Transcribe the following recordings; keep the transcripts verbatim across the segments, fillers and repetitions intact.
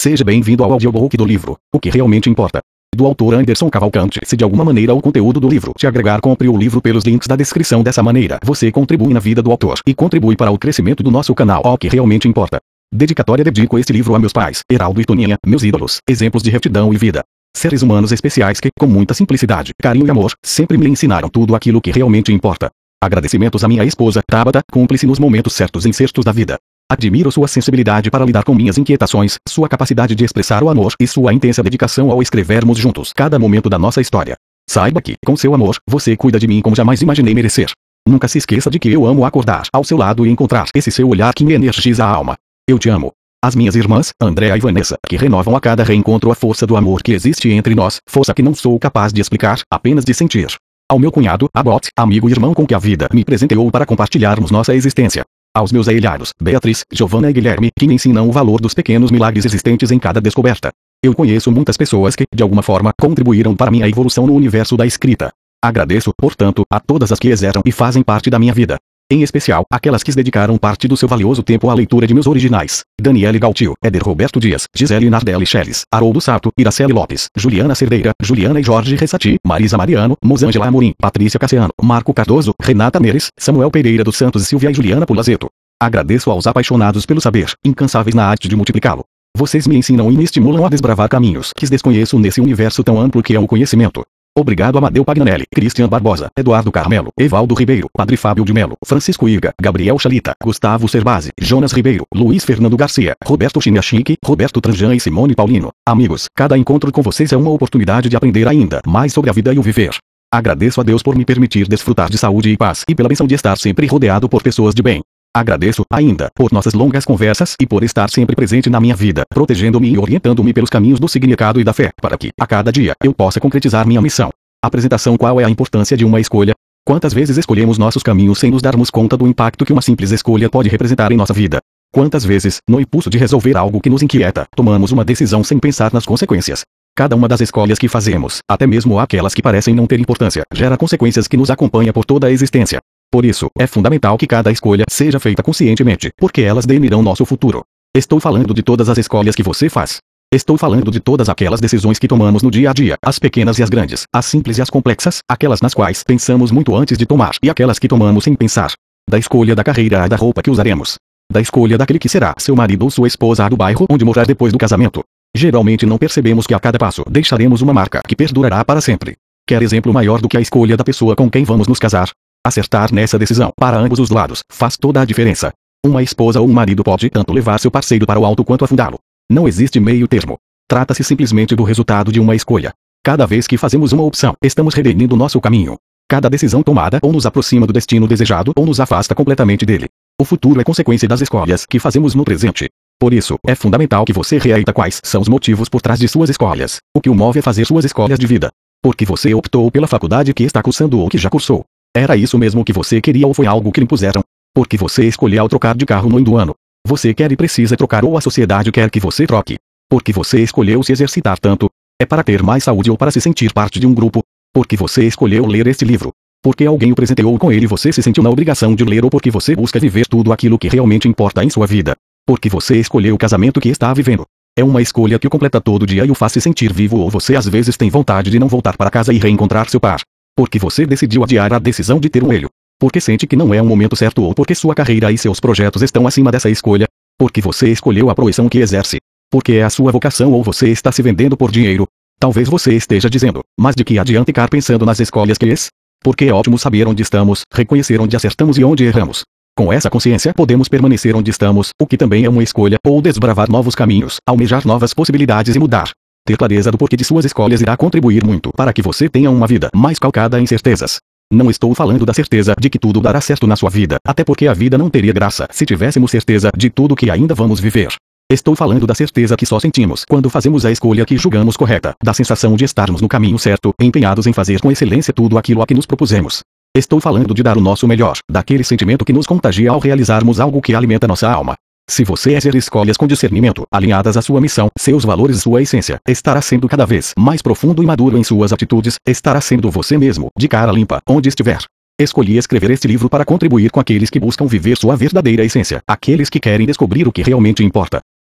Seja bem-vindo ao audiobook do livro O que Realmente Importa, do autor Anderson Cavalcante. Se de alguma maneira o conteúdo do livro te agregar, compre o livro pelos links da descrição. Dessa maneira, você contribui na vida do autor e contribui para o crescimento do nosso canal. O que Realmente Importa. Dedicatória: dedico este livro a meus pais, Heraldo e Toninha, meus ídolos, exemplos de retidão e vida. Seres humanos especiais que, com muita simplicidade, carinho e amor, sempre me ensinaram tudo aquilo que realmente importa. Agradecimentos à minha esposa, Tabata, cúmplice nos momentos certos e incertos da vida. Admiro sua sensibilidade para lidar com minhas inquietações, sua capacidade de expressar o amor e sua intensa dedicação ao escrevermos juntos cada momento da nossa história. Saiba que, com seu amor, você cuida de mim como jamais imaginei merecer. Nunca se esqueça de que eu amo acordar ao seu lado e encontrar esse seu olhar que me energiza a alma. Eu te amo. As minhas irmãs, Andréa e Vanessa, que renovam a cada reencontro a força do amor que existe entre nós, força que não sou capaz de explicar, apenas de sentir. Ao meu cunhado, Abbott, amigo e irmão com que a vida me presenteou para compartilharmos nossa existência. Aos meus ailhados, Beatriz, Giovanna e Guilherme, que me ensinam o valor dos pequenos milagres existentes em cada descoberta. Eu conheço muitas pessoas que, de alguma forma, contribuíram para minha evolução no universo da escrita. Agradeço, portanto, a todas as que exercem e fazem parte da minha vida. Em especial, aquelas que dedicaram parte do seu valioso tempo à leitura de meus originais. Daniele Galtio, Éder Roberto Dias, Gisele Nardelli Scheles, Haroldo Sato, Iraceli Lopes, Juliana Cerdeira, Juliana e Jorge Ressati, Marisa Mariano, Mosângela Amorim, Patrícia Cassiano, Marco Cardoso, Renata Neres, Samuel Pereira dos Santos e Silvia e Juliana Pulazeto. Agradeço aos apaixonados pelo saber, incansáveis na arte de multiplicá-lo. Vocês me ensinam e me estimulam a desbravar caminhos que desconheço nesse universo tão amplo que é o conhecimento. Obrigado a Amadeu Pagnanelli, Cristian Barbosa, Eduardo Carmelo, Evaldo Ribeiro, Padre Fábio de Melo, Francisco Iga, Gabriel Chalita, Gustavo Cerbasi, Jonas Ribeiro, Luiz Fernando Garcia, Roberto Chiniachique, Roberto Tranjan e Simone Paulino. Amigos, cada encontro com vocês é uma oportunidade de aprender ainda mais sobre a vida e o viver. Agradeço a Deus por me permitir desfrutar de saúde e paz e pela benção de estar sempre rodeado por pessoas de bem. Agradeço, ainda, por nossas longas conversas e por estar sempre presente na minha vida, protegendo-me e orientando-me pelos caminhos do significado e da fé, para que, a cada dia, eu possa concretizar minha missão. Apresentação: qual é a importância de uma escolha? Quantas vezes escolhemos nossos caminhos sem nos darmos conta do impacto que uma simples escolha pode representar em nossa vida? Quantas vezes, no impulso de resolver algo que nos inquieta, tomamos uma decisão sem pensar nas consequências? Cada uma das escolhas que fazemos, até mesmo aquelas que parecem não ter importância, gera consequências que nos acompanham por toda a existência. Por isso, é fundamental que cada escolha seja feita conscientemente, porque elas definirão nosso futuro. Estou falando de todas as escolhas que você faz. Estou falando de todas aquelas decisões que tomamos no dia a dia, as pequenas e as grandes, as simples e as complexas, aquelas nas quais pensamos muito antes de tomar e aquelas que tomamos sem pensar. Da escolha da carreira à da roupa que usaremos. Da escolha daquele que será seu marido ou sua esposa à do bairro onde morar depois do casamento. Geralmente não percebemos que a cada passo deixaremos uma marca que perdurará para sempre. Quer exemplo maior do que a escolha da pessoa com quem vamos nos casar? Acertar nessa decisão, para ambos os lados, faz toda a diferença. Uma esposa ou um marido pode tanto levar seu parceiro para o alto quanto afundá-lo. Não existe meio termo. Trata-se simplesmente do resultado de uma escolha. Cada vez que fazemos uma opção, estamos redefinindo nosso caminho. Cada decisão tomada ou nos aproxima do destino desejado ou nos afasta completamente dele. O futuro é consequência das escolhas que fazemos no presente. Por isso, é fundamental que você reflita quais são os motivos por trás de suas escolhas. O que o move a fazer suas escolhas de vida. Porque você optou pela faculdade que está cursando ou que já cursou. Era isso mesmo que você queria ou foi algo que lhe impuseram? Porque você escolheu ao trocar de carro no fim do ano. Você quer e precisa trocar ou a sociedade quer que você troque. Porque você escolheu se exercitar tanto. É para ter mais saúde ou para se sentir parte de um grupo. Porque você escolheu ler este livro. Porque alguém o presenteou com ele e você se sentiu na obrigação de ler ou porque você busca viver tudo aquilo que realmente importa em sua vida. Porque você escolheu o casamento que está vivendo. É uma escolha que o completa todo dia e o faz se sentir vivo ou você às vezes tem vontade de não voltar para casa e reencontrar seu par. Porque você decidiu adiar a decisão de ter um filho. Porque sente que não é um momento certo ou porque sua carreira e seus projetos estão acima dessa escolha. Porque você escolheu a profissão que exerce. Porque é a sua vocação ou você está se vendendo por dinheiro. Talvez você esteja dizendo, mas de que adianta ficar pensando nas escolhas que es? Porque é ótimo saber onde estamos, reconhecer onde acertamos e onde erramos. Com essa consciência podemos permanecer onde estamos, o que também é uma escolha, ou desbravar novos caminhos, almejar novas possibilidades e mudar. Ter clareza do porquê de suas escolhas irá contribuir muito para que você tenha uma vida mais calcada em certezas. Não estou falando da certeza de que tudo dará certo na sua vida, até porque a vida não teria graça se tivéssemos certeza de tudo que ainda vamos viver. Estou falando da certeza que só sentimos quando fazemos a escolha que julgamos correta, da sensação de estarmos no caminho certo, empenhados em fazer com excelência tudo aquilo a que nos propusemos. Estou falando de dar o nosso melhor, daquele sentimento que nos contagia ao realizarmos algo que alimenta nossa alma. Se você fizer escolhas com discernimento, alinhadas à sua missão, seus valores e sua essência, estará sendo cada vez mais profundo e maduro em suas atitudes, estará sendo você mesmo, de cara limpa, onde estiver. Escolhi escrever este livro para contribuir com aqueles que buscam viver sua verdadeira essência, aqueles que querem descobrir o que realmente importa.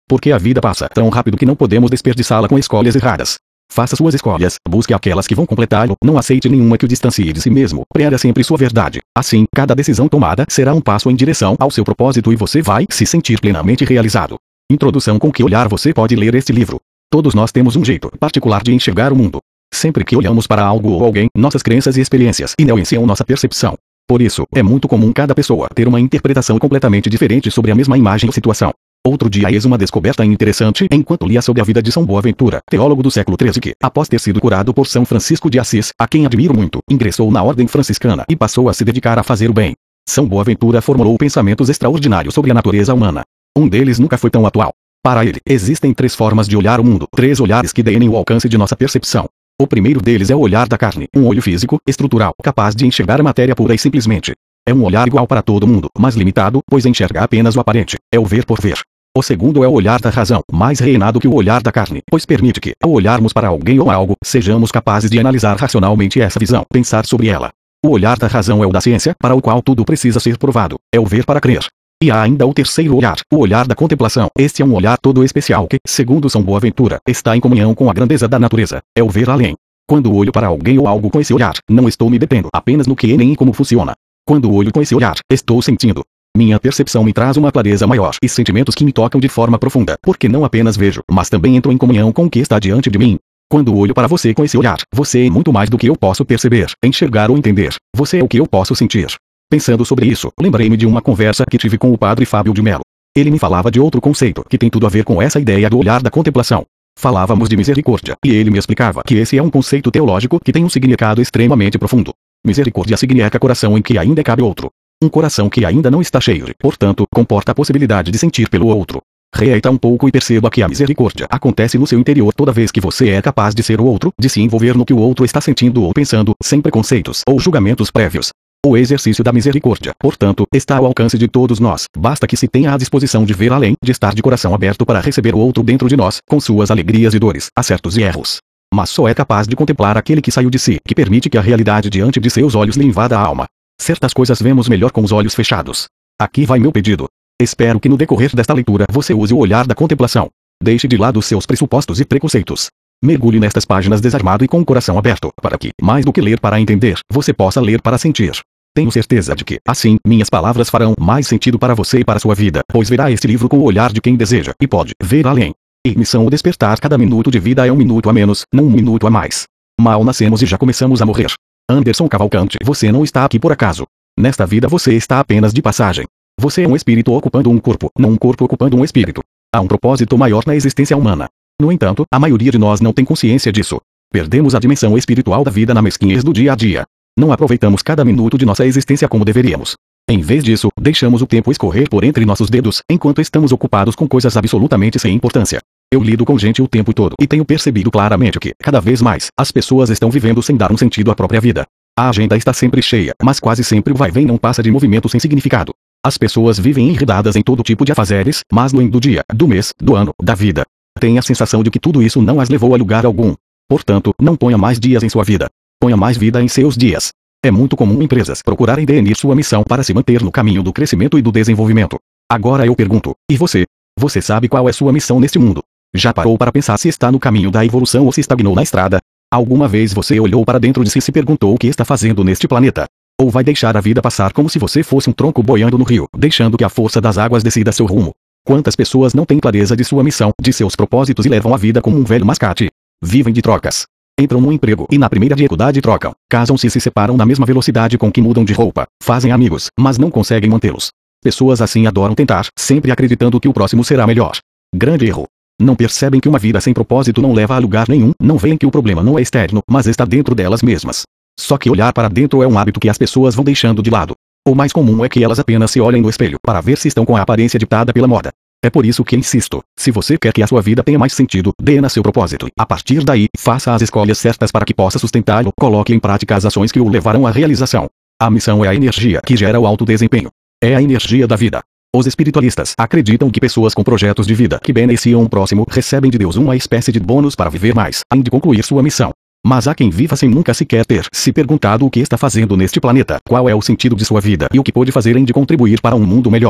Porque a vida passa tão rápido que não podemos desperdiçá-la com escolhas erradas. Faça suas escolhas, busque aquelas que vão completá-lo, não aceite nenhuma que o distancie de si mesmo, prega sempre sua verdade. Assim, cada decisão tomada será um passo em direção ao seu propósito e você vai se sentir plenamente realizado. Introdução: com que olhar você pode ler este livro? Todos nós temos um jeito particular de enxergar o mundo. Sempre que olhamos para algo ou alguém, nossas crenças e experiências influenciam nossa percepção. Por isso, é muito comum cada pessoa ter uma interpretação completamente diferente sobre a mesma imagem ou situação. Outro dia eis uma descoberta interessante enquanto lia sobre a vida de São Boaventura, teólogo do século treze que, após ter sido curado por São Francisco de Assis, a quem admiro muito, ingressou na ordem franciscana e passou a se dedicar a fazer o bem. São Boaventura formulou pensamentos extraordinários sobre a natureza humana. Um deles nunca foi tão atual. Para ele, existem três formas de olhar o mundo, três olhares que deem o alcance de nossa percepção. O primeiro deles é o olhar da carne, um olho físico, estrutural, capaz de enxergar a matéria pura e simplesmente. É um olhar igual para todo mundo, mas limitado, pois enxerga apenas o aparente, é o ver por ver. O segundo é o olhar da razão, mais refinado que o olhar da carne, pois permite que, ao olharmos para alguém ou algo, sejamos capazes de analisar racionalmente essa visão, pensar sobre ela. O olhar da razão é o da ciência, para o qual tudo precisa ser provado, é o ver para crer. E há ainda o terceiro olhar, o olhar da contemplação. Este é um olhar todo especial que, segundo São Boaventura, está em comunhão com a grandeza da natureza, é o ver além. Quando olho para alguém ou algo com esse olhar, não estou me detendo apenas no que é nem em como funciona. Quando olho com esse olhar, estou sentindo. Minha percepção me traz uma clareza maior e sentimentos que me tocam de forma profunda, porque não apenas vejo, mas também entro em comunhão com o que está diante de mim. Quando olho para você com esse olhar, você é muito mais do que eu posso perceber, enxergar ou entender. Você é o que eu posso sentir. Pensando sobre isso, lembrei-me de uma conversa que tive com o padre Fábio de Mello. Ele me falava de outro conceito que tem tudo a ver com essa ideia do olhar da contemplação. Falávamos de misericórdia, e ele me explicava que esse é um conceito teológico que tem um significado extremamente profundo. Misericórdia significa coração em que ainda cabe outro. Um coração que ainda não está cheio e, portanto, comporta a possibilidade de sentir pelo outro. Reita um pouco e perceba que a misericórdia acontece no seu interior toda vez que você é capaz de ser o outro, de se envolver no que o outro está sentindo ou pensando, sem preconceitos ou julgamentos prévios. O exercício da misericórdia, portanto, está ao alcance de todos nós, basta que se tenha a disposição de ver além, de estar de coração aberto para receber o outro dentro de nós, com suas alegrias e dores, acertos e erros. Mas só é capaz de contemplar aquele que saiu de si, que permite que a realidade diante de seus olhos lhe invada a alma. Certas coisas vemos melhor com os olhos fechados. Aqui vai meu pedido. Espero que no decorrer desta leitura você use o olhar da contemplação. Deixe de lado seus pressupostos e preconceitos. Mergulhe nestas páginas desarmado e com o coração aberto, para que, mais do que ler para entender, você possa ler para sentir. Tenho certeza de que, assim, minhas palavras farão mais sentido para você e para sua vida, pois verá este livro com o olhar de quem deseja, e pode ver além. E missão: o despertar. Cada minuto de vida é um minuto a menos, não um minuto a mais. Mal nascemos e já começamos a morrer. Anderson Cavalcante. Você não está aqui por acaso. Nesta vida você está apenas de passagem. Você é um espírito ocupando um corpo, não um corpo ocupando um espírito. Há um propósito maior na existência humana. No entanto, a maioria de nós não tem consciência disso. Perdemos a dimensão espiritual da vida na mesquinhez do dia a dia. Não aproveitamos cada minuto de nossa existência como deveríamos. Em vez disso, deixamos o tempo escorrer por entre nossos dedos, enquanto estamos ocupados com coisas absolutamente sem importância. Eu lido com gente o tempo todo e tenho percebido claramente que, cada vez mais, as pessoas estão vivendo sem dar um sentido à própria vida. A agenda está sempre cheia, mas quase sempre o vai-vem não passa de movimento sem significado. As pessoas vivem enredadas em todo tipo de afazeres, mas no fim do dia, do mês, do ano, da vida, têm a sensação de que tudo isso não as levou a lugar algum. Portanto, não ponha mais dias em sua vida. Ponha mais vida em seus dias. É muito comum empresas procurarem definir sua missão para se manter no caminho do crescimento e do desenvolvimento. Agora eu pergunto, e você? Você sabe qual é sua missão neste mundo? Já parou para pensar se está no caminho da evolução ou se estagnou na estrada? Alguma vez você olhou para dentro de si e se perguntou o que está fazendo neste planeta? Ou vai deixar a vida passar como se você fosse um tronco boiando no rio, deixando que a força das águas decida seu rumo? Quantas pessoas não têm clareza de sua missão, de seus propósitos e levam a vida como um velho mascate? Vivem de trocas. Entram no emprego e na primeira dificuldade trocam. Casam-se e se separam na mesma velocidade com que mudam de roupa. Fazem amigos, mas não conseguem mantê-los. Pessoas assim adoram tentar, sempre acreditando que o próximo será melhor. Grande erro. Não percebem que uma vida sem propósito não leva a lugar nenhum, não veem que o problema não é externo, mas está dentro delas mesmas. Só que olhar para dentro é um hábito que as pessoas vão deixando de lado. O mais comum é que elas apenas se olhem no espelho para ver se estão com a aparência ditada pela moda. É por isso que insisto, se você quer que a sua vida tenha mais sentido, dê na seu propósito. A partir daí, faça as escolhas certas para que possa sustentá-lo, coloque em prática as ações que o levarão à realização. A missão é a energia que gera o alto desempenho. É a energia da vida. Os espiritualistas acreditam que pessoas com projetos de vida que beneficiam o próximo recebem de Deus uma espécie de bônus para viver mais, além de concluir sua missão. Mas há quem viva sem nunca sequer ter se perguntado o que está fazendo neste planeta, qual é o sentido de sua vida e o que pode fazer em de contribuir para um mundo melhor.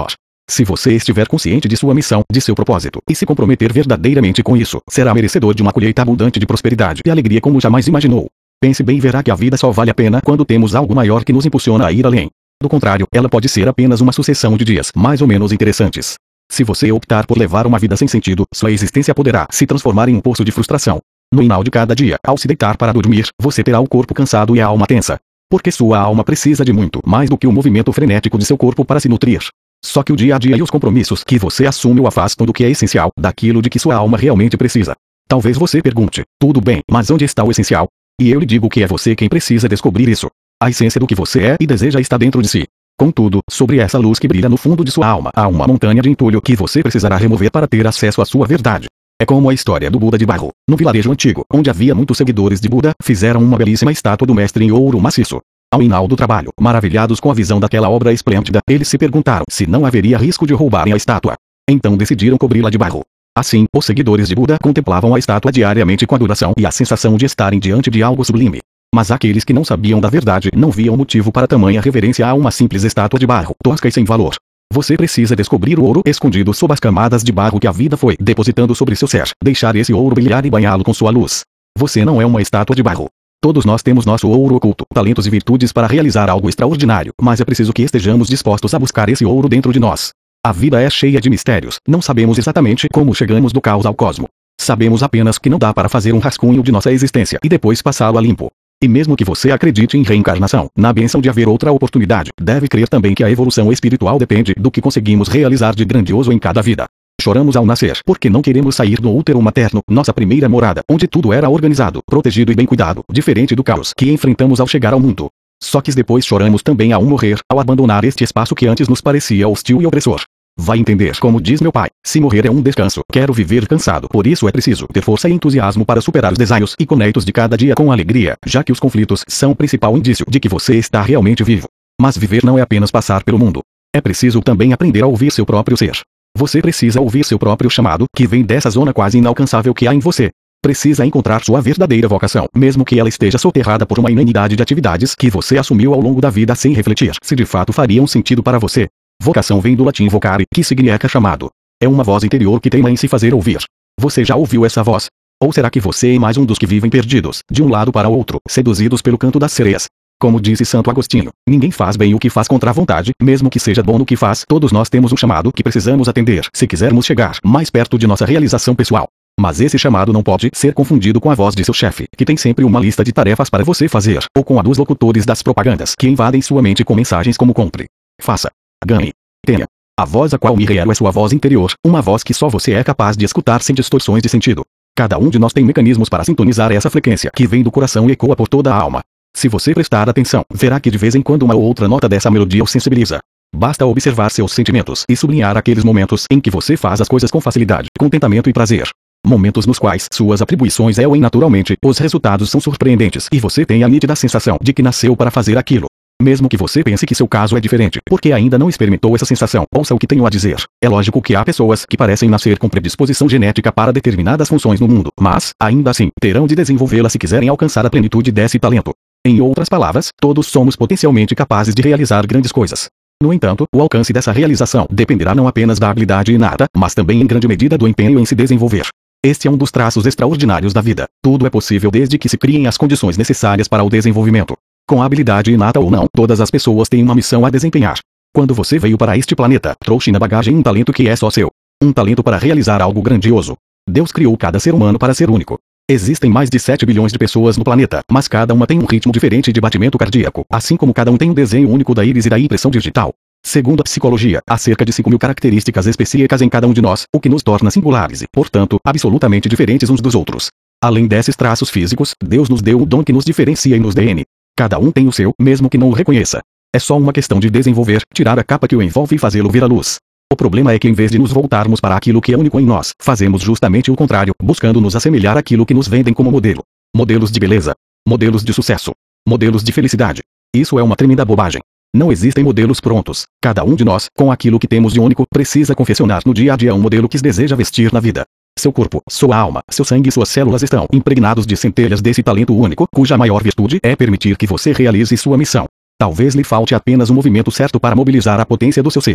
Se você estiver consciente de sua missão, de seu propósito, e se comprometer verdadeiramente com isso, será merecedor de uma colheita abundante de prosperidade e alegria como jamais imaginou. Pense bem e verá que a vida só vale a pena quando temos algo maior que nos impulsiona a ir além. Do contrário, ela pode ser apenas uma sucessão de dias mais ou menos interessantes. Se você optar por levar uma vida sem sentido, sua existência poderá se transformar em um poço de frustração. No final de cada dia, ao se deitar para dormir, você terá o corpo cansado e a alma tensa. Porque sua alma precisa de muito mais do que o movimento frenético de seu corpo para se nutrir. Só que o dia a dia e os compromissos que você assume o afastam do que é essencial, daquilo de que sua alma realmente precisa. Talvez você pergunte, tudo bem, mas onde está o essencial? E eu lhe digo que é você quem precisa descobrir isso. A essência do que você é e deseja está dentro de si. Contudo, sobre essa luz que brilha no fundo de sua alma, há uma montanha de entulho que você precisará remover para ter acesso à sua verdade. É como a história do Buda de barro. No vilarejo antigo, onde havia muitos seguidores de Buda, fizeram uma belíssima estátua do mestre em ouro maciço. Ao final do trabalho, maravilhados com a visão daquela obra esplêndida, eles se perguntaram se não haveria risco de roubarem a estátua. Então decidiram cobri-la de barro. Assim, os seguidores de Buda contemplavam a estátua diariamente com adoração e a sensação de estarem diante de algo sublime. Mas aqueles que não sabiam da verdade não viam motivo para tamanha reverência a uma simples estátua de barro, tosca e sem valor. Você precisa descobrir o ouro escondido sob as camadas de barro que a vida foi depositando sobre seu ser, deixar esse ouro brilhar e banhá-lo com sua luz. Você não é uma estátua de barro. Todos nós temos nosso ouro oculto, talentos e virtudes para realizar algo extraordinário, mas é preciso que estejamos dispostos a buscar esse ouro dentro de nós. A vida é cheia de mistérios, não sabemos exatamente como chegamos do caos ao cosmo. Sabemos apenas que não dá para fazer um rascunho de nossa existência e depois passá-lo a limpo. E mesmo que você acredite em reencarnação, na bênção de haver outra oportunidade, deve crer também que a evolução espiritual depende do que conseguimos realizar de grandioso em cada vida. Choramos ao nascer porque não queremos sair do útero materno, nossa primeira morada, onde tudo era organizado, protegido e bem cuidado, diferente do caos que enfrentamos ao chegar ao mundo. Só que depois choramos também ao morrer, ao abandonar este espaço que antes nos parecia hostil e opressor. Vai entender, como diz meu pai, se morrer é um descanso, quero viver cansado, por isso é preciso ter força e entusiasmo para superar os desafios e conectos de cada dia com alegria, já que os conflitos são o principal indício de que você está realmente vivo. Mas viver não é apenas passar pelo mundo. É preciso também aprender a ouvir seu próprio ser. Você precisa ouvir seu próprio chamado, que vem dessa zona quase inalcançável que há em você. Precisa encontrar sua verdadeira vocação, mesmo que ela esteja soterrada por uma infinidade de atividades que você assumiu ao longo da vida sem refletir se de fato fariam sentido para você. Vocação vem do latim vocare, que significa chamado. É uma voz interior que teima em se fazer ouvir. Você já ouviu essa voz? Ou será que você é mais um dos que vivem perdidos, de um lado para o outro, seduzidos pelo canto das sereias? Como disse Santo Agostinho, ninguém faz bem o que faz contra a vontade, mesmo que seja bom no que faz. Todos nós temos um chamado que precisamos atender se quisermos chegar mais perto de nossa realização pessoal. Mas esse chamado não pode ser confundido com a voz de seu chefe, que tem sempre uma lista de tarefas para você fazer, ou com a dos locutores das propagandas que invadem sua mente com mensagens como compre, faça, ganhe, tenha. A voz a qual me reero é sua voz interior, uma voz que só você é capaz de escutar sem distorções de sentido. Cada um de nós tem mecanismos para sintonizar essa frequência que vem do coração e ecoa por toda a alma. Se você prestar atenção, verá que de vez em quando uma ou outra nota dessa melodia o sensibiliza. Basta observar seus sentimentos e sublinhar aqueles momentos em que você faz as coisas com facilidade, contentamento e prazer. Momentos nos quais suas atribuições eram naturalmente, os resultados são surpreendentes e você tem a nítida sensação de que nasceu para fazer aquilo. Mesmo que você pense que seu caso é diferente, porque ainda não experimentou essa sensação, ouça o que tenho a dizer. É lógico que há pessoas que parecem nascer com predisposição genética para determinadas funções no mundo, mas, ainda assim, terão de desenvolvê-la se quiserem alcançar a plenitude desse talento. Em outras palavras, todos somos potencialmente capazes de realizar grandes coisas. No entanto, o alcance dessa realização dependerá não apenas da habilidade inata, mas também em grande medida do empenho em se desenvolver. Este é um dos traços extraordinários da vida. Tudo é possível desde que se criem as condições necessárias para o desenvolvimento. Com a habilidade inata ou não, todas as pessoas têm uma missão a desempenhar. Quando você veio para este planeta, trouxe na bagagem um talento que é só seu. Um talento para realizar algo grandioso. Deus criou cada ser humano para ser único. Existem mais de sete bilhões de pessoas no planeta, mas cada uma tem um ritmo diferente de batimento cardíaco, assim como cada um tem um desenho único da íris e da impressão digital. Segundo a psicologia, há cerca de cinco mil características específicas em cada um de nós, o que nos torna singulares e, portanto, absolutamente diferentes uns dos outros. Além desses traços físicos, Deus nos deu o dom que nos diferencia e nos D N. Cada um tem o seu, mesmo que não o reconheça. É só uma questão de desenvolver, tirar a capa que o envolve e fazê-lo vir à luz. O problema é que em vez de nos voltarmos para aquilo que é único em nós, fazemos justamente o contrário, buscando nos assemelhar àquilo que nos vendem como modelo. Modelos de beleza. Modelos de sucesso. Modelos de felicidade. Isso é uma tremenda bobagem. Não existem modelos prontos. Cada um de nós, com aquilo que temos de único, precisa confeccionar no dia a dia um modelo que deseja vestir na vida. Seu corpo, sua alma, seu sangue e suas células estão impregnados de centelhas desse talento único, cuja maior virtude é permitir que você realize sua missão. Talvez lhe falte apenas o movimento certo para mobilizar a potência do seu ser.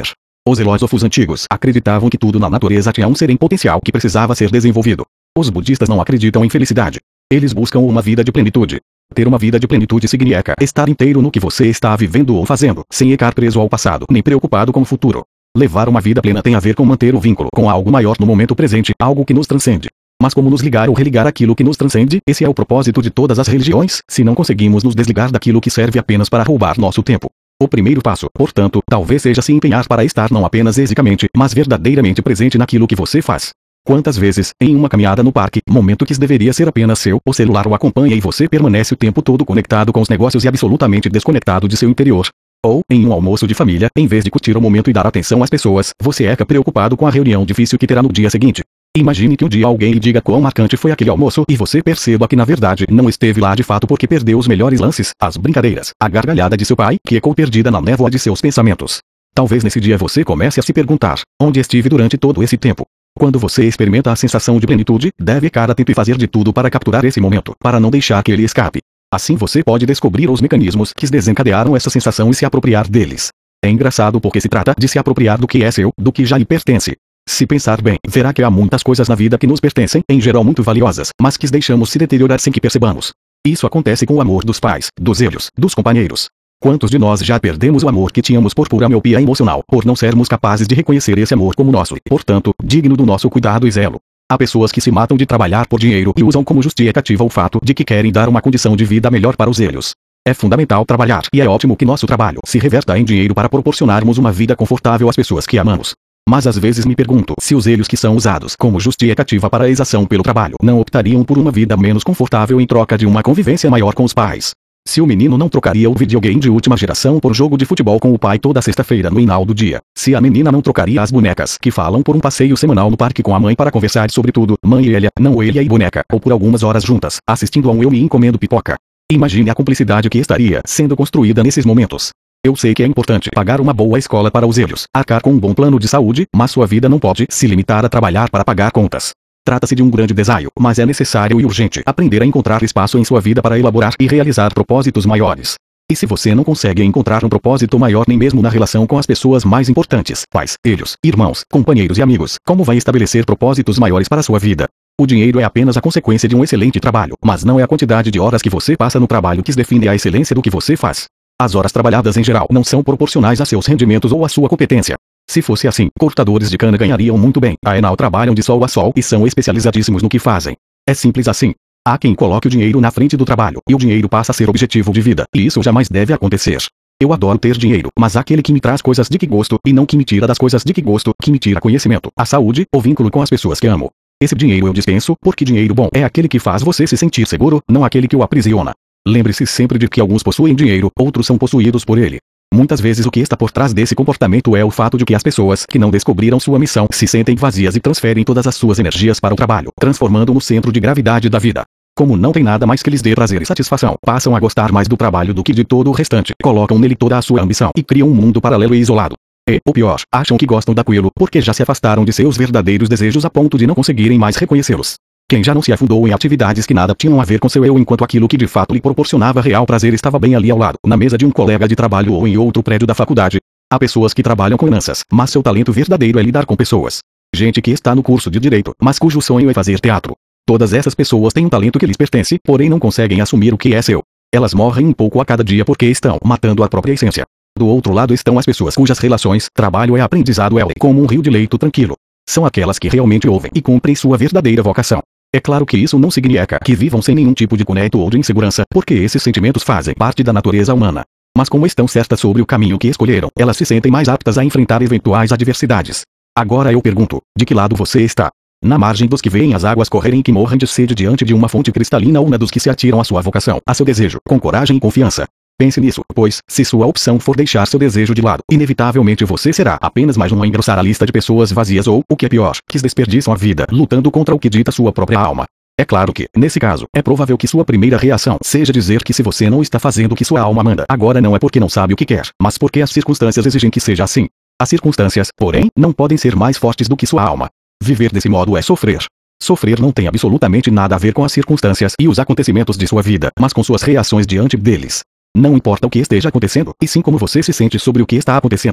Os filósofos antigos acreditavam que tudo na natureza tinha um ser em potencial que precisava ser desenvolvido. Os budistas não acreditam em felicidade. Eles buscam uma vida de plenitude. Ter uma vida de plenitude significa estar inteiro no que você está vivendo ou fazendo, sem ficar preso ao passado, nem preocupado com o futuro. Levar uma vida plena tem a ver com manter o vínculo com algo maior no momento presente, algo que nos transcende. Mas como nos ligar ou religar aquilo que nos transcende? Esse é o propósito de todas as religiões, se não conseguimos nos desligar daquilo que serve apenas para roubar nosso tempo. O primeiro passo, portanto, talvez seja se empenhar para estar não apenas fisicamente, mas verdadeiramente presente naquilo que você faz. Quantas vezes, em uma caminhada no parque, momento que deveria ser apenas seu, o celular o acompanha e você permanece o tempo todo conectado com os negócios e absolutamente desconectado de seu interior? Ou, em um almoço de família, em vez de curtir o momento e dar atenção às pessoas, você fica preocupado com a reunião difícil que terá no dia seguinte. Imagine que um dia alguém lhe diga quão marcante foi aquele almoço e você perceba que na verdade não esteve lá de fato porque perdeu os melhores lances, as brincadeiras, a gargalhada de seu pai, que ficou perdida na névoa de seus pensamentos. Talvez nesse dia você comece a se perguntar, onde estive durante todo esse tempo? Quando você experimenta a sensação de plenitude, deve ficar atento e fazer de tudo para capturar esse momento, para não deixar que ele escape. Assim você pode descobrir os mecanismos que desencadearam essa sensação e se apropriar deles. É engraçado porque se trata de se apropriar do que é seu, do que já lhe pertence. Se pensar bem, verá que há muitas coisas na vida que nos pertencem, em geral muito valiosas, mas que deixamos se deteriorar sem que percebamos. Isso acontece com o amor dos pais, dos filhos, dos companheiros. Quantos de nós já perdemos o amor que tínhamos por pura miopia emocional, por não sermos capazes de reconhecer esse amor como nosso e, portanto, digno do nosso cuidado e zelo? Há pessoas que se matam de trabalhar por dinheiro e usam como justificativa o fato de que querem dar uma condição de vida melhor para os filhos. É fundamental trabalhar e é ótimo que nosso trabalho se reverta em dinheiro para proporcionarmos uma vida confortável às pessoas que amamos. Mas às vezes me pergunto se os filhos que são usados como justificativa para a exação pelo trabalho não optariam por uma vida menos confortável em troca de uma convivência maior com os pais. Se o menino não trocaria o videogame de última geração por jogo de futebol com o pai toda sexta-feira no final do dia, se a menina não trocaria as bonecas que falam por um passeio semanal no parque com a mãe para conversar sobre tudo, mãe e ele, não ele e boneca, ou por algumas horas juntas, assistindo a um eu me comendo pipoca. Imagine a cumplicidade que estaria sendo construída nesses momentos. Eu sei que é importante pagar uma boa escola para os filhos, arcar com um bom plano de saúde, mas sua vida não pode se limitar a trabalhar para pagar contas. Trata-se de um grande desafio, mas é necessário e urgente aprender a encontrar espaço em sua vida para elaborar e realizar propósitos maiores. E se você não consegue encontrar um propósito maior nem mesmo na relação com as pessoas mais importantes, pais, filhos, irmãos, companheiros e amigos, como vai estabelecer propósitos maiores para sua vida? O dinheiro é apenas a consequência de um excelente trabalho, mas não é a quantidade de horas que você passa no trabalho que define a excelência do que você faz. As horas trabalhadas em geral não são proporcionais a seus rendimentos ou à sua competência. Se fosse assim, cortadores de cana ganhariam muito bem. A Enal trabalham de sol a sol e são especializadíssimos no que fazem. É simples assim. Há quem coloque o dinheiro na frente do trabalho, e o dinheiro passa a ser objetivo de vida, e isso jamais deve acontecer. Eu adoro ter dinheiro, mas há aquele que me traz coisas de que gosto, e não que me tira das coisas de que gosto, que me tira conhecimento, a saúde, o vínculo com as pessoas que amo. Esse dinheiro eu dispenso, porque dinheiro bom é aquele que faz você se sentir seguro, não aquele que o aprisiona. Lembre-se sempre de que alguns possuem dinheiro, outros são possuídos por ele. Muitas vezes o que está por trás desse comportamento é o fato de que as pessoas que não descobriram sua missão se sentem vazias e transferem todas as suas energias para o trabalho, transformando-o no centro de gravidade da vida. Como não tem nada mais que lhes dê prazer e satisfação, passam a gostar mais do trabalho do que de todo o restante, colocam nele toda a sua ambição e criam um mundo paralelo e isolado. E, o pior, acham que gostam daquilo porque já se afastaram de seus verdadeiros desejos a ponto de não conseguirem mais reconhecê-los. Quem já não se afundou em atividades que nada tinham a ver com seu eu enquanto aquilo que de fato lhe proporcionava real prazer estava bem ali ao lado, na mesa de um colega de trabalho ou em outro prédio da faculdade. Há pessoas que trabalham com finanças, mas seu talento verdadeiro é lidar com pessoas. Gente que está no curso de direito, mas cujo sonho é fazer teatro. Todas essas pessoas têm um talento que lhes pertence, porém não conseguem assumir o que é seu. Elas morrem um pouco a cada dia porque estão matando a própria essência. Do outro lado estão as pessoas cujas relações, trabalho e aprendizado é como um rio de leito tranquilo. São aquelas que realmente ouvem e cumprem sua verdadeira vocação. É claro que isso não significa que vivam sem nenhum tipo de conecto ou de insegurança, porque esses sentimentos fazem parte da natureza humana. Mas como estão certas sobre o caminho que escolheram, elas se sentem mais aptas a enfrentar eventuais adversidades. Agora eu pergunto, de que lado você está? Na margem dos que veem as águas correrem e que morrem de sede diante de uma fonte cristalina ou na dos que se atiram à sua vocação, a seu desejo, com coragem e confiança? Pense nisso, pois, se sua opção for deixar seu desejo de lado, inevitavelmente você será apenas mais um a engrossar a lista de pessoas vazias ou, o que é pior, que desperdiçam a vida lutando contra o que dita sua própria alma. É claro que, nesse caso, é provável que sua primeira reação seja dizer que se você não está fazendo o que sua alma manda agora não é porque não sabe o que quer, mas porque as circunstâncias exigem que seja assim. As circunstâncias, porém, não podem ser mais fortes do que sua alma. Viver desse modo é sofrer. Sofrer não tem absolutamente nada a ver com as circunstâncias e os acontecimentos de sua vida, mas com suas reações diante deles. Não importa o que esteja acontecendo, e sim como você se sente sobre o que está acontecendo.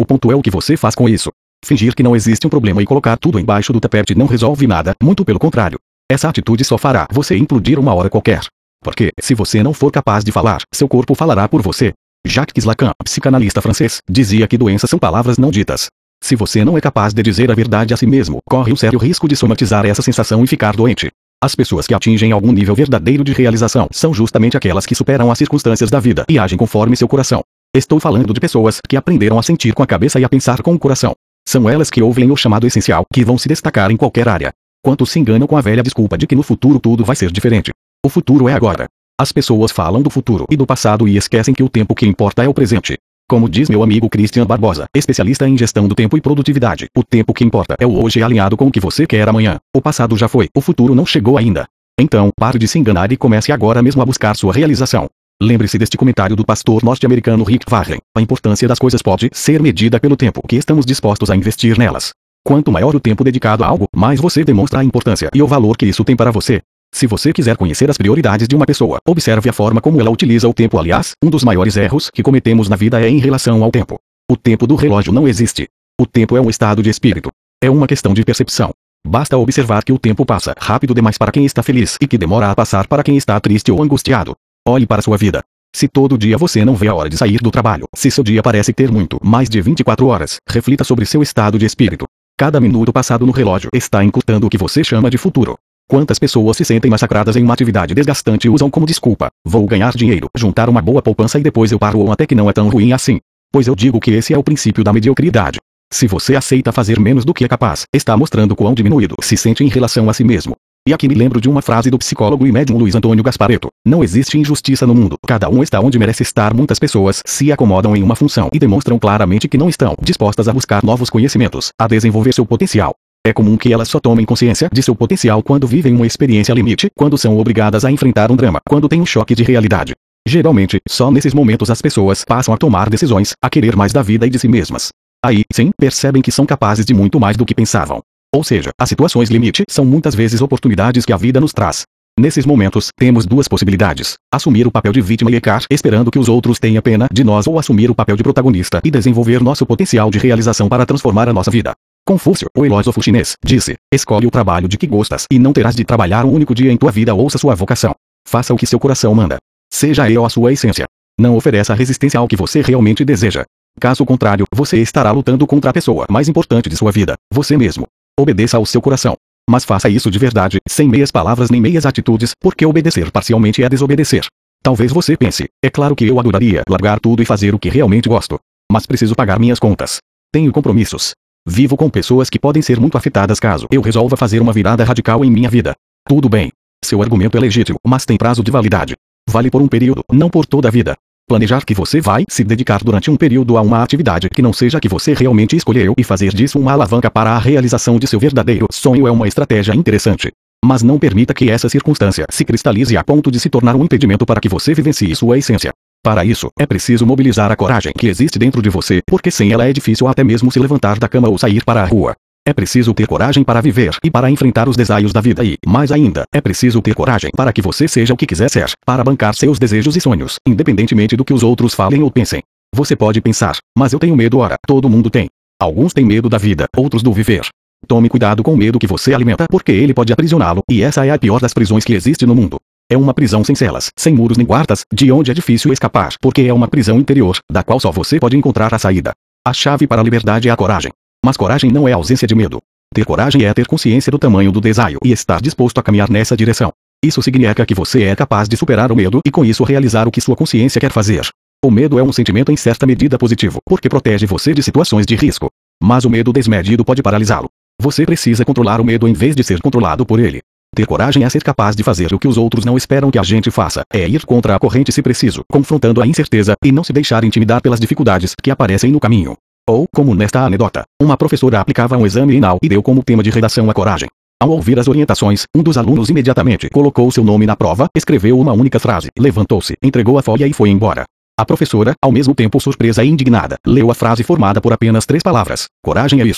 O ponto é o que você faz com isso. Fingir que não existe um problema e colocar tudo embaixo do tapete não resolve nada, muito pelo contrário. Essa atitude só fará você implodir uma hora qualquer. Porque, se você não for capaz de falar, seu corpo falará por você. Jacques Lacan, psicanalista francês, dizia que doenças são palavras não ditas. Se você não é capaz de dizer a verdade a si mesmo, corre o sério risco de somatizar essa sensação e ficar doente. As pessoas que atingem algum nível verdadeiro de realização são justamente aquelas que superam as circunstâncias da vida e agem conforme seu coração. Estou falando de pessoas que aprenderam a sentir com a cabeça e a pensar com o coração. São elas que ouvem o chamado essencial, que vão se destacar em qualquer área. Quantos se enganam com a velha desculpa de que no futuro tudo vai ser diferente. O futuro é agora. As pessoas falam do futuro e do passado e esquecem que o tempo que importa é o presente. Como diz meu amigo Christian Barbosa, especialista em gestão do tempo e produtividade, o tempo que importa é o hoje alinhado com o que você quer amanhã. O passado já foi, o futuro não chegou ainda. Então, pare de se enganar e comece agora mesmo a buscar sua realização. Lembre-se deste comentário do pastor norte-americano Rick Warren. A importância das coisas pode ser medida pelo tempo que estamos dispostos a investir nelas. Quanto maior o tempo dedicado a algo, mais você demonstra a importância e o valor que isso tem para você. Se você quiser conhecer as prioridades de uma pessoa, observe a forma como ela utiliza o tempo. Aliás, um dos maiores erros que cometemos na vida é em relação ao tempo. O tempo do relógio não existe. O tempo é um estado de espírito. É uma questão de percepção. Basta observar que o tempo passa rápido demais para quem está feliz e que demora a passar para quem está triste ou angustiado. Olhe para sua vida. Se todo dia você não vê a hora de sair do trabalho, se seu dia parece ter muito mais de vinte e quatro horas, reflita sobre seu estado de espírito. Cada minuto passado no relógio está encurtando o que você chama de futuro. Quantas pessoas se sentem massacradas em uma atividade desgastante e usam como desculpa: vou ganhar dinheiro, juntar uma boa poupança e depois eu paro, ou até que não é tão ruim assim. Pois eu digo que esse é o princípio da mediocridade. Se você aceita fazer menos do que é capaz, está mostrando quão diminuído se sente em relação a si mesmo. E aqui me lembro de uma frase do psicólogo e médium Luiz Antônio Gasparetto: não existe injustiça no mundo, cada um está onde merece estar. Muitas pessoas se acomodam em uma função e demonstram claramente que não estão dispostas a buscar novos conhecimentos, a desenvolver seu potencial. É comum que elas só tomem consciência de seu potencial quando vivem uma experiência limite, quando são obrigadas a enfrentar um drama, quando têm um choque de realidade. Geralmente, só nesses momentos as pessoas passam a tomar decisões, a querer mais da vida e de si mesmas. Aí, sim, percebem que são capazes de muito mais do que pensavam. Ou seja, as situações limite são muitas vezes oportunidades que a vida nos traz. Nesses momentos, temos duas possibilidades: assumir o papel de vítima e ficar esperando que os outros tenham pena de nós, ou assumir o papel de protagonista e desenvolver nosso potencial de realização para transformar a nossa vida. Confúcio, o filósofo chinês, disse: escolhe o trabalho de que gostas e não terás de trabalhar um único dia em tua vida. Ouça sua vocação. Faça o que seu coração manda. Seja ele a sua essência. Não ofereça resistência ao que você realmente deseja. Caso contrário, você estará lutando contra a pessoa mais importante de sua vida, você mesmo. Obedeça ao seu coração. Mas faça isso de verdade, sem meias palavras nem meias atitudes, porque obedecer parcialmente é desobedecer. Talvez você pense: é claro que eu adoraria largar tudo e fazer o que realmente gosto. Mas preciso pagar minhas contas. Tenho compromissos. Vivo com pessoas que podem ser muito afetadas caso eu resolva fazer uma virada radical em minha vida. Tudo bem. Seu argumento é legítimo, mas tem prazo de validade. Vale por um período, não por toda a vida. Planejar que você vai se dedicar durante um período a uma atividade que não seja a que você realmente escolheu e fazer disso uma alavanca para a realização de seu verdadeiro sonho é uma estratégia interessante. Mas não permita que essa circunstância se cristalize a ponto de se tornar um impedimento para que você vivencie sua essência. Para isso, é preciso mobilizar a coragem que existe dentro de você, porque sem ela é difícil até mesmo se levantar da cama ou sair para a rua. É preciso ter coragem para viver e para enfrentar os desafios da vida e, mais ainda, é preciso ter coragem para que você seja o que quiser ser, para bancar seus desejos e sonhos, independentemente do que os outros falem ou pensem. Você pode pensar: mas eu tenho medo. Ora, todo mundo tem. Alguns têm medo da vida, outros do viver. Tome cuidado com o medo que você alimenta, porque ele pode aprisioná-lo, e essa é a pior das prisões que existe no mundo. É uma prisão sem celas, sem muros nem guardas, de onde é difícil escapar, porque é uma prisão interior, da qual só você pode encontrar a saída. A chave para a liberdade é a coragem. Mas coragem não é ausência de medo. Ter coragem é ter consciência do tamanho do desafio e estar disposto a caminhar nessa direção. Isso significa que você é capaz de superar o medo e com isso realizar o que sua consciência quer fazer. O medo é um sentimento em certa medida positivo, porque protege você de situações de risco. Mas o medo desmedido pode paralisá-lo. Você precisa controlar o medo em vez de ser controlado por ele. Ter coragem é ser capaz de fazer o que os outros não esperam que a gente faça, é ir contra a corrente se preciso, confrontando a incerteza, e não se deixar intimidar pelas dificuldades que aparecem no caminho. Ou, como nesta anedota, uma professora aplicava um exame final e deu como tema de redação a coragem. Ao ouvir as orientações, um dos alunos imediatamente colocou seu nome na prova, escreveu uma única frase, levantou-se, entregou a folha e foi embora. A professora, ao mesmo tempo surpresa e indignada, leu a frase formada por apenas três palavras: coragem é isto.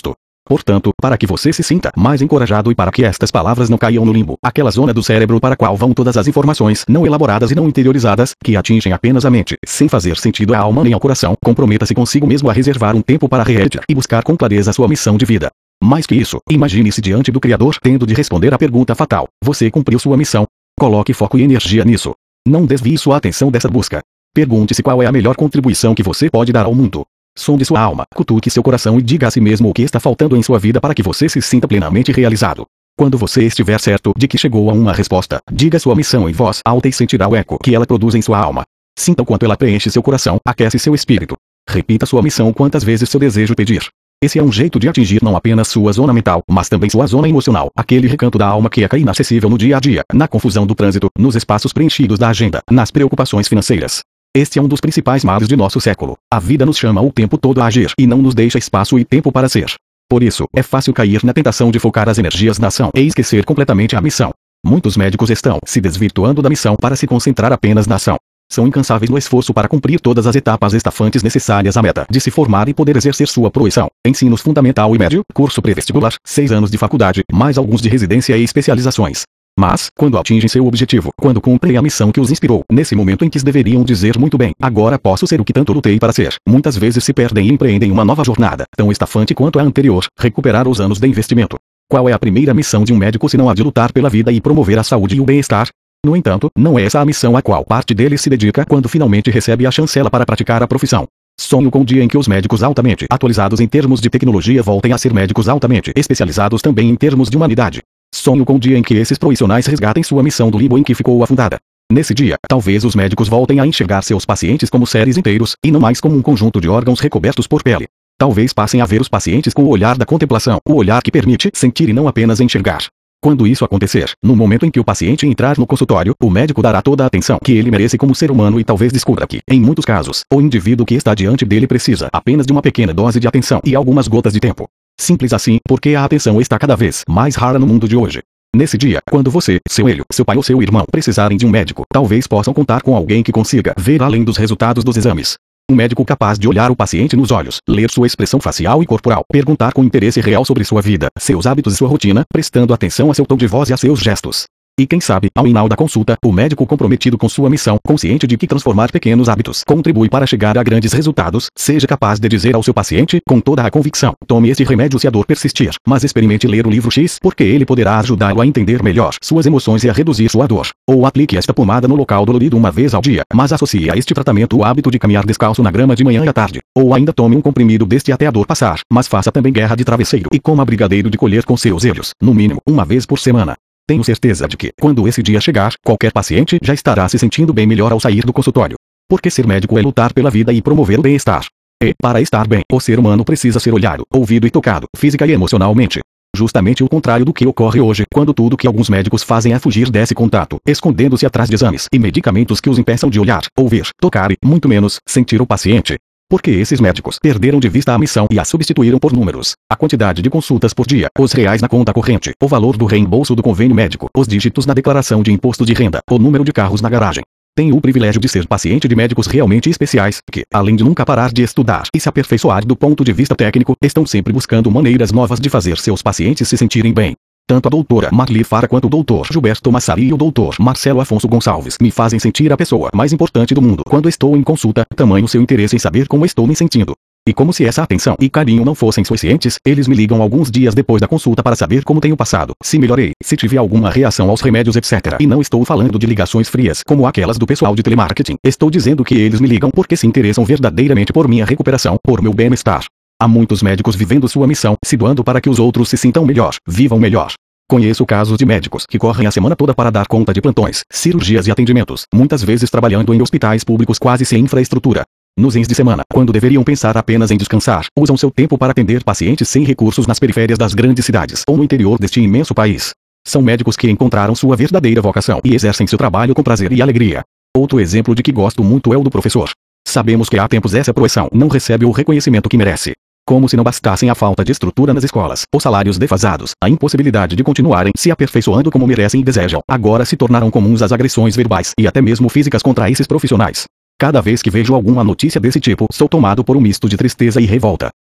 Portanto, para que você se sinta mais encorajado e para que estas palavras não caiam no limbo, aquela zona do cérebro para a qual vão todas as informações não elaboradas e não interiorizadas, que atingem apenas a mente, sem fazer sentido à alma nem ao coração, comprometa-se consigo mesmo a reservar um tempo para refletir e buscar com clareza sua missão de vida. Mais que isso, imagine-se diante do Criador tendo de responder à pergunta fatal: você cumpriu sua missão? Coloque foco e energia nisso. Não desvie sua atenção dessa busca. Pergunte-se qual é a melhor contribuição que você pode dar ao mundo. Sonde sua alma, cutuque seu coração e diga a si mesmo o que está faltando em sua vida para que você se sinta plenamente realizado. Quando você estiver certo de que chegou a uma resposta, diga sua missão em voz alta e sentirá o eco que ela produz em sua alma. Sinta o quanto ela preenche seu coração, aquece seu espírito. Repita sua missão quantas vezes seu desejo pedir. Esse é um jeito de atingir não apenas sua zona mental, mas também sua zona emocional, aquele recanto da alma que é inacessível no dia a dia, na confusão do trânsito, nos espaços preenchidos da agenda, nas preocupações financeiras. Este é um dos principais males de nosso século. A vida nos chama o tempo todo a agir e não nos deixa espaço e tempo para ser. Por isso, é fácil cair na tentação de focar as energias na ação e esquecer completamente a missão. Muitos médicos estão se desvirtuando da missão para se concentrar apenas na ação. São incansáveis no esforço para cumprir todas as etapas estafantes necessárias à meta de se formar e poder exercer sua profissão. Ensinos fundamental e médio, curso pré-vestibular, seis anos de faculdade, mais alguns de residência e especializações. Mas, quando atingem seu objetivo, quando cumprem a missão que os inspirou, nesse momento em que deveriam dizer muito bem, agora posso ser o que tanto lutei para ser, muitas vezes se perdem e empreendem uma nova jornada, tão estafante quanto a anterior, recuperar os anos de investimento. Qual é a primeira missão de um médico se não a de lutar pela vida e promover a saúde e o bem-estar? No entanto, não é essa a missão a qual parte dele se dedica quando finalmente recebe a chancela para praticar a profissão. Sonho com o dia em que os médicos altamente atualizados em termos de tecnologia voltem a ser médicos altamente especializados também em termos de humanidade. Sonho com o dia em que esses profissionais resgatem sua missão do limbo em que ficou afundada. Nesse dia, talvez os médicos voltem a enxergar seus pacientes como seres inteiros, e não mais como um conjunto de órgãos recobertos por pele. Talvez passem a ver os pacientes com o olhar da contemplação, o olhar que permite sentir e não apenas enxergar. Quando isso acontecer, no momento em que o paciente entrar no consultório, o médico dará toda a atenção que ele merece como ser humano e talvez descubra que, em muitos casos, o indivíduo que está diante dele precisa apenas de uma pequena dose de atenção e algumas gotas de tempo. Simples assim, porque a atenção está cada vez mais rara no mundo de hoje. Nesse dia, quando você, seu filho, seu pai ou seu irmão precisarem de um médico, talvez possam contar com alguém que consiga ver além dos resultados dos exames. Um médico capaz de olhar o paciente nos olhos, ler sua expressão facial e corporal, perguntar com interesse real sobre sua vida, seus hábitos e sua rotina, prestando atenção a seu tom de voz e a seus gestos. E quem sabe, ao final da consulta, o médico comprometido com sua missão, consciente de que transformar pequenos hábitos contribui para chegar a grandes resultados, seja capaz de dizer ao seu paciente, com toda a convicção: tome este remédio se a dor persistir, mas experimente ler o livro X, porque ele poderá ajudá-lo a entender melhor suas emoções e a reduzir sua dor. Ou aplique esta pomada no local dolorido uma vez ao dia, mas associe a este tratamento o hábito de caminhar descalço na grama de manhã e à tarde. Ou ainda tome um comprimido deste até a dor passar, mas faça também guerra de travesseiro e coma brigadeiro de colher com seus olhos, no mínimo, uma vez por semana. Tenho certeza de que, quando esse dia chegar, qualquer paciente já estará se sentindo bem melhor ao sair do consultório. Porque ser médico é lutar pela vida e promover o bem-estar. E, para estar bem, o ser humano precisa ser olhado, ouvido e tocado, física e emocionalmente. Justamente o contrário do que ocorre hoje, quando tudo que alguns médicos fazem é fugir desse contato, escondendo-se atrás de exames e medicamentos que os impeçam de olhar, ouvir, tocar e, muito menos, sentir o paciente. Porque esses médicos perderam de vista a missão e a substituíram por números, a quantidade de consultas por dia, os reais na conta corrente, o valor do reembolso do convênio médico, os dígitos na declaração de imposto de renda, o número de carros na garagem. Tenho o privilégio de ser paciente de médicos realmente especiais, que, além de nunca parar de estudar e se aperfeiçoar do ponto de vista técnico, estão sempre buscando maneiras novas de fazer seus pacientes se sentirem bem. Tanto a doutora Marli Fara quanto o doutor Gilberto Massari e o doutor Marcelo Afonso Gonçalves me fazem sentir a pessoa mais importante do mundo quando estou em consulta, tamanho seu interesse em saber como estou me sentindo. E como se essa atenção e carinho não fossem suficientes, eles me ligam alguns dias depois da consulta para saber como tenho passado, se melhorei, se tive alguma reação aos remédios, etcétera. E não estou falando de ligações frias, como aquelas do pessoal de telemarketing. Estou dizendo que eles me ligam porque se interessam verdadeiramente por minha recuperação, por meu bem-estar. Há muitos médicos vivendo sua missão, se doando para que os outros se sintam melhor, vivam melhor. Conheço casos de médicos que correm a semana toda para dar conta de plantões, cirurgias e atendimentos, muitas vezes trabalhando em hospitais públicos quase sem infraestrutura. Nos fins de semana, quando deveriam pensar apenas em descansar, usam seu tempo para atender pacientes sem recursos nas periférias das grandes cidades ou no interior deste imenso país. São médicos que encontraram sua verdadeira vocação e exercem seu trabalho com prazer e alegria. Outro exemplo de que gosto muito é o do professor. Sabemos que há tempos essa profissão não recebe o reconhecimento que merece. Como se não bastassem a falta de estrutura nas escolas, os salários defasados, a impossibilidade de continuarem se aperfeiçoando como merecem e desejam, agora se tornaram comuns as agressões verbais e até mesmo físicas contra esses profissionais. Cada vez que vejo alguma notícia desse tipo, sou tomado por um misto de tristeza e revolta.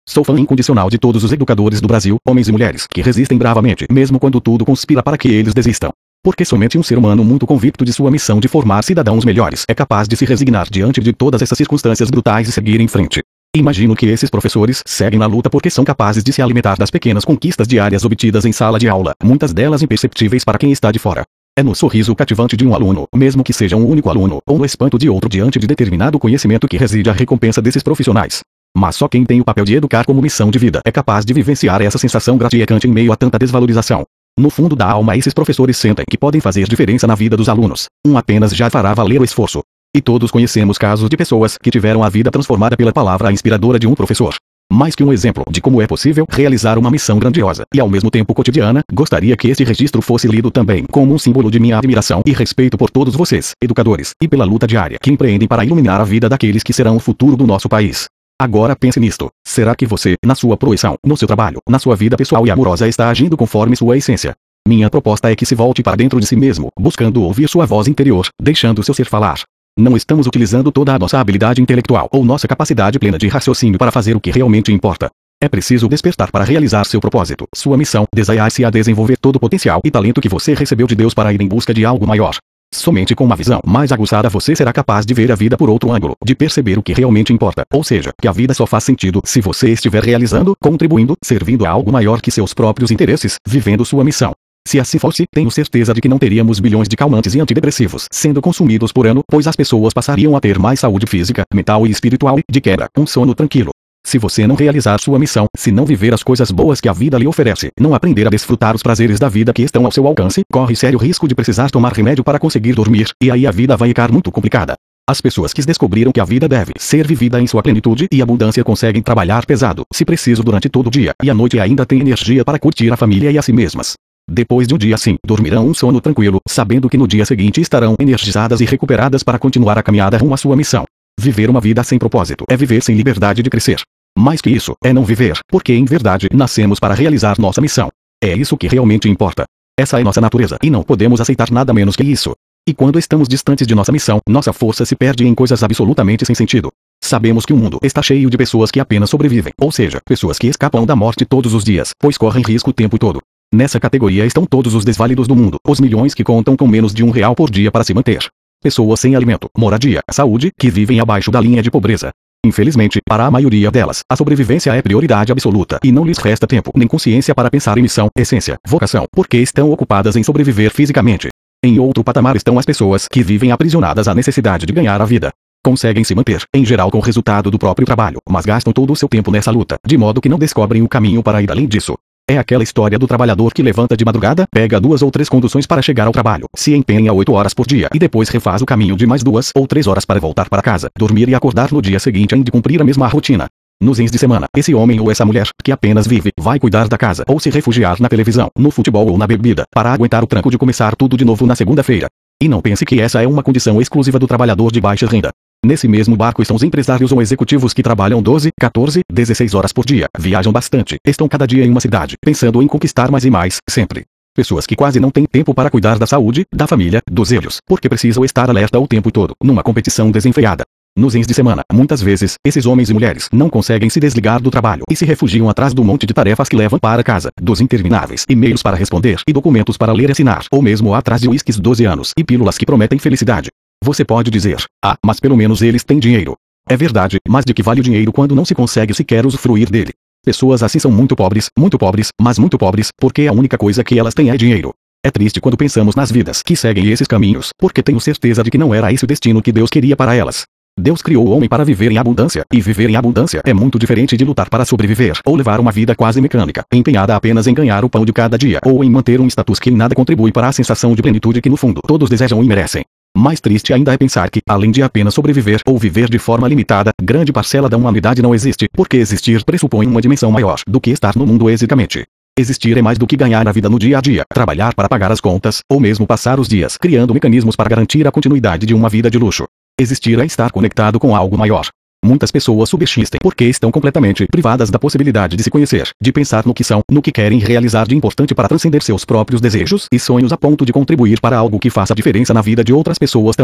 Sou fã incondicional de todos os educadores do Brasil, homens e mulheres, que resistem bravamente, mesmo quando tudo conspira para que eles desistam. Porque somente um ser humano muito convicto de sua missão de formar cidadãos melhores é capaz de se resignar diante de todas essas circunstâncias brutais e seguir em frente. Imagino que esses professores seguem na luta porque são capazes de se alimentar das pequenas conquistas diárias obtidas em sala de aula, muitas delas imperceptíveis para quem está de fora. É no sorriso cativante de um aluno, mesmo que seja um único aluno, ou no espanto de outro diante de determinado conhecimento que reside a recompensa desses profissionais. Mas só quem tem o papel de educar como missão de vida é capaz de vivenciar essa sensação gratificante em meio a tanta desvalorização. No fundo da alma, esses professores sentem que podem fazer diferença na vida dos alunos. Um apenas já fará valer o esforço. E todos conhecemos casos de pessoas que tiveram a vida transformada pela palavra inspiradora de um professor. Mais que um exemplo de como é possível realizar uma missão grandiosa e ao mesmo tempo cotidiana, gostaria que este registro fosse lido também como um símbolo de minha admiração e respeito por todos vocês, educadores, e pela luta diária que empreendem para iluminar a vida daqueles que serão o futuro do nosso país. Agora pense nisto. Será que você, na sua profissão, no seu trabalho, na sua vida pessoal e amorosa está agindo conforme sua essência? Minha proposta é que se volte para dentro de si mesmo, buscando ouvir sua voz interior, deixando seu ser falar. Não estamos utilizando toda a nossa habilidade intelectual ou nossa capacidade plena de raciocínio para fazer o que realmente importa. É preciso despertar para realizar seu propósito, sua missão, desaiar-se a desenvolver todo o potencial e talento que você recebeu de Deus para ir em busca de algo maior. Somente com uma visão mais aguçada você será capaz de ver a vida por outro ângulo, de perceber o que realmente importa, ou seja, que a vida só faz sentido se você estiver realizando, contribuindo, servindo a algo maior que seus próprios interesses, vivendo sua missão. Se assim fosse, tenho certeza de que não teríamos bilhões de calmantes e antidepressivos sendo consumidos por ano, pois as pessoas passariam a ter mais saúde física, mental e espiritual e, de quebra, um sono tranquilo. Se você não realizar sua missão, se não viver as coisas boas que a vida lhe oferece, não aprender a desfrutar os prazeres da vida que estão ao seu alcance, corre sério risco de precisar tomar remédio para conseguir dormir, e aí a vida vai ficar muito complicada. As pessoas que descobriram que a vida deve ser vivida em sua plenitude e abundância conseguem trabalhar pesado, se preciso durante todo o dia, e à noite ainda têm energia para curtir a família e a si mesmas. Depois de um dia assim, dormirão um sono tranquilo, sabendo que no dia seguinte estarão energizadas e recuperadas para continuar a caminhada rumo à sua missão. Viver uma vida sem propósito é viver sem liberdade de crescer. Mais que isso, é não viver, porque em verdade nascemos para realizar nossa missão. É isso que realmente importa. Essa é nossa natureza e não podemos aceitar nada menos que isso. E quando estamos distantes de nossa missão, nossa força se perde em coisas absolutamente sem sentido. Sabemos que o mundo está cheio de pessoas que apenas sobrevivem, ou seja, pessoas que escapam da morte todos os dias, pois correm risco o tempo todo. Nessa categoria estão todos os desvalidos do mundo, os milhões que contam com menos de um real por dia para se manter. Pessoas sem alimento, moradia, saúde, que vivem abaixo da linha de pobreza. Infelizmente, para a maioria delas, a sobrevivência é prioridade absoluta e não lhes resta tempo nem consciência para pensar em missão, essência, vocação, porque estão ocupadas em sobreviver fisicamente. Em outro patamar estão as pessoas que vivem aprisionadas à necessidade de ganhar a vida. Conseguem se manter, em geral com o resultado do próprio trabalho, mas gastam todo o seu tempo nessa luta, de modo que não descobrem o caminho para ir além disso. É aquela história do trabalhador que levanta de madrugada, pega duas ou três conduções para chegar ao trabalho, se empenha oito horas por dia e depois refaz o caminho de mais duas ou três horas para voltar para casa, dormir e acordar no dia seguinte ainda cumprir a mesma rotina. Nos fins de semana, esse homem ou essa mulher, que apenas vive, vai cuidar da casa ou se refugiar na televisão, no futebol ou na bebida, para aguentar o tranco de começar tudo de novo na segunda-feira. E não pense que essa é uma condição exclusiva do trabalhador de baixa renda. Nesse mesmo barco estão os empresários ou executivos que trabalham doze, quatorze, dezesseis horas por dia, viajam bastante, estão cada dia em uma cidade, pensando em conquistar mais e mais, sempre. Pessoas que quase não têm tempo para cuidar da saúde, da família, dos filhos, porque precisam estar alerta o tempo todo, numa competição desenfreada. Nos fins de semana, muitas vezes, esses homens e mulheres não conseguem se desligar do trabalho e se refugiam atrás do monte de tarefas que levam para casa, dos intermináveis e-mails para responder e documentos para ler e assinar, ou mesmo atrás de uísques doze anos e pílulas que prometem felicidade. Você pode dizer, ah, mas pelo menos eles têm dinheiro. É verdade, mas de que vale o dinheiro quando não se consegue sequer usufruir dele? Pessoas assim são muito pobres, muito pobres, mas muito pobres, porque a única coisa que elas têm é dinheiro. É triste quando pensamos nas vidas que seguem esses caminhos, porque tenho certeza de que não era esse o destino que Deus queria para elas. Deus criou o homem para viver em abundância, e viver em abundância é muito diferente de lutar para sobreviver ou levar uma vida quase mecânica, empenhada apenas em ganhar o pão de cada dia ou em manter um status que em nada contribui para a sensação de plenitude que no fundo todos desejam e merecem. Mais triste ainda é pensar que, além de apenas sobreviver ou viver de forma limitada, grande parcela da humanidade não existe, porque existir pressupõe uma dimensão maior do que estar no mundo exatamente. Existir é mais do que ganhar a vida no dia a dia, trabalhar para pagar as contas, ou mesmo passar os dias criando mecanismos para garantir a continuidade de uma vida de luxo. Existir é estar conectado com algo maior. Muitas pessoas subsistem porque estão completamente privadas da possibilidade de se conhecer, de pensar no que são, no que querem realizar de importante para transcender seus próprios desejos e sonhos a ponto de contribuir para algo que faça diferença na vida de outras pessoas também.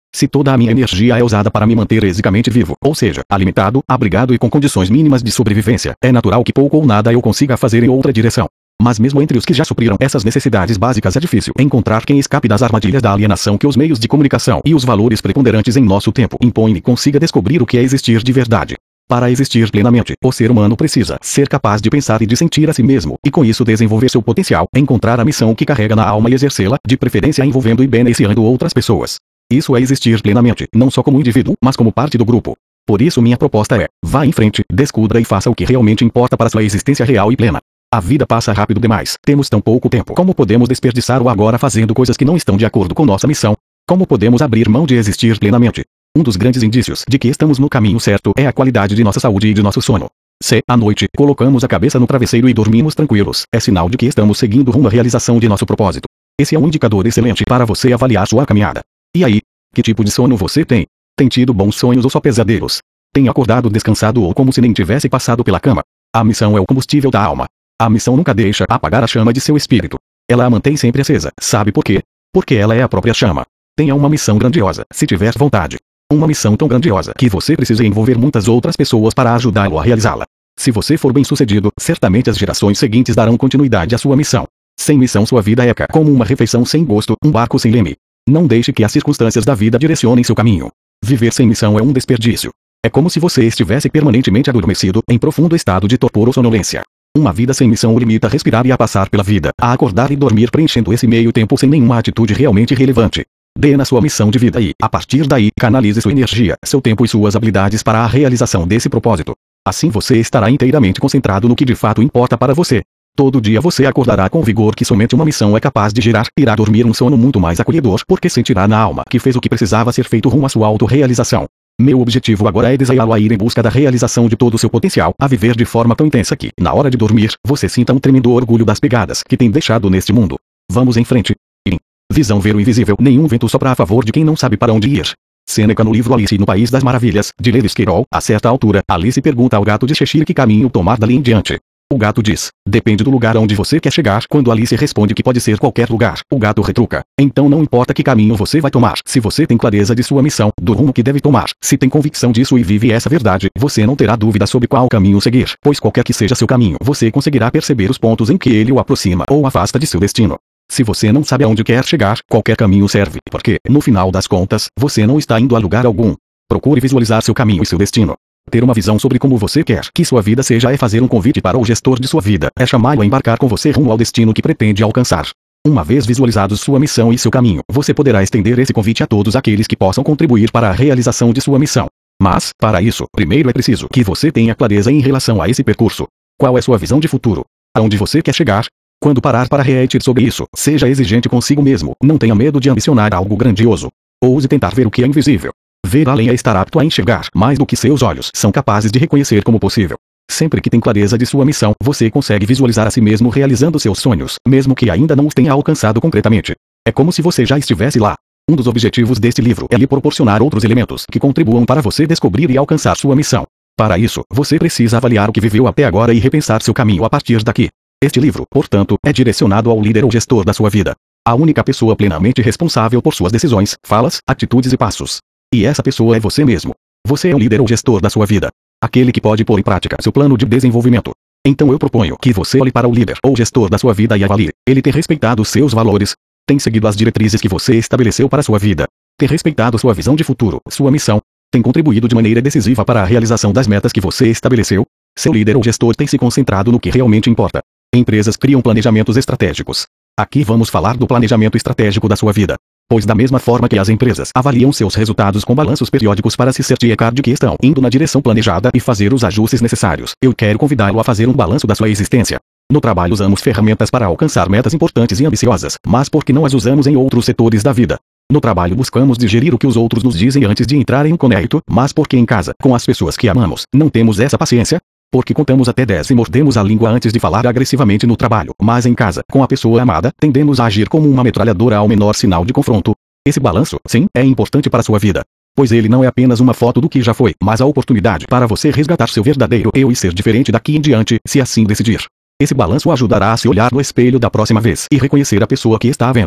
Se toda a minha energia é usada para me manter fisicamente vivo, ou seja, alimentado, abrigado e com condições mínimas de sobrevivência, é natural que pouco ou nada eu consiga fazer em outra direção. Mas mesmo entre os que já supriram essas necessidades básicas é difícil encontrar quem escape das armadilhas da alienação que os meios de comunicação e os valores preponderantes em nosso tempo impõem e consiga descobrir o que é existir de verdade. Para existir plenamente, o ser humano precisa ser capaz de pensar e de sentir a si mesmo, e com isso desenvolver seu potencial, encontrar a missão que carrega na alma e exercê-la, de preferência envolvendo e beneficiando outras pessoas. Isso é existir plenamente, não só como indivíduo, mas como parte do grupo. Por isso minha proposta é, vá em frente, descubra e faça o que realmente importa para sua existência real e plena. A vida passa rápido demais, temos tão pouco tempo. Como podemos desperdiçar o agora fazendo coisas que não estão de acordo com nossa missão? Como podemos abrir mão de existir plenamente? Um dos grandes indícios de que estamos no caminho certo é a qualidade de nossa saúde e de nosso sono. Se, à noite, colocamos a cabeça no travesseiro e dormimos tranquilos, é sinal de que estamos seguindo rumo à realização de nosso propósito. Esse é um indicador excelente para você avaliar sua caminhada. E aí? Que tipo de sono você tem? Tem tido bons sonhos ou só pesadelos? Tem acordado descansado ou como se nem tivesse passado pela cama? A missão é o combustível da alma. A missão nunca deixa apagar a chama de seu espírito. Ela a mantém sempre acesa. Sabe por quê? Porque ela é a própria chama. Tenha uma missão grandiosa, se tiver vontade. Uma missão tão grandiosa que você precisa envolver muitas outras pessoas para ajudá-lo a realizá-la. Se você for bem-sucedido, certamente as gerações seguintes darão continuidade à sua missão. Sem missão sua vida é como uma refeição sem gosto, um barco sem leme. Não deixe que as circunstâncias da vida direcionem seu caminho. Viver sem missão é um desperdício. É como se você estivesse permanentemente adormecido, em profundo estado de torpor ou sonolência. Uma vida sem missão o limita a respirar e a passar pela vida, a acordar e dormir preenchendo esse meio tempo sem nenhuma atitude realmente relevante. Dê na sua missão de vida e, a partir daí, canalize sua energia, seu tempo e suas habilidades para a realização desse propósito. Assim você estará inteiramente concentrado no que de fato importa para você. Todo dia você acordará com o vigor que somente uma missão é capaz de gerar, irá dormir um sono muito mais acolhedor porque sentirá na alma que fez o que precisava ser feito rumo à sua autorrealização. Meu objetivo agora é desafiá-lo a ir em busca da realização de todo o seu potencial, a viver de forma tão intensa que, na hora de dormir, você sinta um tremendo orgulho das pegadas que tem deixado neste mundo. Vamos em frente. Em Visão ver o invisível, nenhum vento sopra a favor de quem não sabe para onde ir. Sêneca no livro Alice no País das Maravilhas, de Lewis Carroll, a certa altura, Alice pergunta ao gato de Cheshire que caminho tomar dali em diante. O gato diz, depende do lugar onde você quer chegar. Quando Alice responde que pode ser qualquer lugar, o gato retruca, então não importa que caminho você vai tomar. Se você tem clareza de sua missão, do rumo que deve tomar, se tem convicção disso e vive essa verdade, você não terá dúvida sobre qual caminho seguir, pois qualquer que seja seu caminho, você conseguirá perceber os pontos em que ele o aproxima ou afasta de seu destino. Se você não sabe aonde quer chegar, qualquer caminho serve, porque, no final das contas, você não está indo a lugar algum. Procure visualizar seu caminho e seu destino. Ter uma visão sobre como você quer que sua vida seja é fazer um convite para o gestor de sua vida, é chamá-lo a embarcar com você rumo ao destino que pretende alcançar. Uma vez visualizados sua missão e seu caminho, você poderá estender esse convite a todos aqueles que possam contribuir para a realização de sua missão. Mas, para isso, primeiro é preciso que você tenha clareza em relação a esse percurso. Qual é sua visão de futuro? Aonde você quer chegar? Quando parar para refletir sobre isso, seja exigente consigo mesmo, não tenha medo de ambicionar algo grandioso. Ouse tentar ver o que é invisível. Ver além é estar apto a enxergar mais do que seus olhos são capazes de reconhecer como possível. Sempre que tem clareza de sua missão, você consegue visualizar a si mesmo realizando seus sonhos, mesmo que ainda não os tenha alcançado concretamente. É como se você já estivesse lá. Um dos objetivos deste livro é lhe proporcionar outros elementos que contribuam para você descobrir e alcançar sua missão. Para isso, você precisa avaliar o que viveu até agora e repensar seu caminho a partir daqui. Este livro, portanto, é direcionado ao líder ou gestor da sua vida. A única pessoa plenamente responsável por suas decisões, falas, atitudes e passos. E essa pessoa é você mesmo. Você é o líder ou gestor da sua vida. Aquele que pode pôr em prática seu plano de desenvolvimento. Então eu proponho que você olhe para o líder ou gestor da sua vida e avalie. Ele tem respeitado seus valores? Tem seguido as diretrizes que você estabeleceu para sua vida? Tem respeitado sua visão de futuro, sua missão? Tem contribuído de maneira decisiva para a realização das metas que você estabeleceu? Seu líder ou gestor tem se concentrado no que realmente importa? Empresas criam planejamentos estratégicos. Aqui vamos falar do planejamento estratégico da sua vida. Pois da mesma forma que as empresas avaliam seus resultados com balanços periódicos para se certificar de que estão indo na direção planejada e fazer os ajustes necessários, eu quero convidá-lo a fazer um balanço da sua existência. No trabalho usamos ferramentas para alcançar metas importantes e ambiciosas, mas por que não as usamos em outros setores da vida? No trabalho buscamos digerir o que os outros nos dizem antes de entrar em um conecto, mas por que em casa, com as pessoas que amamos, não temos essa paciência? Porque contamos até dez e mordemos a língua antes de falar agressivamente no trabalho, mas em casa, com a pessoa amada, tendemos a agir como uma metralhadora ao menor sinal de confronto. Esse balanço, sim, é importante para a sua vida. Pois ele não é apenas uma foto do que já foi, mas a oportunidade para você resgatar seu verdadeiro eu e ser diferente daqui em diante, se assim decidir. Esse balanço ajudará a se olhar no espelho da próxima vez e reconhecer a pessoa que está vendo.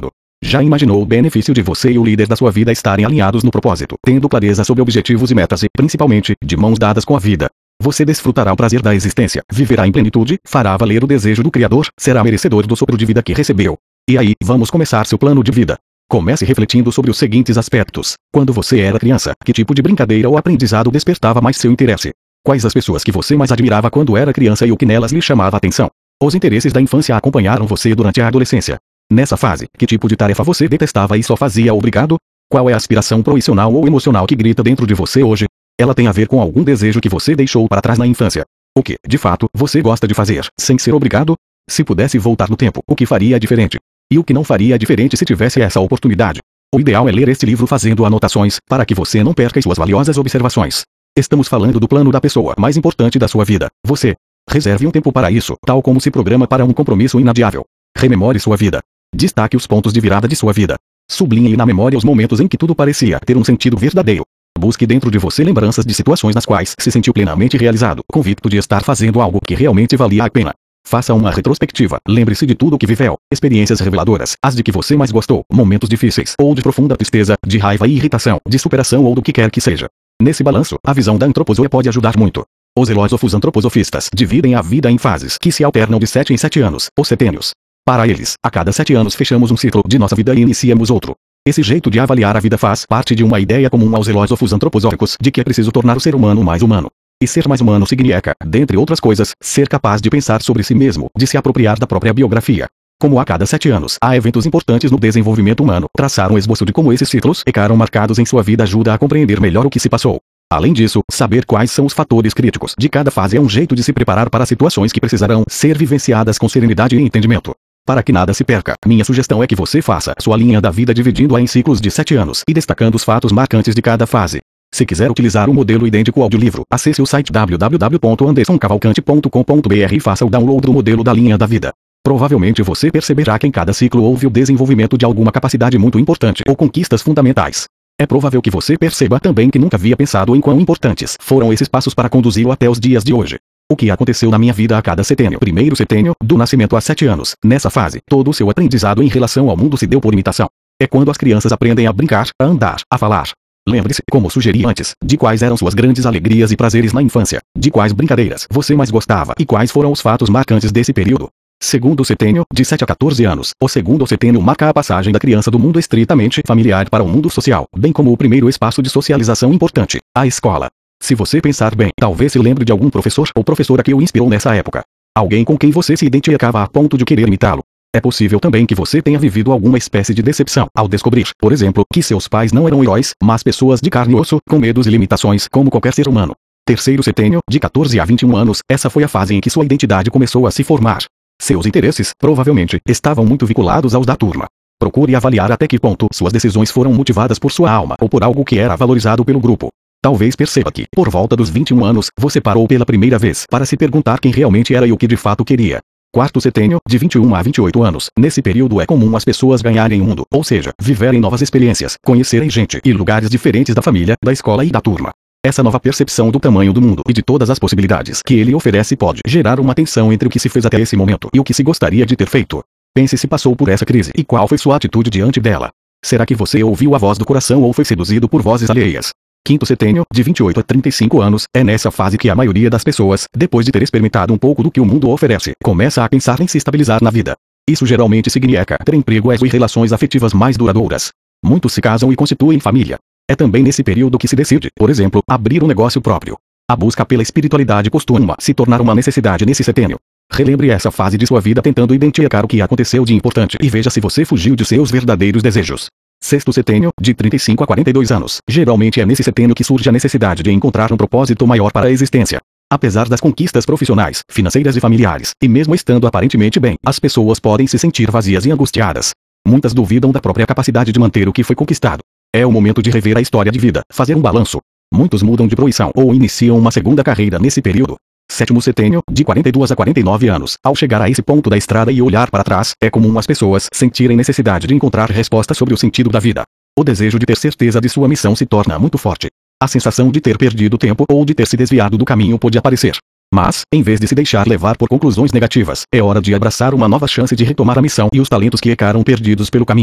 Já imaginou o benefício de você e o líder da sua vida estarem alinhados no propósito, tendo clareza sobre objetivos e metas e, principalmente, de mãos dadas com a vida? Você desfrutará o prazer da existência, viverá em plenitude, fará valer o desejo do Criador, será merecedor do sopro de vida que recebeu. E aí, vamos começar seu plano de vida. Comece refletindo sobre os seguintes aspectos. Quando você era criança, que tipo de brincadeira ou aprendizado despertava mais seu interesse? Quais as pessoas que você mais admirava quando era criança e o que nelas lhe chamava a atenção? Os interesses da infância acompanharam você durante a adolescência. Nessa fase, que tipo de tarefa você detestava e só fazia obrigado? Qual é a aspiração profissional ou emocional que grita dentro de você hoje? Ela tem a ver com algum desejo que você deixou para trás na infância. O que, de fato, você gosta de fazer, sem ser obrigado? Se pudesse voltar no tempo, o que faria diferente? E o que não faria diferente se tivesse essa oportunidade? O ideal é ler este livro fazendo anotações, para que você não perca suas valiosas observações. Estamos falando do plano da pessoa mais importante da sua vida, você. Reserve um tempo para isso, tal como se programa para um compromisso inadiável. Rememore sua vida. Destaque os pontos de virada de sua vida. Sublinhe na memória os momentos em que tudo parecia ter um sentido verdadeiro. Busque dentro de você lembranças de situações nas quais se sentiu plenamente realizado, convicto de estar fazendo algo que realmente valia a pena. Faça uma retrospectiva, lembre-se de tudo o que viveu, experiências reveladoras, as de que você mais gostou, momentos difíceis, ou de profunda tristeza, de raiva e irritação, de superação ou do que quer que seja. Nesse balanço, a visão da antroposofia pode ajudar muito. Os filósofos antroposofistas dividem a vida em fases que se alternam de sete em sete anos, ou setênios. Para eles, a cada sete anos fechamos um ciclo de nossa vida e iniciamos outro. Esse jeito de avaliar a vida faz parte de uma ideia comum aos filósofos antroposóficos de que é preciso tornar o ser humano mais humano. E ser mais humano significa, dentre outras coisas, ser capaz de pensar sobre si mesmo, de se apropriar da própria biografia. Como a cada sete anos há eventos importantes no desenvolvimento humano, traçar um esboço de como esses ciclos ficaram marcados em sua vida ajuda a compreender melhor o que se passou. Além disso, saber quais são os fatores críticos de cada fase é um jeito de se preparar para situações que precisarão ser vivenciadas com serenidade e entendimento. Para que nada se perca, minha sugestão é que você faça sua linha da vida dividindo-a em ciclos de sete anos e destacando os fatos marcantes de cada fase. Se quiser utilizar um modelo idêntico ao audiolivro, acesse o site w w w ponto anderson cavalcante ponto com ponto b r e faça o download do modelo da linha da vida. Provavelmente você perceberá que em cada ciclo houve o desenvolvimento de alguma capacidade muito importante ou conquistas fundamentais. É provável que você perceba também que nunca havia pensado em quão importantes foram esses passos para conduzi-lo até os dias de hoje. O que aconteceu na minha vida a cada setênio? Primeiro setênio, do nascimento a sete anos. Nessa fase, todo o seu aprendizado em relação ao mundo se deu por imitação. É quando as crianças aprendem a brincar, a andar, a falar. Lembre-se, como sugeri antes, de quais eram suas grandes alegrias e prazeres na infância, de quais brincadeiras você mais gostava e quais foram os fatos marcantes desse período. Segundo setênio, de sete a quatorze anos. O segundo setênio marca a passagem da criança do mundo estritamente familiar para o mundo social, bem como o primeiro espaço de socialização importante, a escola. Se você pensar bem, talvez se lembre de algum professor ou professora que o inspirou nessa época. Alguém com quem você se identificava a ponto de querer imitá-lo. É possível também que você tenha vivido alguma espécie de decepção ao descobrir, por exemplo, que seus pais não eram heróis, mas pessoas de carne e osso, com medos e limitações, como qualquer ser humano. Terceiro setênio, de quatorze a vinte e um anos, essa foi a fase em que sua identidade começou a se formar. Seus interesses, provavelmente, estavam muito vinculados aos da turma. Procure avaliar até que ponto suas decisões foram motivadas por sua alma ou por algo que era valorizado pelo grupo. Talvez perceba que, por volta dos vinte e um anos, você parou pela primeira vez para se perguntar quem realmente era e o que de fato queria. Quarto setênio, de vinte e um a vinte e oito anos. Nesse período é comum as pessoas ganharem o mundo, ou seja, viverem novas experiências, conhecerem gente e lugares diferentes da família, da escola e da turma. Essa nova percepção do tamanho do mundo e de todas as possibilidades que ele oferece pode gerar uma tensão entre o que se fez até esse momento e o que se gostaria de ter feito. Pense se passou por essa crise e qual foi sua atitude diante dela. Será que você ouviu a voz do coração ou foi seduzido por vozes alheias? Quinto setênio, de vinte e oito a trinta e cinco anos, é nessa fase que a maioria das pessoas, depois de ter experimentado um pouco do que o mundo oferece, começa a pensar em se estabilizar na vida. Isso geralmente significa ter emprego e relações afetivas mais duradouras. Muitos se casam e constituem família. É também nesse período que se decide, por exemplo, abrir um negócio próprio. A busca pela espiritualidade costuma se tornar uma necessidade nesse setênio. Relembre essa fase de sua vida tentando identificar o que aconteceu de importante e veja se você fugiu de seus verdadeiros desejos. Sexto setênio, de trinta e cinco a quarenta e dois anos. Geralmente é nesse setênio que surge a necessidade de encontrar um propósito maior para a existência. Apesar das conquistas profissionais, financeiras e familiares, e mesmo estando aparentemente bem, as pessoas podem se sentir vazias e angustiadas. Muitas duvidam da própria capacidade de manter o que foi conquistado. É o momento de rever a história de vida, fazer um balanço. Muitos mudam de profissão ou iniciam uma segunda carreira nesse período. Sétimo setênio, de quarenta e dois a quarenta e nove anos. Ao chegar a esse ponto da estrada e olhar para trás, é comum as pessoas sentirem necessidade de encontrar respostas sobre o sentido da vida. O desejo de ter certeza de sua missão se torna muito forte. A sensação de ter perdido tempo ou de ter se desviado do caminho pode aparecer. Mas, em vez de se deixar levar por conclusões negativas, é hora de abraçar uma nova chance de retomar a missão e os talentos que ficaram perdidos pelo caminho.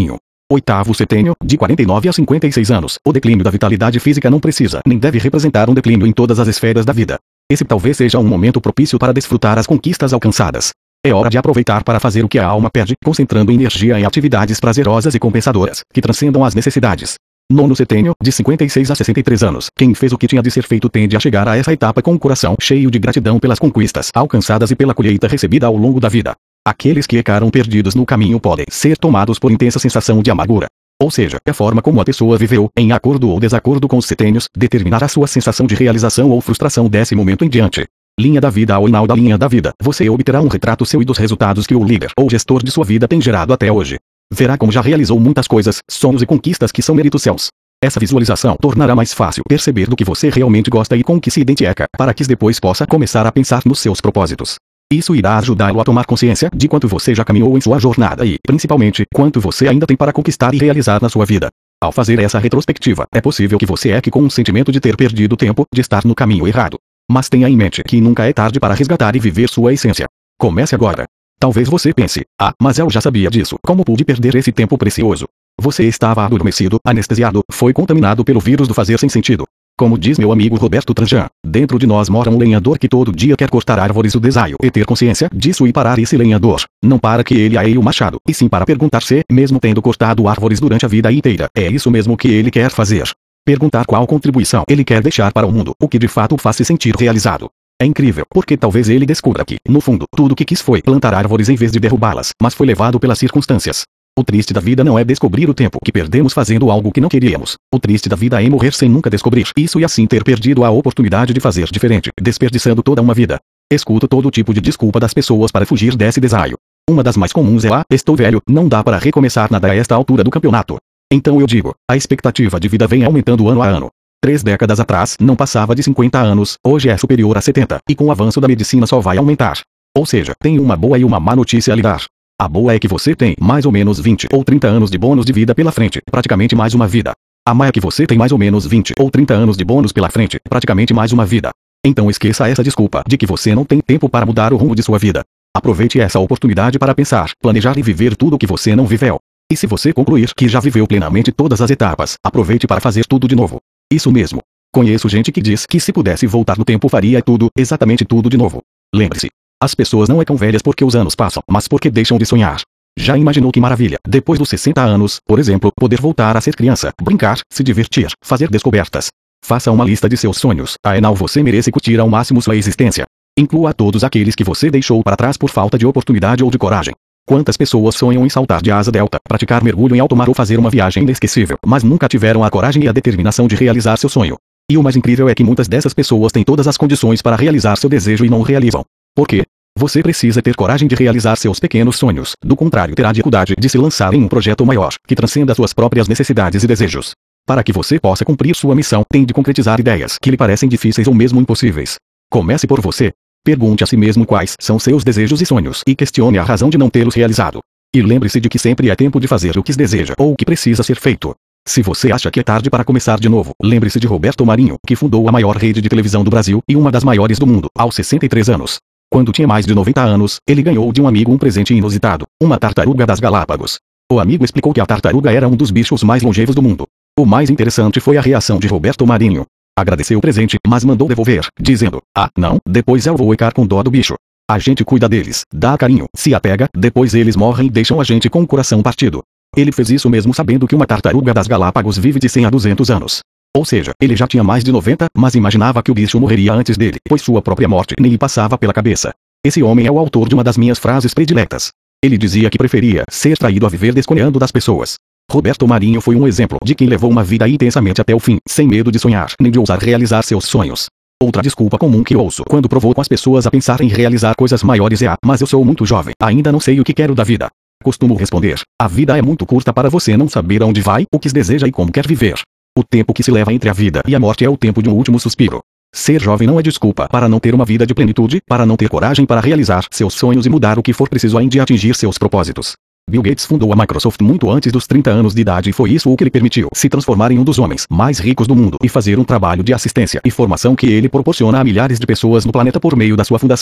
Oitavo setênio, de quarenta e nove a cinquenta e seis anos. O declínio da vitalidade física não precisa nem deve representar um declínio em todas as esferas da vida. Esse talvez seja um momento propício para desfrutar as conquistas alcançadas. É hora de aproveitar para fazer o que a alma perde, concentrando energia em atividades prazerosas e compensadoras, que transcendam as necessidades. Nono setênio, de cinquenta e seis a sessenta e três anos. Quem fez o que tinha de ser feito tende a chegar a essa etapa com o coração cheio de gratidão pelas conquistas alcançadas e pela colheita recebida ao longo da vida. Aqueles que ficaram perdidos no caminho podem ser tomados por intensa sensação de amargura. Ou seja, a forma como a pessoa viveu, em acordo ou desacordo com os setênios, determinará sua sensação de realização ou frustração desse momento em diante. Linha da vida ao final da linha da vida, você obterá um retrato seu e dos resultados que o líder ou gestor de sua vida tem gerado até hoje. Verá como já realizou muitas coisas, sonhos e conquistas que são méritos seus. Essa visualização tornará mais fácil perceber do que você realmente gosta e com o que se identifica, para que depois possa começar a pensar nos seus propósitos. Isso irá ajudá-lo a tomar consciência de quanto você já caminhou em sua jornada e, principalmente, quanto você ainda tem para conquistar e realizar na sua vida. Ao fazer essa retrospectiva, é possível que você eque com um sentimento de ter perdido tempo, de estar no caminho errado. Mas tenha em mente que nunca é tarde para resgatar e viver sua essência. Comece agora. Talvez você pense, ah, mas eu já sabia disso, como pude perder esse tempo precioso? Você estava adormecido, anestesiado, foi contaminado pelo vírus do fazer sem sentido. Como diz meu amigo Roberto Tranjan, dentro de nós mora um lenhador que todo dia quer cortar árvores do desaio e ter consciência disso e parar esse lenhador. Não para que ele aie o machado, e sim para perguntar se, mesmo tendo cortado árvores durante a vida inteira, é isso mesmo que ele quer fazer. Perguntar qual contribuição ele quer deixar para o mundo, o que de fato o faz se sentir realizado. É incrível, porque talvez ele descubra que, no fundo, tudo o que quis foi plantar árvores em vez de derrubá-las, mas foi levado pelas circunstâncias. O triste da vida não é descobrir o tempo que perdemos fazendo algo que não queríamos. O triste da vida é morrer sem nunca descobrir isso e assim ter perdido a oportunidade de fazer diferente, desperdiçando toda uma vida. Escuto todo tipo de desculpa das pessoas para fugir desse desaio. Uma das mais comuns é: ah, estou velho, não dá para recomeçar nada a esta altura do campeonato. Então eu digo, a expectativa de vida vem aumentando ano a ano. Três décadas atrás não passava de cinquenta anos, hoje é superior a setenta, e com o avanço da medicina só vai aumentar. Ou seja, tem uma boa e uma má notícia a lhe dar. A boa é que você tem mais ou menos vinte ou trinta anos de bônus de vida pela frente, praticamente mais uma vida. A má é que você tem mais ou menos vinte ou trinta anos de bônus pela frente, praticamente mais uma vida. Então esqueça essa desculpa de que você não tem tempo para mudar o rumo de sua vida. Aproveite essa oportunidade para pensar, planejar e viver tudo o que você não viveu. E se você concluir que já viveu plenamente todas as etapas, aproveite para fazer tudo de novo. Isso mesmo. Conheço gente que diz que se pudesse voltar no tempo faria tudo, exatamente tudo de novo. Lembre-se. As pessoas não ficam velhas porque os anos passam, mas porque deixam de sonhar. Já imaginou que maravilha, depois dos sessenta anos, por exemplo, poder voltar a ser criança, brincar, se divertir, fazer descobertas? Faça uma lista de seus sonhos, afinal você merece curtir ao máximo sua existência. Inclua todos aqueles que você deixou para trás por falta de oportunidade ou de coragem. Quantas pessoas sonham em saltar de asa delta, praticar mergulho em alto mar ou fazer uma viagem inesquecível, mas nunca tiveram a coragem e a determinação de realizar seu sonho? E o mais incrível é que muitas dessas pessoas têm todas as condições para realizar seu desejo e não o realizam. Por quê? Você precisa ter coragem de realizar seus pequenos sonhos, do contrário terá dificuldade de se lançar em um projeto maior, que transcenda suas próprias necessidades e desejos. Para que você possa cumprir sua missão, tem de concretizar ideias que lhe parecem difíceis ou mesmo impossíveis. Comece por você. Pergunte a si mesmo quais são seus desejos e sonhos e questione a razão de não tê-los realizado. E lembre-se de que sempre é tempo de fazer o que deseja ou o que precisa ser feito. Se você acha que é tarde para começar de novo, lembre-se de Roberto Marinho, que fundou a maior rede de televisão do Brasil e uma das maiores do mundo, aos sessenta e três anos. Quando tinha mais de noventa anos, ele ganhou de um amigo um presente inusitado, uma tartaruga das Galápagos. O amigo explicou que a tartaruga era um dos bichos mais longevos do mundo. O mais interessante foi a reação de Roberto Marinho. Agradeceu o presente, mas mandou devolver, dizendo: ah, não, depois eu vou ficar com dó do bicho. A gente cuida deles, dá carinho, se apega, depois eles morrem e deixam a gente com o coração partido. Ele fez isso mesmo sabendo que uma tartaruga das Galápagos vive de cem a duzentos anos. Ou seja, ele já tinha mais de noventa, mas imaginava que o bicho morreria antes dele, pois sua própria morte nem lhe passava pela cabeça. Esse homem é o autor de uma das minhas frases prediletas. Ele dizia que preferia ser traído a viver desconhecendo das pessoas. Roberto Marinho foi um exemplo de quem levou uma vida intensamente até o fim, sem medo de sonhar, nem de ousar realizar seus sonhos. Outra desculpa comum que ouço quando provoco as pessoas a pensar em realizar coisas maiores é a: mas eu sou muito jovem, ainda não sei o que quero da vida. Costumo responder: a vida é muito curta para você não saber aonde vai, o que deseja e como quer viver. O tempo que se leva entre a vida e a morte é o tempo de um último suspiro. Ser jovem não é desculpa para não ter uma vida de plenitude, para não ter coragem para realizar seus sonhos e mudar o que for preciso a fim de atingir seus propósitos. Bill Gates fundou a Microsoft muito antes dos trinta anos de idade e foi isso o que lhe permitiu se transformar em um dos homens mais ricos do mundo e fazer um trabalho de assistência e formação que ele proporciona a milhares de pessoas no planeta por meio da sua fundação.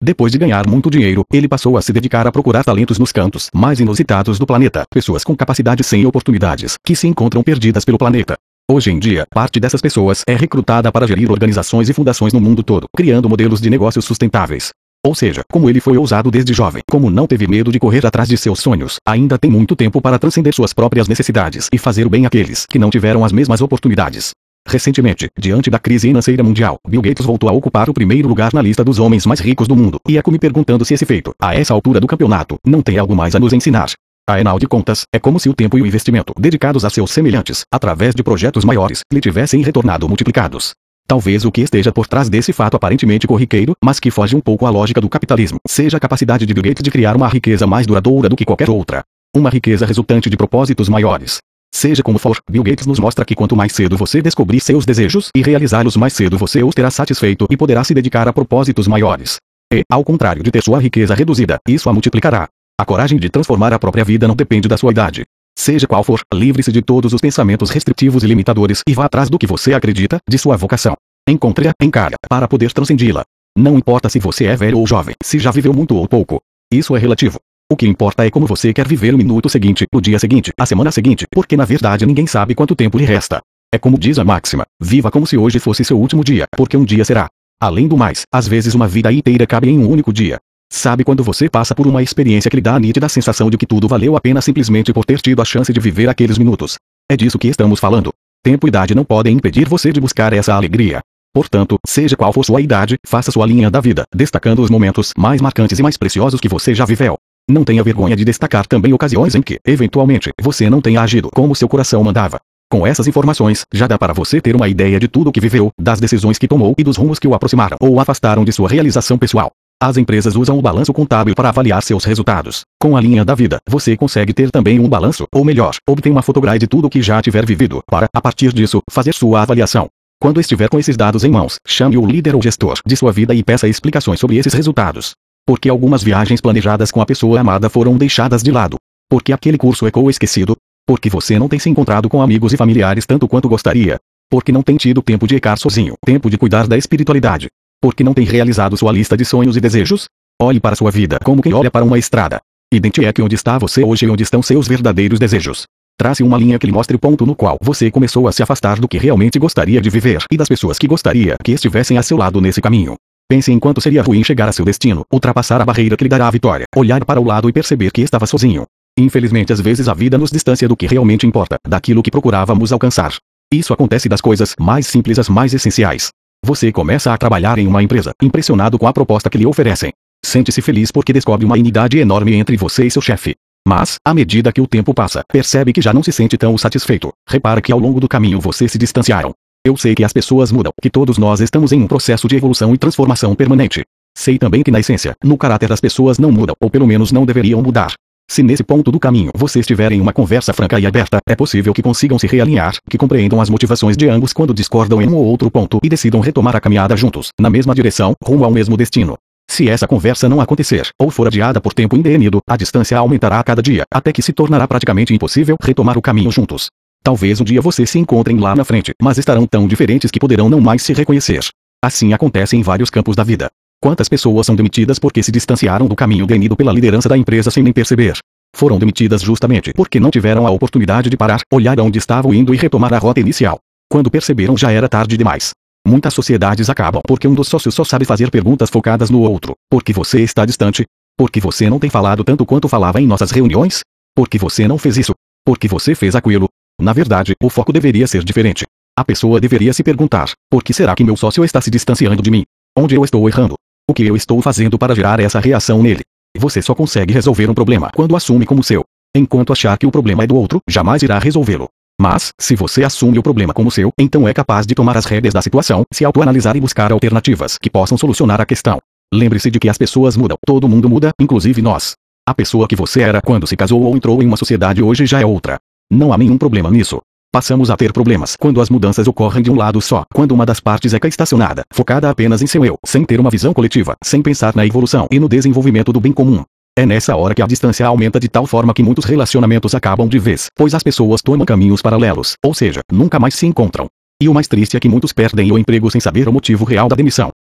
Depois de ganhar muito dinheiro, ele passou a se dedicar a procurar talentos nos cantos mais inusitados do planeta, pessoas com capacidades sem oportunidades, que se encontram perdidas pelo planeta. Hoje em dia, parte dessas pessoas é recrutada para gerir organizações e fundações no mundo todo, criando modelos de negócios sustentáveis. Ou seja, como ele foi ousado desde jovem, como não teve medo de correr atrás de seus sonhos, ainda tem muito tempo para transcender suas próprias necessidades e fazer o bem àqueles que não tiveram as mesmas oportunidades. Recentemente, diante da crise financeira mundial, Bill Gates voltou a ocupar o primeiro lugar na lista dos homens mais ricos do mundo, e é me perguntando se esse feito, a essa altura do campeonato, não tem algo mais a nos ensinar. Afinal de contas, é como se o tempo e o investimento dedicados a seus semelhantes, através de projetos maiores, lhe tivessem retornado multiplicados. Talvez o que esteja por trás desse fato aparentemente corriqueiro, mas que foge um pouco à lógica do capitalismo, seja a capacidade de Bill Gates de criar uma riqueza mais duradoura do que qualquer outra. Uma riqueza resultante de propósitos maiores. Seja como for, Bill Gates nos mostra que quanto mais cedo você descobrir seus desejos e realizá-los, mais cedo você os terá satisfeito e poderá se dedicar a propósitos maiores. E, ao contrário de ter sua riqueza reduzida, isso a multiplicará. A coragem de transformar a própria vida não depende da sua idade. Seja qual for, livre-se de todos os pensamentos restritivos e limitadores e vá atrás do que você acredita, de sua vocação. Encontre-a, encara, para poder transcendi-la. Não importa se você é velho ou jovem, se já viveu muito ou pouco. Isso é relativo. O que importa é como você quer viver o minuto seguinte, o dia seguinte, a semana seguinte, porque na verdade ninguém sabe quanto tempo lhe resta. É como diz a máxima, viva como se hoje fosse seu último dia, porque um dia será. Além do mais, às vezes uma vida inteira cabe em um único dia. Sabe quando você passa por uma experiência que lhe dá a nítida sensação de que tudo valeu a pena simplesmente por ter tido a chance de viver aqueles minutos? É disso que estamos falando. Tempo e idade não podem impedir você de buscar essa alegria. Portanto, seja qual for sua idade, faça sua linha da vida, destacando os momentos mais marcantes e mais preciosos que você já viveu. Não tenha vergonha de destacar também ocasiões em que, eventualmente, você não tenha agido como seu coração mandava. Com essas informações, já dá para você ter uma ideia de tudo o que viveu, das decisões que tomou e dos rumos que o aproximaram ou afastaram de sua realização pessoal. As empresas usam o balanço contábil para avaliar seus resultados. Com a linha da vida, você consegue ter também um balanço, ou melhor, obter uma fotografia de tudo o que já tiver vivido, para, a partir disso, fazer sua avaliação. Quando estiver com esses dados em mãos, chame o líder ou gestor de sua vida e peça explicações sobre esses resultados. Porque algumas viagens planejadas com a pessoa amada foram deixadas de lado. Porque aquele curso ficou esquecido. Porque você não tem se encontrado com amigos e familiares tanto quanto gostaria. Porque não tem tido tempo de ficar sozinho, tempo de cuidar da espiritualidade. Porque não tem realizado sua lista de sonhos e desejos. Olhe para sua vida como quem olha para uma estrada. Identifique onde está você hoje e onde estão seus verdadeiros desejos. Trace uma linha que lhe mostre o ponto no qual você começou a se afastar do que realmente gostaria de viver e das pessoas que gostaria que estivessem a seu lado nesse caminho. Pense em quanto seria ruim chegar a seu destino, ultrapassar a barreira que lhe dará a vitória, olhar para o lado e perceber que estava sozinho. Infelizmente às vezes a vida nos distancia do que realmente importa, daquilo que procurávamos alcançar. Isso acontece das coisas mais simples às mais essenciais. Você começa a trabalhar em uma empresa, impressionado com a proposta que lhe oferecem. Sente-se feliz porque descobre uma unidade enorme entre você e seu chefe. Mas, à medida que o tempo passa, percebe que já não se sente tão satisfeito. Repara que ao longo do caminho você se distanciaram. Eu sei que as pessoas mudam, que todos nós estamos em um processo de evolução e transformação permanente. Sei também que na essência, no caráter das pessoas não mudam, ou pelo menos não deveriam mudar. Se nesse ponto do caminho você estiver em uma conversa franca e aberta, é possível que consigam se realinhar, que compreendam as motivações de ambos quando discordam em um ou outro ponto e decidam retomar a caminhada juntos, na mesma direção, rumo ao mesmo destino. Se essa conversa não acontecer, ou for adiada por tempo indefinido, a distância aumentará a cada dia, até que se tornará praticamente impossível retomar o caminho juntos. Talvez um dia vocês se encontrem lá na frente, mas estarão tão diferentes que poderão não mais se reconhecer. Assim acontece em vários campos da vida. Quantas pessoas são demitidas porque se distanciaram do caminho definido pela liderança da empresa sem nem perceber? Foram demitidas justamente porque não tiveram a oportunidade de parar, olhar aonde estavam indo e retomar a rota inicial. Quando perceberam já era tarde demais. Muitas sociedades acabam porque um dos sócios só sabe fazer perguntas focadas no outro. Porque você está distante? Porque você não tem falado tanto quanto falava em nossas reuniões? Porque você não fez isso? Porque você fez aquilo? Na verdade, o foco deveria ser diferente. A pessoa deveria se perguntar, por que será que meu sócio está se distanciando de mim? Onde eu estou errando? O que eu estou fazendo para gerar essa reação nele? Você só consegue resolver um problema quando assume como seu. Enquanto achar que o problema é do outro, jamais irá resolvê-lo. Mas, se você assume o problema como seu, então é capaz de tomar as rédeas da situação, se autoanalisar e buscar alternativas que possam solucionar a questão. Lembre-se de que as pessoas mudam, todo mundo muda, inclusive nós. A pessoa que você era quando se casou ou entrou em uma sociedade hoje já é outra. Não há nenhum problema nisso. Passamos a ter problemas quando as mudanças ocorrem de um lado só, quando uma das partes é estacionada, focada apenas em seu eu, sem ter uma visão coletiva, sem pensar na evolução e no desenvolvimento do bem comum. É nessa hora que a distância aumenta de tal forma que muitos relacionamentos acabam de vez, pois as pessoas tomam caminhos paralelos, ou seja, nunca mais se encontram. E o mais triste é que muitos perdem o emprego sem saber o motivo real da demissão.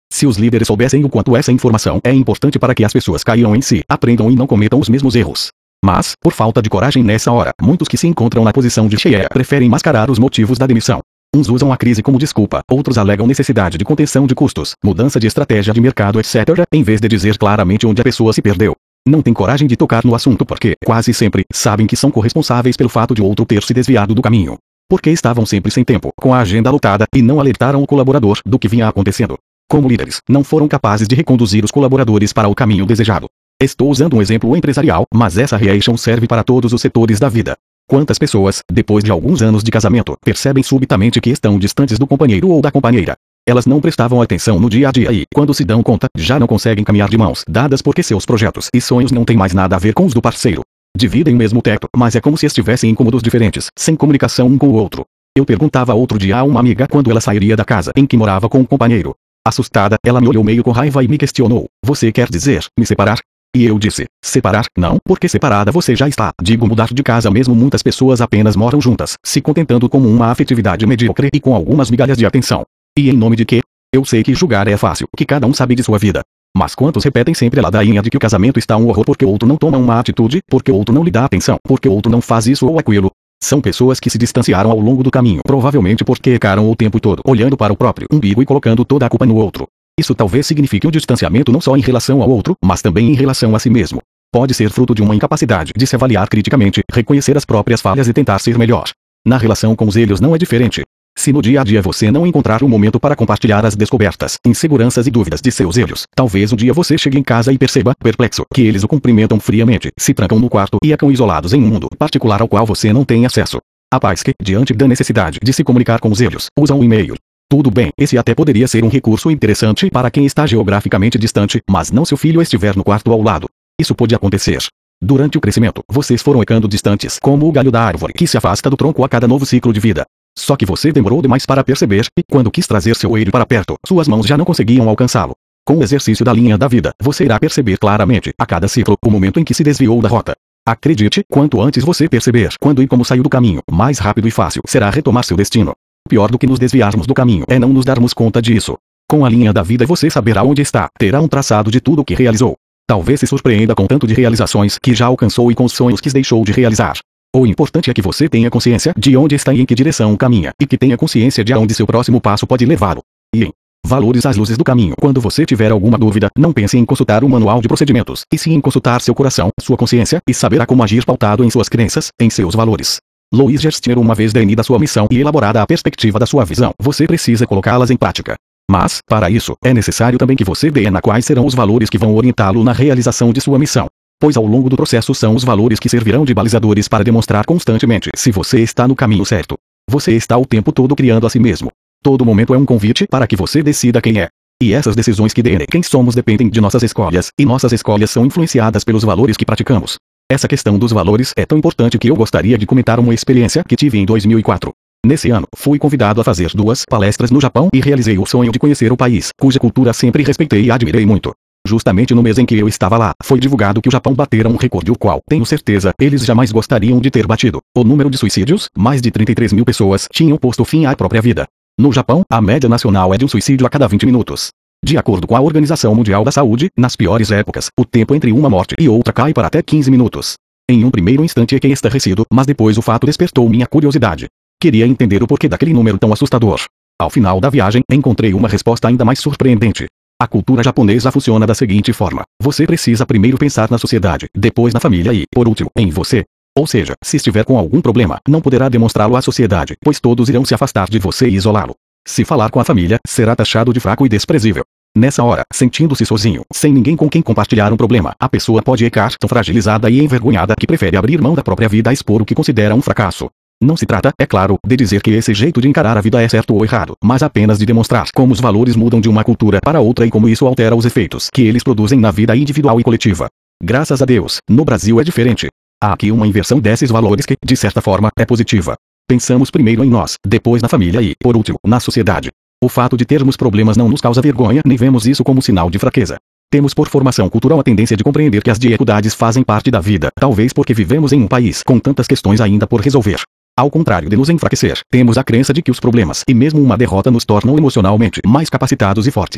Se os líderes soubessem o quanto essa informação é importante para que as pessoas caiam em si, aprendam e não cometam os mesmos erros. Mas, por falta de coragem nessa hora, muitos que se encontram na posição de chefe preferem mascarar os motivos da demissão. Uns usam a crise como desculpa, outros alegam necessidade de contenção de custos, mudança de estratégia de mercado, etcétera, em vez de dizer claramente onde a pessoa se perdeu. Não têm coragem de tocar no assunto porque, quase sempre, sabem que são corresponsáveis pelo fato de outro ter se desviado do caminho. Porque estavam sempre sem tempo, com a agenda lotada, e não alertaram o colaborador do que vinha acontecendo. Como líderes, não foram capazes de reconduzir os colaboradores para o caminho desejado. Estou usando um exemplo empresarial, mas essa reação serve para todos os setores da vida. Quantas pessoas, depois de alguns anos de casamento, percebem subitamente que estão distantes do companheiro ou da companheira? Elas não prestavam atenção no dia a dia e, quando se dão conta, já não conseguem caminhar de mãos dadas porque seus projetos e sonhos não têm mais nada a ver com os do parceiro. Dividem o mesmo teto, mas é como se estivessem em cômodos diferentes, sem comunicação um com o outro. Eu perguntava outro dia a uma amiga quando ela sairia da casa em que morava com um companheiro. Assustada, ela me olhou meio com raiva e me questionou: "Você quer dizer, me separar?" E eu disse: "Separar? Não, porque separada você já está. Digo mudar de casa mesmo. Muitas pessoas apenas moram juntas, se contentando com uma afetividade medíocre e com algumas migalhas de atenção. E em nome de quê? Eu sei que julgar é fácil, que cada um sabe de sua vida. Mas quantos repetem sempre a ladainha de que o casamento está um horror porque o outro não toma uma atitude, porque o outro não lhe dá atenção, porque o outro não faz isso ou aquilo?" São pessoas que se distanciaram ao longo do caminho, provavelmente porque ficaram o tempo todo olhando para o próprio umbigo e colocando toda a culpa no outro. Isso talvez signifique um distanciamento não só em relação ao outro, mas também em relação a si mesmo. Pode ser fruto de uma incapacidade de se avaliar criticamente, reconhecer as próprias falhas e tentar ser melhor. Na relação com os elhos não é diferente. Se no dia a dia você não encontrar um momento para compartilhar as descobertas, inseguranças e dúvidas de seus elhos, talvez um dia você chegue em casa e perceba, perplexo, que eles o cumprimentam friamente, se trancam no quarto e ficam isolados em um mundo particular ao qual você não tem acesso. Há pais que, diante da necessidade de se comunicar com os elhos, usam o e-mail. Tudo bem, esse até poderia ser um recurso interessante para quem está geograficamente distante, mas não se o filho estiver no quarto ao lado. Isso pode acontecer. Durante o crescimento, vocês foram ficando distantes, como o galho da árvore que se afasta do tronco a cada novo ciclo de vida. Só que você demorou demais para perceber, e quando quis trazer seu olho para perto, suas mãos já não conseguiam alcançá-lo. Com o exercício da linha da vida, você irá perceber claramente, a cada ciclo, o momento em que se desviou da rota. Acredite, quanto antes você perceber quando e como saiu do caminho, mais rápido e fácil será retomar seu destino. Pior do que nos desviarmos do caminho é não nos darmos conta disso. Com a linha da vida você saberá onde está, terá um traçado de tudo o que realizou. Talvez se surpreenda com tanto de realizações que já alcançou e com os sonhos que deixou de realizar. O importante é que você tenha consciência de onde está e em que direção caminha, e que tenha consciência de aonde seu próximo passo pode levá-lo. E em valores às luzes do caminho. Quando você tiver alguma dúvida, não pense em consultar o manual de procedimentos, e sim em consultar seu coração, sua consciência, e saberá como agir pautado em suas crenças, em seus valores. Louis Gerstner uma vez definida sua missão e elaborada a perspectiva da sua visão, você precisa colocá-las em prática. Mas, para isso, é necessário também que você defina quais serão os valores que vão orientá-lo na realização de sua missão. Pois ao longo do processo são os valores que servirão de balizadores para demonstrar constantemente se você está no caminho certo. Você está o tempo todo criando a si mesmo. Todo momento é um convite para que você decida quem é. E essas decisões que definem quem somos dependem de nossas escolhas, e nossas escolhas são influenciadas pelos valores que praticamos. Essa questão dos valores é tão importante que eu gostaria de comentar uma experiência que tive em dois mil e quatro. Nesse ano, fui convidado a fazer duas palestras no Japão e realizei o sonho de conhecer o país, cuja cultura sempre respeitei e admirei muito. Justamente no mês em que eu estava lá, foi divulgado que o Japão batera um recorde o qual, tenho certeza, eles jamais gostariam de ter batido. O número de suicídios, mais de trinta e três mil pessoas tinham posto fim à própria vida. No Japão, a média nacional é de um suicídio a cada vinte minutos. De acordo com a Organização Mundial da Saúde, nas piores épocas, o tempo entre uma morte e outra cai para até quinze minutos. Em um primeiro instante fiquei estarrecido, mas depois o fato despertou minha curiosidade. Queria entender o porquê daquele número tão assustador. Ao final da viagem, encontrei uma resposta ainda mais surpreendente. A cultura japonesa funciona da seguinte forma: você precisa primeiro pensar na sociedade, depois na família e, por último, em você. Ou seja, se estiver com algum problema, não poderá demonstrá-lo à sociedade, pois todos irão se afastar de você e isolá-lo. Se falar com a família, será taxado de fraco e desprezível. Nessa hora, sentindo-se sozinho, sem ninguém com quem compartilhar um problema, a pessoa pode ficar tão fragilizada e envergonhada que prefere abrir mão da própria vida a expor o que considera um fracasso. Não se trata, é claro, de dizer que esse jeito de encarar a vida é certo ou errado, mas apenas de demonstrar como os valores mudam de uma cultura para outra e como isso altera os efeitos que eles produzem na vida individual e coletiva. Graças a Deus, no Brasil é diferente. Há aqui uma inversão desses valores que, de certa forma, é positiva. Pensamos primeiro em nós, depois na família e, por último, na sociedade. O fato de termos problemas não nos causa vergonha nem vemos isso como sinal de fraqueza. Temos por formação cultural a tendência de compreender que as dificuldades fazem parte da vida, talvez porque vivemos em um país com tantas questões ainda por resolver. Ao contrário de nos enfraquecer, temos a crença de que os problemas e mesmo uma derrota nos tornam emocionalmente mais capacitados e fortes.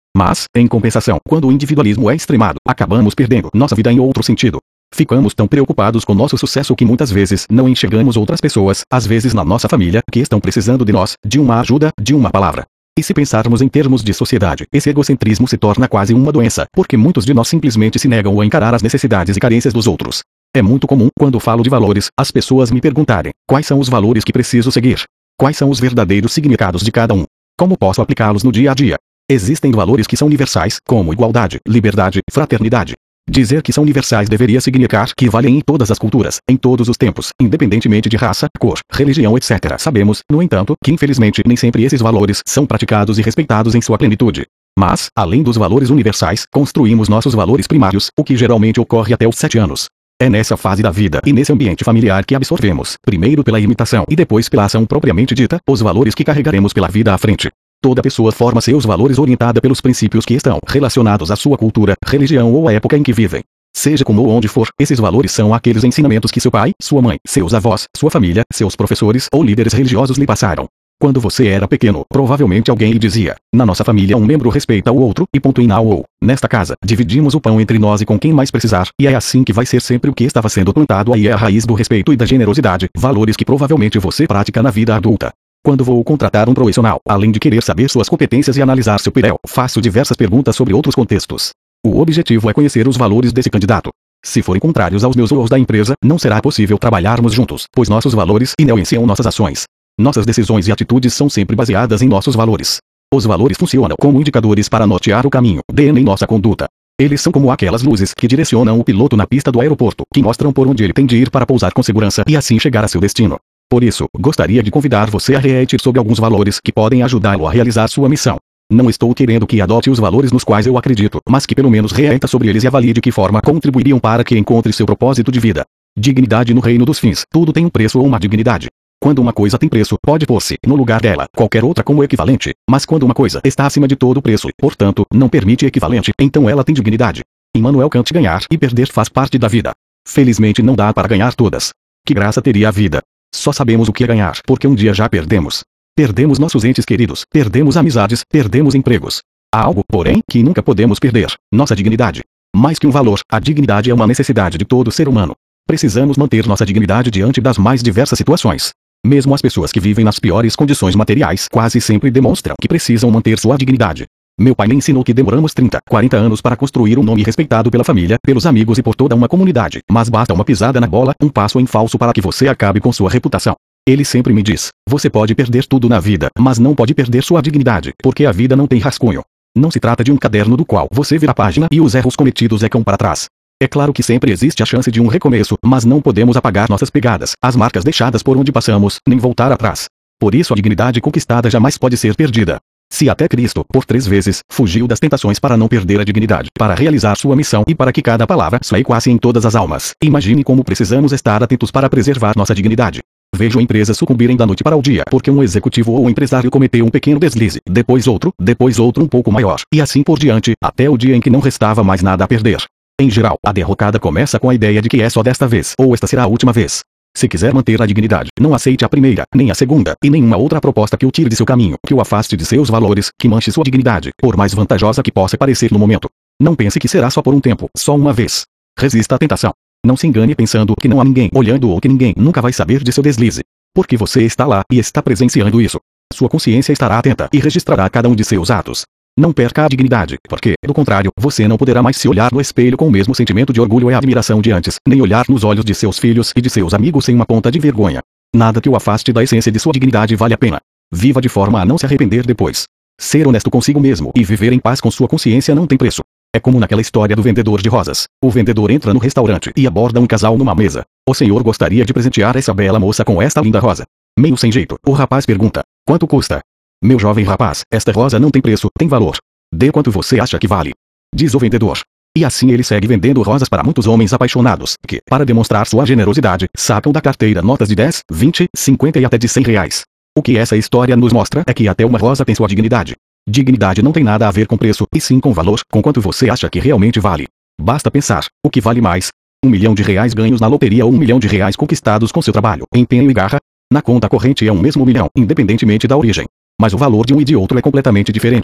Mas, em compensação, quando o individualismo é extremado, acabamos perdendo nossa vida em outro sentido. Ficamos tão preocupados com nosso sucesso que muitas vezes não enxergamos outras pessoas, às vezes na nossa família, que estão precisando de nós, de uma ajuda, de uma palavra. E se pensarmos em termos de sociedade, esse egocentrismo se torna quase uma doença, porque muitos de nós simplesmente se negam a encarar as necessidades e carências dos outros. É muito comum, quando falo de valores, as pessoas me perguntarem: quais são os valores que preciso seguir? Quais são os verdadeiros significados de cada um? Como posso aplicá-los no dia a dia? Existem valores que são universais, como igualdade, liberdade, fraternidade. Dizer que são universais deveria significar que valem em todas as culturas, em todos os tempos, independentemente de raça, cor, religião, etcétera. Sabemos, no entanto, que infelizmente nem sempre esses valores são praticados e respeitados em sua plenitude. Mas, além dos valores universais, construímos nossos valores primários, o que geralmente ocorre até os sete anos. É nessa fase da vida e nesse ambiente familiar que absorvemos, primeiro pela imitação e depois pela ação propriamente dita, os valores que carregaremos pela vida à frente. Toda pessoa forma seus valores orientada pelos princípios que estão relacionados à sua cultura, religião ou à época em que vivem. Seja como ou onde for, esses valores são aqueles ensinamentos que seu pai, sua mãe, seus avós, sua família, seus professores ou líderes religiosos lhe passaram. Quando você era pequeno, provavelmente alguém lhe dizia: na nossa família um membro respeita o outro, e ponto final, ou nesta casa, dividimos o pão entre nós e com quem mais precisar, e é assim que vai ser sempre. O que estava sendo plantado aí é a raiz do respeito e da generosidade, valores que provavelmente você pratica na vida adulta. Quando vou contratar um profissional, além de querer saber suas competências e analisar seu perfil, faço diversas perguntas sobre outros contextos. O objetivo é conhecer os valores desse candidato. Se forem contrários aos meus ou aos da empresa, não será possível trabalharmos juntos, pois nossos valores influenciam nossas ações. Nossas decisões e atitudes são sempre baseadas em nossos valores. Os valores funcionam como indicadores para nortear o caminho, D N em nossa conduta. Eles são como aquelas luzes que direcionam o piloto na pista do aeroporto, que mostram por onde ele tem de ir para pousar com segurança e assim chegar a seu destino. Por isso, gostaria de convidar você a refletir sobre alguns valores que podem ajudá-lo a realizar sua missão. Não estou querendo que adote os valores nos quais eu acredito, mas que pelo menos reflita sobre eles e avalie de que forma contribuiriam para que encontre seu propósito de vida. Dignidade no reino dos fins. Tudo tem um preço ou uma dignidade. Quando uma coisa tem preço, pode pôr-se, no lugar dela, qualquer outra como equivalente. Mas quando uma coisa está acima de todo preço, portanto, não permite equivalente, então ela tem dignidade. Immanuel Kant: ganhar e perder faz parte da vida. Felizmente não dá para ganhar todas. Que graça teria a vida? Só sabemos o que é ganhar, porque um dia já perdemos. Perdemos nossos entes queridos, perdemos amizades, perdemos empregos. Há algo, porém, que nunca podemos perder: nossa dignidade. Mais que um valor, a dignidade é uma necessidade de todo ser humano. Precisamos manter nossa dignidade diante das mais diversas situações. Mesmo as pessoas que vivem nas piores condições materiais quase sempre demonstram que precisam manter sua dignidade. Meu pai me ensinou que demoramos trinta, quarenta anos para construir um nome respeitado pela família, pelos amigos e por toda uma comunidade, mas basta uma pisada na bola, um passo em falso para que você acabe com sua reputação. Ele sempre me diz: você pode perder tudo na vida, mas não pode perder sua dignidade, porque a vida não tem rascunho. Não se trata de um caderno do qual você vira a página e os erros cometidos ecam para trás. É claro que sempre existe a chance de um recomeço, mas não podemos apagar nossas pegadas, as marcas deixadas por onde passamos, nem voltar atrás. Por isso a dignidade conquistada jamais pode ser perdida. Se até Cristo, por três vezes, fugiu das tentações para não perder a dignidade, para realizar sua missão e para que cada palavra ecoasse em todas as almas, imagine como precisamos estar atentos para preservar nossa dignidade. Vejo empresas sucumbirem da noite para o dia porque um executivo ou um empresário cometeu um pequeno deslize, depois outro, depois outro um pouco maior, e assim por diante, até o dia em que não restava mais nada a perder. Em geral, a derrocada começa com a ideia de que é só desta vez, ou esta será a última vez. Se quiser manter a dignidade, não aceite a primeira, nem a segunda, e nenhuma outra proposta que o tire de seu caminho, que o afaste de seus valores, que manche sua dignidade, por mais vantajosa que possa parecer no momento. Não pense que será só por um tempo, só uma vez. Resista à tentação. Não se engane pensando que não há ninguém olhando ou que ninguém nunca vai saber de seu deslize. Porque você está lá e está presenciando isso. Sua consciência estará atenta e registrará cada um de seus atos. Não perca a dignidade, porque, do contrário, você não poderá mais se olhar no espelho com o mesmo sentimento de orgulho e admiração de antes, nem olhar nos olhos de seus filhos e de seus amigos sem uma ponta de vergonha. Nada que o afaste da essência de sua dignidade vale a pena. Viva de forma a não se arrepender depois. Ser honesto consigo mesmo e viver em paz com sua consciência não tem preço. É como naquela história do vendedor de rosas. O vendedor entra no restaurante e aborda um casal numa mesa. O senhor gostaria de presentear essa bela moça com esta linda rosa. Meio sem jeito, o rapaz pergunta: quanto custa? Meu jovem rapaz, esta rosa não tem preço, tem valor. Dê quanto você acha que vale. Diz o vendedor. E assim ele segue vendendo rosas para muitos homens apaixonados, que, para demonstrar sua generosidade, sacam da carteira notas de dez, vinte, cinquenta e até de cem reais. O que essa história nos mostra é que até uma rosa tem sua dignidade. Dignidade não tem nada a ver com preço, e sim com valor, com quanto você acha que realmente vale. Basta pensar, o que vale mais? Um milhão de reais ganhos na loteria ou um milhão de reais conquistados com seu trabalho, empenho e garra? Na conta corrente é um mesmo milhão, independentemente da origem. Mas o valor de um e de outro é completamente diferente.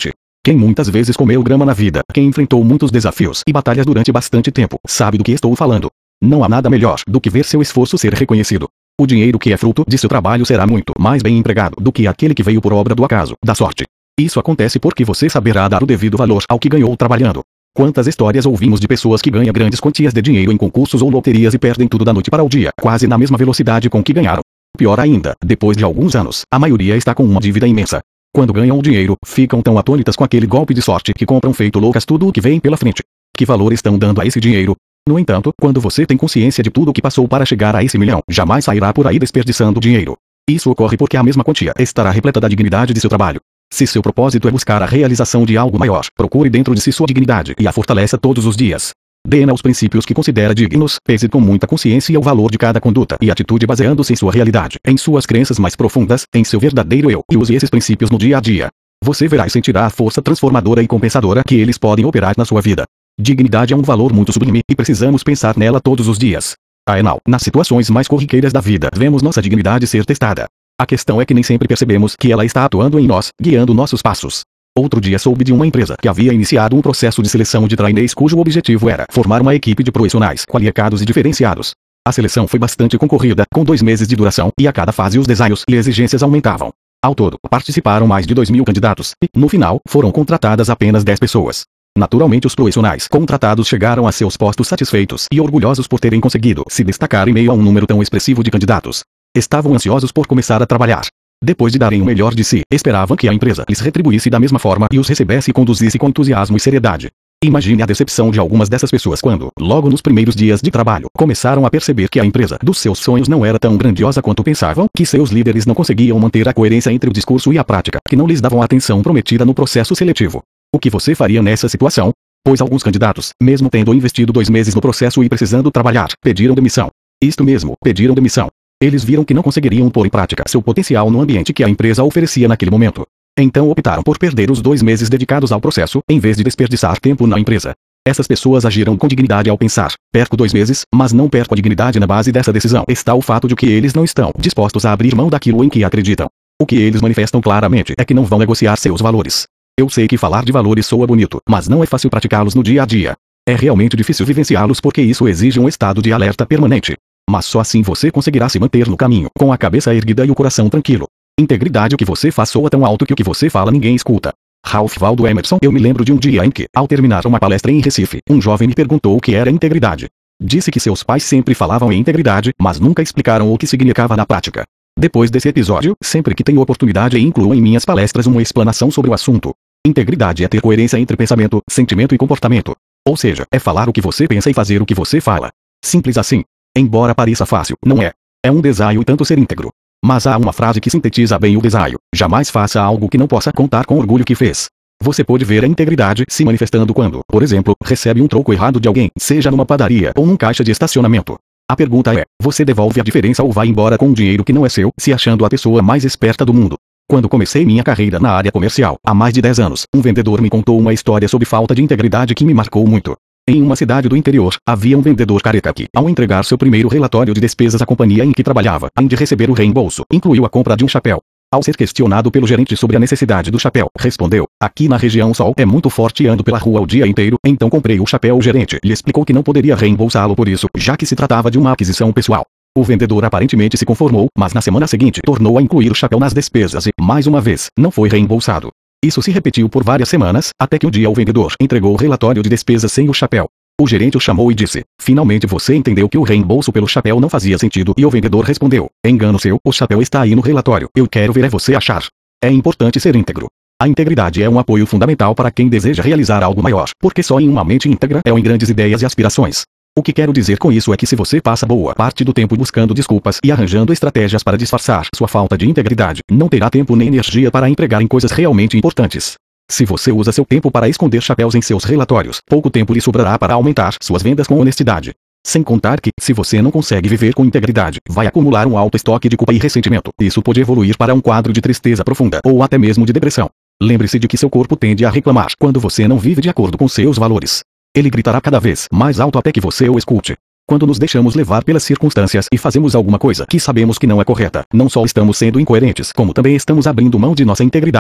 Quem muitas vezes comeu grama na vida, quem enfrentou muitos desafios e batalhas durante bastante tempo, sabe do que estou falando. Não há nada melhor do que ver seu esforço ser reconhecido. O dinheiro que é fruto de seu trabalho será muito mais bem empregado do que aquele que veio por obra do acaso, da sorte. Isso acontece porque você saberá dar o devido valor ao que ganhou trabalhando. Quantas histórias ouvimos de pessoas que ganham grandes quantias de dinheiro em concursos ou loterias e perdem tudo da noite para o dia, quase na mesma velocidade com que ganharam. Pior ainda, depois de alguns anos, a maioria está com uma dívida imensa. Quando ganham o dinheiro, ficam tão atônitas com aquele golpe de sorte que compram feito loucas tudo o que vem pela frente. Que valor estão dando a esse dinheiro? No entanto, quando você tem consciência de tudo o que passou para chegar a esse milhão, jamais sairá por aí desperdiçando dinheiro. Isso ocorre porque a mesma quantia estará repleta da dignidade de seu trabalho. Se seu propósito é buscar a realização de algo maior, procure dentro de si sua dignidade e a fortaleça todos os dias. Dê-na os princípios que considera dignos, pese com muita consciência o valor de cada conduta e atitude baseando-se em sua realidade, em suas crenças mais profundas, em seu verdadeiro eu, e use esses princípios no dia a dia. Você verá e sentirá a força transformadora e compensadora que eles podem operar na sua vida. Dignidade é um valor muito sublime e precisamos pensar nela todos os dias. Afinal, nas situações mais corriqueiras da vida, vemos nossa dignidade ser testada. A questão é que nem sempre percebemos que ela está atuando em nós, guiando nossos passos. Outro dia soube de uma empresa que havia iniciado um processo de seleção de trainees cujo objetivo era formar uma equipe de profissionais qualificados e diferenciados. A seleção foi bastante concorrida, com dois meses de duração, e a cada fase os desafios e exigências aumentavam. Ao todo, participaram mais de dois mil candidatos, e, no final, foram contratadas apenas dez pessoas. Naturalmente os profissionais contratados chegaram a seus postos satisfeitos e orgulhosos por terem conseguido se destacar em meio a um número tão expressivo de candidatos. Estavam ansiosos por começar a trabalhar. Depois de darem o melhor de si, esperavam que a empresa lhes retribuísse da mesma forma e os recebesse e conduzisse com entusiasmo e seriedade. Imagine a decepção de algumas dessas pessoas quando, logo nos primeiros dias de trabalho, começaram a perceber que a empresa dos seus sonhos não era tão grandiosa quanto pensavam, que seus líderes não conseguiam manter a coerência entre o discurso e a prática, que não lhes davam a atenção prometida no processo seletivo. O que você faria nessa situação? Pois alguns candidatos, mesmo tendo investido dois meses no processo e precisando trabalhar, pediram demissão. Isto mesmo, pediram demissão. Eles viram que não conseguiriam pôr em prática seu potencial no ambiente que a empresa oferecia naquele momento. Então optaram por perder os dois meses dedicados ao processo, em vez de desperdiçar tempo na empresa. Essas pessoas agiram com dignidade ao pensar: perco dois meses, mas não perco a dignidade. Na base dessa decisão está o fato de que eles não estão dispostos a abrir mão daquilo em que acreditam. O que eles manifestam claramente é que não vão negociar seus valores. Eu sei que falar de valores soa bonito, mas não é fácil praticá-los no dia a dia. É realmente difícil vivenciá-los porque isso exige um estado de alerta permanente. Mas só assim você conseguirá se manter no caminho, com a cabeça erguida e o coração tranquilo. Integridade: o que você faz soa tão alto que o que você fala ninguém escuta. Ralph Waldo Emerson. Eu me lembro de um dia em que, ao terminar uma palestra em Recife, um jovem me perguntou o que era integridade. Disse que seus pais sempre falavam em integridade, mas nunca explicaram o que significava na prática. Depois desse episódio, sempre que tenho oportunidade incluo em minhas palestras uma explanação sobre o assunto. Integridade é ter coerência entre pensamento, sentimento e comportamento. Ou seja, é falar o que você pensa e fazer o que você fala. Simples assim. Embora pareça fácil, não é. É um desafio tanto ser íntegro. Mas há uma frase que sintetiza bem o desafio: jamais faça algo que não possa contar com orgulho que fez. Você pode ver a integridade se manifestando quando, por exemplo, recebe um troco errado de alguém, seja numa padaria ou num caixa de estacionamento. A pergunta é: você devolve a diferença ou vai embora com um dinheiro que não é seu, se achando a pessoa mais esperta do mundo? Quando comecei minha carreira na área comercial, há mais de dez anos, um vendedor me contou uma história sobre falta de integridade que me marcou muito. Em uma cidade do interior, havia um vendedor careca que, ao entregar seu primeiro relatório de despesas à companhia em que trabalhava, além de receber o reembolso, incluiu a compra de um chapéu. Ao ser questionado pelo gerente sobre a necessidade do chapéu, respondeu: aqui na região o sol é muito forte e ando pela rua o dia inteiro, então comprei o chapéu. O gerente lhe explicou que não poderia reembolsá-lo por isso, já que se tratava de uma aquisição pessoal. O vendedor aparentemente se conformou, mas na semana seguinte tornou a incluir o chapéu nas despesas e, mais uma vez, não foi reembolsado. Isso se repetiu por várias semanas, até que um dia o vendedor entregou o relatório de despesas sem o chapéu. O gerente o chamou e disse: finalmente você entendeu que o reembolso pelo chapéu não fazia sentido. E o vendedor respondeu: engano seu, o chapéu está aí no relatório, eu quero ver é você achar. É importante ser íntegro. A integridade é um apoio fundamental para quem deseja realizar algo maior, porque só em uma mente íntegra é em grandes ideias e aspirações. O que quero dizer com isso é que se você passa boa parte do tempo buscando desculpas e arranjando estratégias para disfarçar sua falta de integridade, não terá tempo nem energia para empregar em coisas realmente importantes. Se você usa seu tempo para esconder chapéus em seus relatórios, pouco tempo lhe sobrará para aumentar suas vendas com honestidade. Sem contar que, se você não consegue viver com integridade, vai acumular um alto estoque de culpa e ressentimento. Isso pode evoluir para um quadro de tristeza profunda, ou até mesmo de depressão. Lembre-se de que seu corpo tende a reclamar quando você não vive de acordo com seus valores. Ele gritará cada vez mais alto até que você o escute. Quando nos deixamos levar pelas circunstâncias e fazemos alguma coisa que sabemos que não é correta, não só estamos sendo incoerentes, como também estamos abrindo mão de nossa integridade.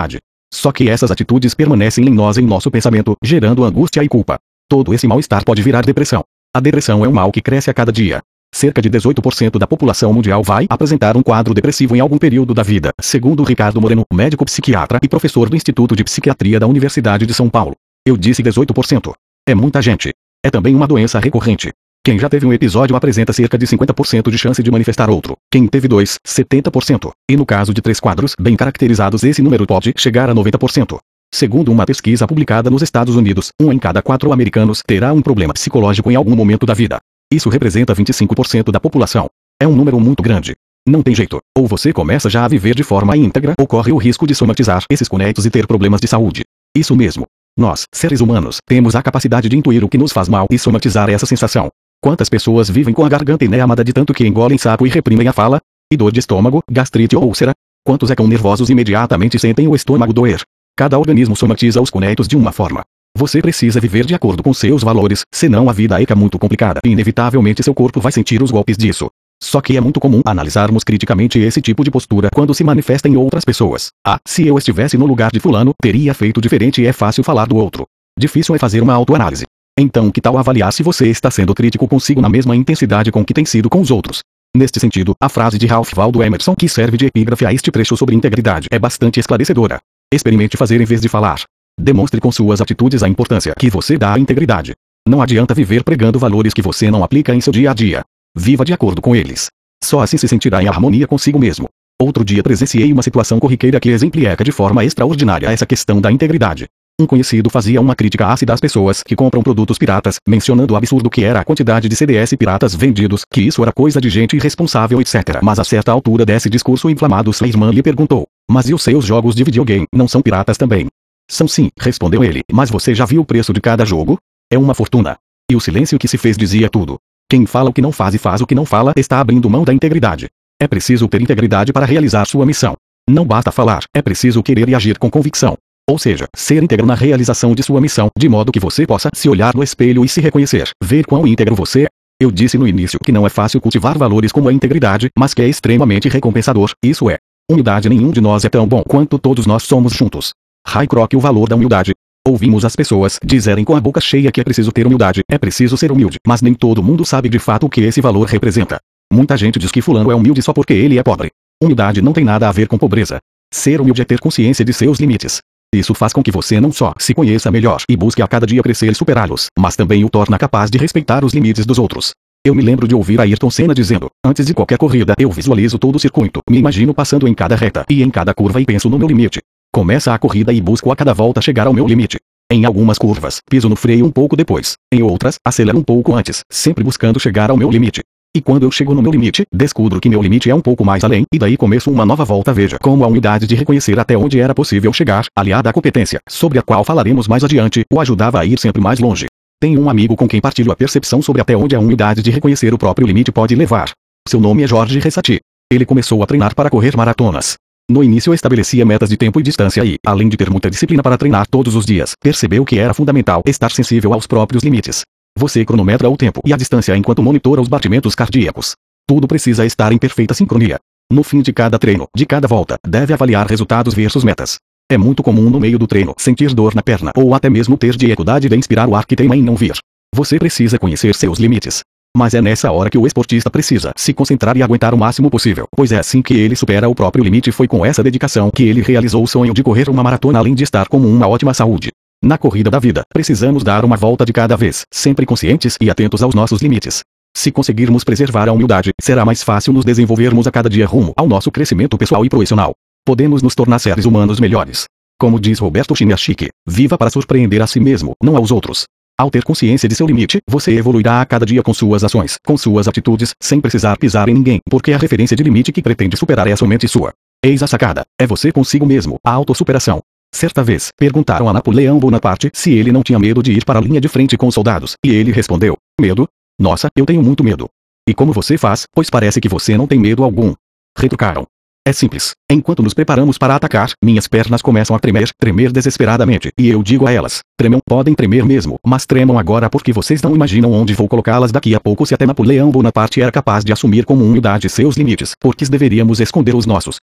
Só que essas atitudes permanecem em nós em nosso pensamento, gerando angústia e culpa. Todo esse mal-estar pode virar depressão. A depressão é um mal que cresce a cada dia. Cerca de dezoito por cento da população mundial vai apresentar um quadro depressivo em algum período da vida, segundo Ricardo Moreno, médico psiquiatra e professor do Instituto de Psiquiatria da Universidade de São Paulo. Eu disse dezoito por cento. É muita gente. É também uma doença recorrente. Quem já teve um episódio apresenta cerca de cinquenta por cento de chance de manifestar outro. Quem teve dois, setenta por cento. E no caso de três quadros bem caracterizados, esse número pode chegar a noventa por cento. Segundo uma pesquisa publicada nos Estados Unidos, um em cada quatro americanos terá um problema psicológico em algum momento da vida. Isso representa vinte e cinco por cento da população. É um número muito grande. Não tem jeito. Ou você começa já a viver de forma íntegra, ou corre o risco de somatizar esses conectos e ter problemas de saúde. Isso mesmo. Nós, seres humanos, temos a capacidade de intuir o que nos faz mal e somatizar essa sensação. Quantas pessoas vivem com a garganta eneamada de tanto que engolem sapo e reprimem a fala? E dor de estômago, gastrite ou úlcera? Quantos ficam nervosos e imediatamente sentem o estômago doer? Cada organismo somatiza os conectos de uma forma. Você precisa viver de acordo com seus valores, senão a vida fica muito complicada e inevitavelmente seu corpo vai sentir os golpes disso. Só que é muito comum analisarmos criticamente esse tipo de postura quando se manifesta em outras pessoas. Ah, se eu estivesse no lugar de fulano, teria feito diferente e é fácil falar do outro. Difícil é fazer uma autoanálise. Então que tal avaliar se você está sendo crítico consigo na mesma intensidade com que tem sido com os outros? Neste sentido, a frase de Ralph Waldo Emerson que serve de epígrafe a este trecho sobre integridade é bastante esclarecedora. Experimente fazer em vez de falar. Demonstre com suas atitudes a importância que você dá à integridade. Não adianta viver pregando valores que você não aplica em seu dia a dia. Viva de acordo com eles. Só assim se sentirá em harmonia consigo mesmo. Outro dia presenciei uma situação corriqueira que exemplifica de forma extraordinária essa questão da integridade. Um conhecido fazia uma crítica ácida às pessoas que compram produtos piratas, mencionando o absurdo que era a quantidade de C D S piratas vendidos, que isso era coisa de gente irresponsável, etcétera. Mas a certa altura desse discurso inflamado, sua irmã lhe perguntou: "Mas e os seus jogos de videogame, não são piratas também?" "São sim", respondeu ele, "mas você já viu o preço de cada jogo? É uma fortuna." E o silêncio que se fez dizia tudo. Quem fala o que não faz e faz o que não fala está abrindo mão da integridade. É preciso ter integridade para realizar sua missão. Não basta falar, é preciso querer e agir com convicção. Ou seja, ser íntegro na realização de sua missão, de modo que você possa se olhar no espelho e se reconhecer, ver quão íntegro você é. Eu disse no início que não é fácil cultivar valores como a integridade, mas que é extremamente recompensador, isso é. Humildade. Nenhum de nós é tão bom quanto todos nós somos juntos. Ray Kroc. O valor da humildade. Ouvimos as pessoas dizerem com a boca cheia que é preciso ter humildade, é preciso ser humilde, mas nem todo mundo sabe de fato o que esse valor representa. Muita gente diz que fulano é humilde só porque ele é pobre. Humildade não tem nada a ver com pobreza. Ser humilde é ter consciência de seus limites. Isso faz com que você não só se conheça melhor e busque a cada dia crescer e superá-los, mas também o torna capaz de respeitar os limites dos outros. Eu me lembro de ouvir Ayrton Senna dizendo: "Antes de qualquer corrida eu visualizo todo o circuito, me imagino passando em cada reta e em cada curva e penso no meu limite. Começa a corrida e busco a cada volta chegar ao meu limite. Em algumas curvas, piso no freio um pouco depois. Em outras, acelero um pouco antes, sempre buscando chegar ao meu limite. E quando eu chego no meu limite, descubro que meu limite é um pouco mais além, e daí começo uma nova volta." Veja como a humildade de reconhecer até onde era possível chegar, aliada à competência, sobre a qual falaremos mais adiante, o ajudava a ir sempre mais longe. Tenho um amigo com quem partilho a percepção sobre até onde a humildade de reconhecer o próprio limite pode levar. Seu nome é Jorge Ressati. Ele começou a treinar para correr maratonas. No início estabelecia metas de tempo e distância e, além de ter muita disciplina para treinar todos os dias, percebeu que era fundamental estar sensível aos próprios limites. Você cronometra o tempo e a distância enquanto monitora os batimentos cardíacos. Tudo precisa estar em perfeita sincronia. No fim de cada treino, de cada volta, deve avaliar resultados versus metas. É muito comum no meio do treino sentir dor na perna ou até mesmo ter dificuldade de inspirar o ar que teima em não vir. Você precisa conhecer seus limites. Mas é nessa hora que o esportista precisa se concentrar e aguentar o máximo possível, pois é assim que ele supera o próprio limite. Foi com essa dedicação que ele realizou o sonho de correr uma maratona, além de estar com uma ótima saúde. Na corrida da vida, precisamos dar uma volta de cada vez, sempre conscientes e atentos aos nossos limites. Se conseguirmos preservar a humildade, será mais fácil nos desenvolvermos a cada dia rumo ao nosso crescimento pessoal e profissional. Podemos nos tornar seres humanos melhores. Como diz Roberto Chiniachik, viva para surpreender a si mesmo, não aos outros. Ao ter consciência de seu limite, você evoluirá a cada dia com suas ações, com suas atitudes, sem precisar pisar em ninguém, porque a referência de limite que pretende superar é somente sua. Eis a sacada, é você consigo mesmo, a autossuperação. Certa vez, perguntaram a Napoleão Bonaparte se ele não tinha medo de ir para a linha de frente com os soldados, e ele respondeu: "Medo? Nossa, eu tenho muito medo." "E como você faz, pois parece que você não tem medo algum?" retrucaram. É simples. Enquanto nos preparamos para atacar, minhas pernas começam a tremer, tremer desesperadamente, e eu digo a elas: "Tremam, podem tremer mesmo, mas tremam agora porque vocês não imaginam onde vou colocá-las daqui a pouco." Se até Napoleão Bonaparte era capaz de assumir com humildade seus limites, por que deveríamos esconder os nossos?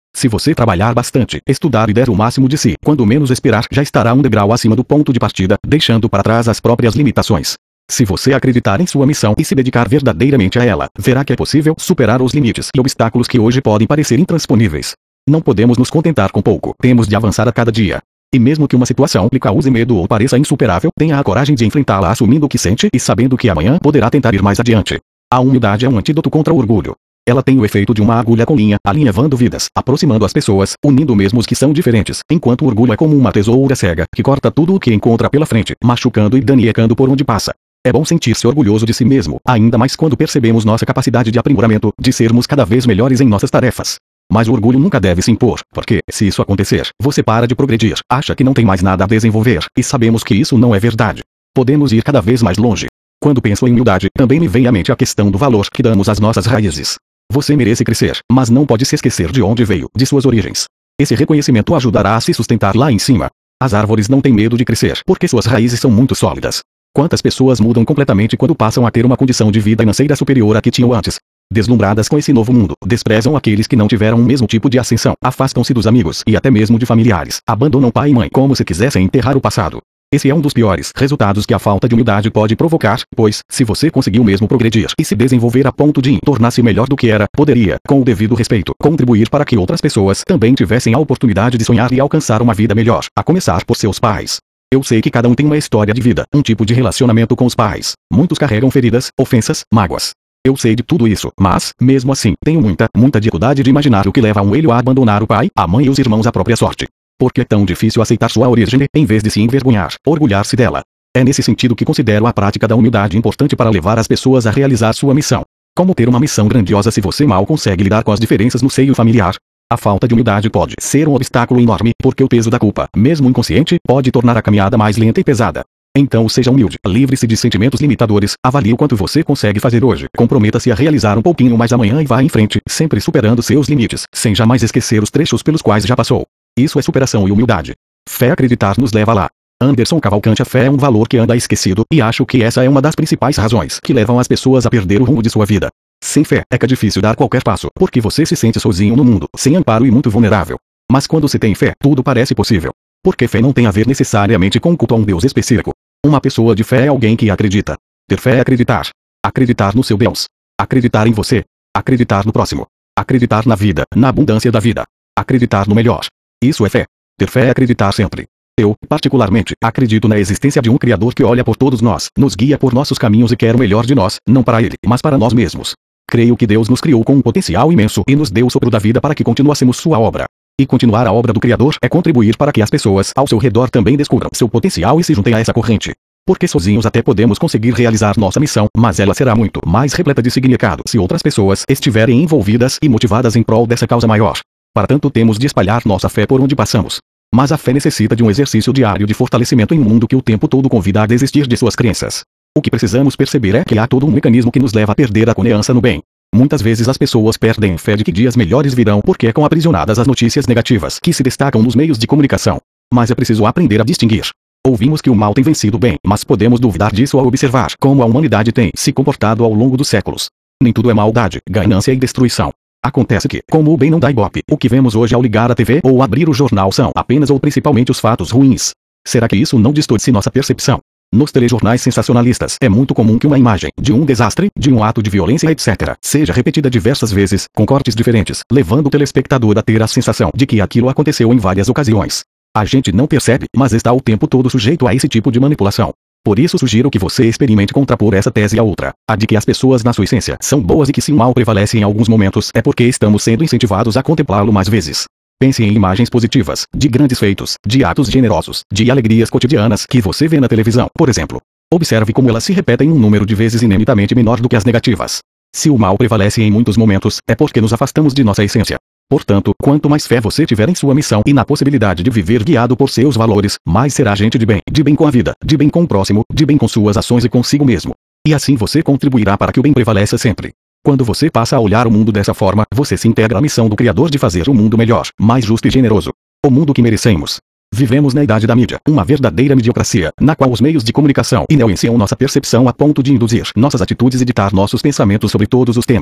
Se você trabalhar bastante, estudar e der o máximo de si, quando menos esperar, já estará um degrau acima do ponto de partida, deixando para trás as próprias limitações. Se você acreditar em sua missão e se dedicar verdadeiramente a ela, verá que é possível superar os limites e obstáculos que hoje podem parecer intransponíveis. Não podemos nos contentar com pouco, temos de avançar a cada dia. E mesmo que uma situação lhe cause medo ou pareça insuperável, tenha a coragem de enfrentá-la assumindo o que sente e sabendo que amanhã poderá tentar ir mais adiante. A humildade é um antídoto contra o orgulho. Ela tem o efeito de uma agulha com linha, alinhavando vidas, aproximando as pessoas, unindo mesmo os que são diferentes, enquanto o orgulho é como uma tesoura cega, que corta tudo o que encontra pela frente, machucando e danificando por onde passa. É bom sentir-se orgulhoso de si mesmo, ainda mais quando percebemos nossa capacidade de aprimoramento, de sermos cada vez melhores em nossas tarefas. Mas o orgulho nunca deve se impor, porque, se isso acontecer, você para de progredir, acha que não tem mais nada a desenvolver, e sabemos que isso não é verdade. Podemos ir cada vez mais longe. Quando penso em humildade, também me vem à mente a questão do valor que damos às nossas raízes. Você merece crescer, mas não pode se esquecer de onde veio, de suas origens. Esse reconhecimento ajudará a se sustentar lá em cima. As árvores não têm medo de crescer, porque suas raízes são muito sólidas. Quantas pessoas mudam completamente quando passam a ter uma condição de vida financeira superior à que tinham antes? Deslumbradas com esse novo mundo, desprezam aqueles que não tiveram o mesmo tipo de ascensão, afastam-se dos amigos e até mesmo de familiares, abandonam pai e mãe como se quisessem enterrar o passado. Esse é um dos piores resultados que a falta de humildade pode provocar, pois, se você conseguiu mesmo progredir e se desenvolver a ponto de tornar-se melhor do que era, poderia, com o devido respeito, contribuir para que outras pessoas também tivessem a oportunidade de sonhar e alcançar uma vida melhor, a começar por seus pais. Eu sei que cada um tem uma história de vida, um tipo de relacionamento com os pais. Muitos carregam feridas, ofensas, mágoas. Eu sei de tudo isso, mas, mesmo assim, tenho muita, muita dificuldade de imaginar o que leva um elho a abandonar o pai, a mãe e os irmãos à própria sorte. Porque é tão difícil aceitar sua origem, em vez de se envergonhar, orgulhar-se dela. É nesse sentido que considero a prática da humildade importante para levar as pessoas a realizar sua missão. Como ter uma missão grandiosa se você mal consegue lidar com as diferenças no seio familiar? A falta de humildade pode ser um obstáculo enorme, porque o peso da culpa, mesmo inconsciente, pode tornar a caminhada mais lenta e pesada. Então seja humilde, livre-se de sentimentos limitadores, avalie o quanto você consegue fazer hoje, comprometa-se a realizar um pouquinho mais amanhã e vá em frente, sempre superando seus limites, sem jamais esquecer os trechos pelos quais já passou. Isso é superação e humildade. Fé acreditar nos leva lá. Anderson Cavalcante. A fé é um valor que anda esquecido, e acho que essa é uma das principais razões que levam as pessoas a perder o rumo de sua vida. Sem fé, é difícil dar qualquer passo, porque você se sente sozinho no mundo, sem amparo e muito vulnerável. Mas quando se tem fé, tudo parece possível. Porque fé não tem a ver necessariamente com culto a um Deus específico. Uma pessoa de fé é alguém que acredita. Ter fé é acreditar. Acreditar no seu Deus. Acreditar em você. Acreditar no próximo. Acreditar na vida, na abundância da vida. Acreditar no melhor. Isso é fé. Ter fé é acreditar sempre. Eu, particularmente, acredito na existência de um Criador que olha por todos nós, nos guia por nossos caminhos e quer o melhor de nós, não para Ele, mas para nós mesmos. Creio que Deus nos criou com um potencial imenso e nos deu o sopro da vida para que continuássemos sua obra. E continuar a obra do Criador é contribuir para que as pessoas ao seu redor também descubram seu potencial e se juntem a essa corrente. Porque sozinhos até podemos conseguir realizar nossa missão, mas ela será muito mais repleta de significado se outras pessoas estiverem envolvidas e motivadas em prol dessa causa maior. Para tanto temos de espalhar nossa fé por onde passamos. Mas a fé necessita de um exercício diário de fortalecimento em um mundo que o tempo todo convida a desistir de suas crenças. O que precisamos perceber é que há todo um mecanismo que nos leva a perder a confiança no bem. Muitas vezes as pessoas perdem fé de que dias melhores virão porque ficam aprisionadas às notícias negativas que se destacam nos meios de comunicação. Mas é preciso aprender a distinguir. Ouvimos que o mal tem vencido o bem, mas podemos duvidar disso ao observar como a humanidade tem se comportado ao longo dos séculos. Nem tudo é maldade, ganância e destruição. Acontece que, como o bem não dá ibope, o que vemos hoje ao ligar a T V ou abrir o jornal são apenas ou principalmente os fatos ruins. Será que isso não distorce nossa percepção? Nos telejornais sensacionalistas é muito comum que uma imagem de um desastre, de um ato de violência, etcétera, seja repetida diversas vezes, com cortes diferentes, levando o telespectador a ter a sensação de que aquilo aconteceu em várias ocasiões. A gente não percebe, mas está o tempo todo sujeito a esse tipo de manipulação. Por isso sugiro que você experimente contrapor essa tese à outra, a de que as pessoas na sua essência são boas e que se o mal prevalece em alguns momentos é porque estamos sendo incentivados a contemplá-lo mais vezes. Pense em imagens positivas, de grandes feitos, de atos generosos, de alegrias cotidianas que você vê na televisão, por exemplo. Observe como elas se repetem um número de vezes inimitamente menor do que as negativas. Se o mal prevalece em muitos momentos, é porque nos afastamos de nossa essência. Portanto, quanto mais fé você tiver em sua missão e na possibilidade de viver guiado por seus valores, mais será gente de bem, de bem com a vida, de bem com o próximo, de bem com suas ações e consigo mesmo. E assim você contribuirá para que o bem prevaleça sempre. Quando você passa a olhar o mundo dessa forma, você se integra à missão do Criador de fazer um mundo melhor, mais justo e generoso. O mundo que merecemos. Vivemos na idade da mídia, uma verdadeira mediocracia, na qual os meios de comunicação influenciam nossa percepção a ponto de induzir nossas atitudes e ditar nossos pensamentos sobre todos os temas.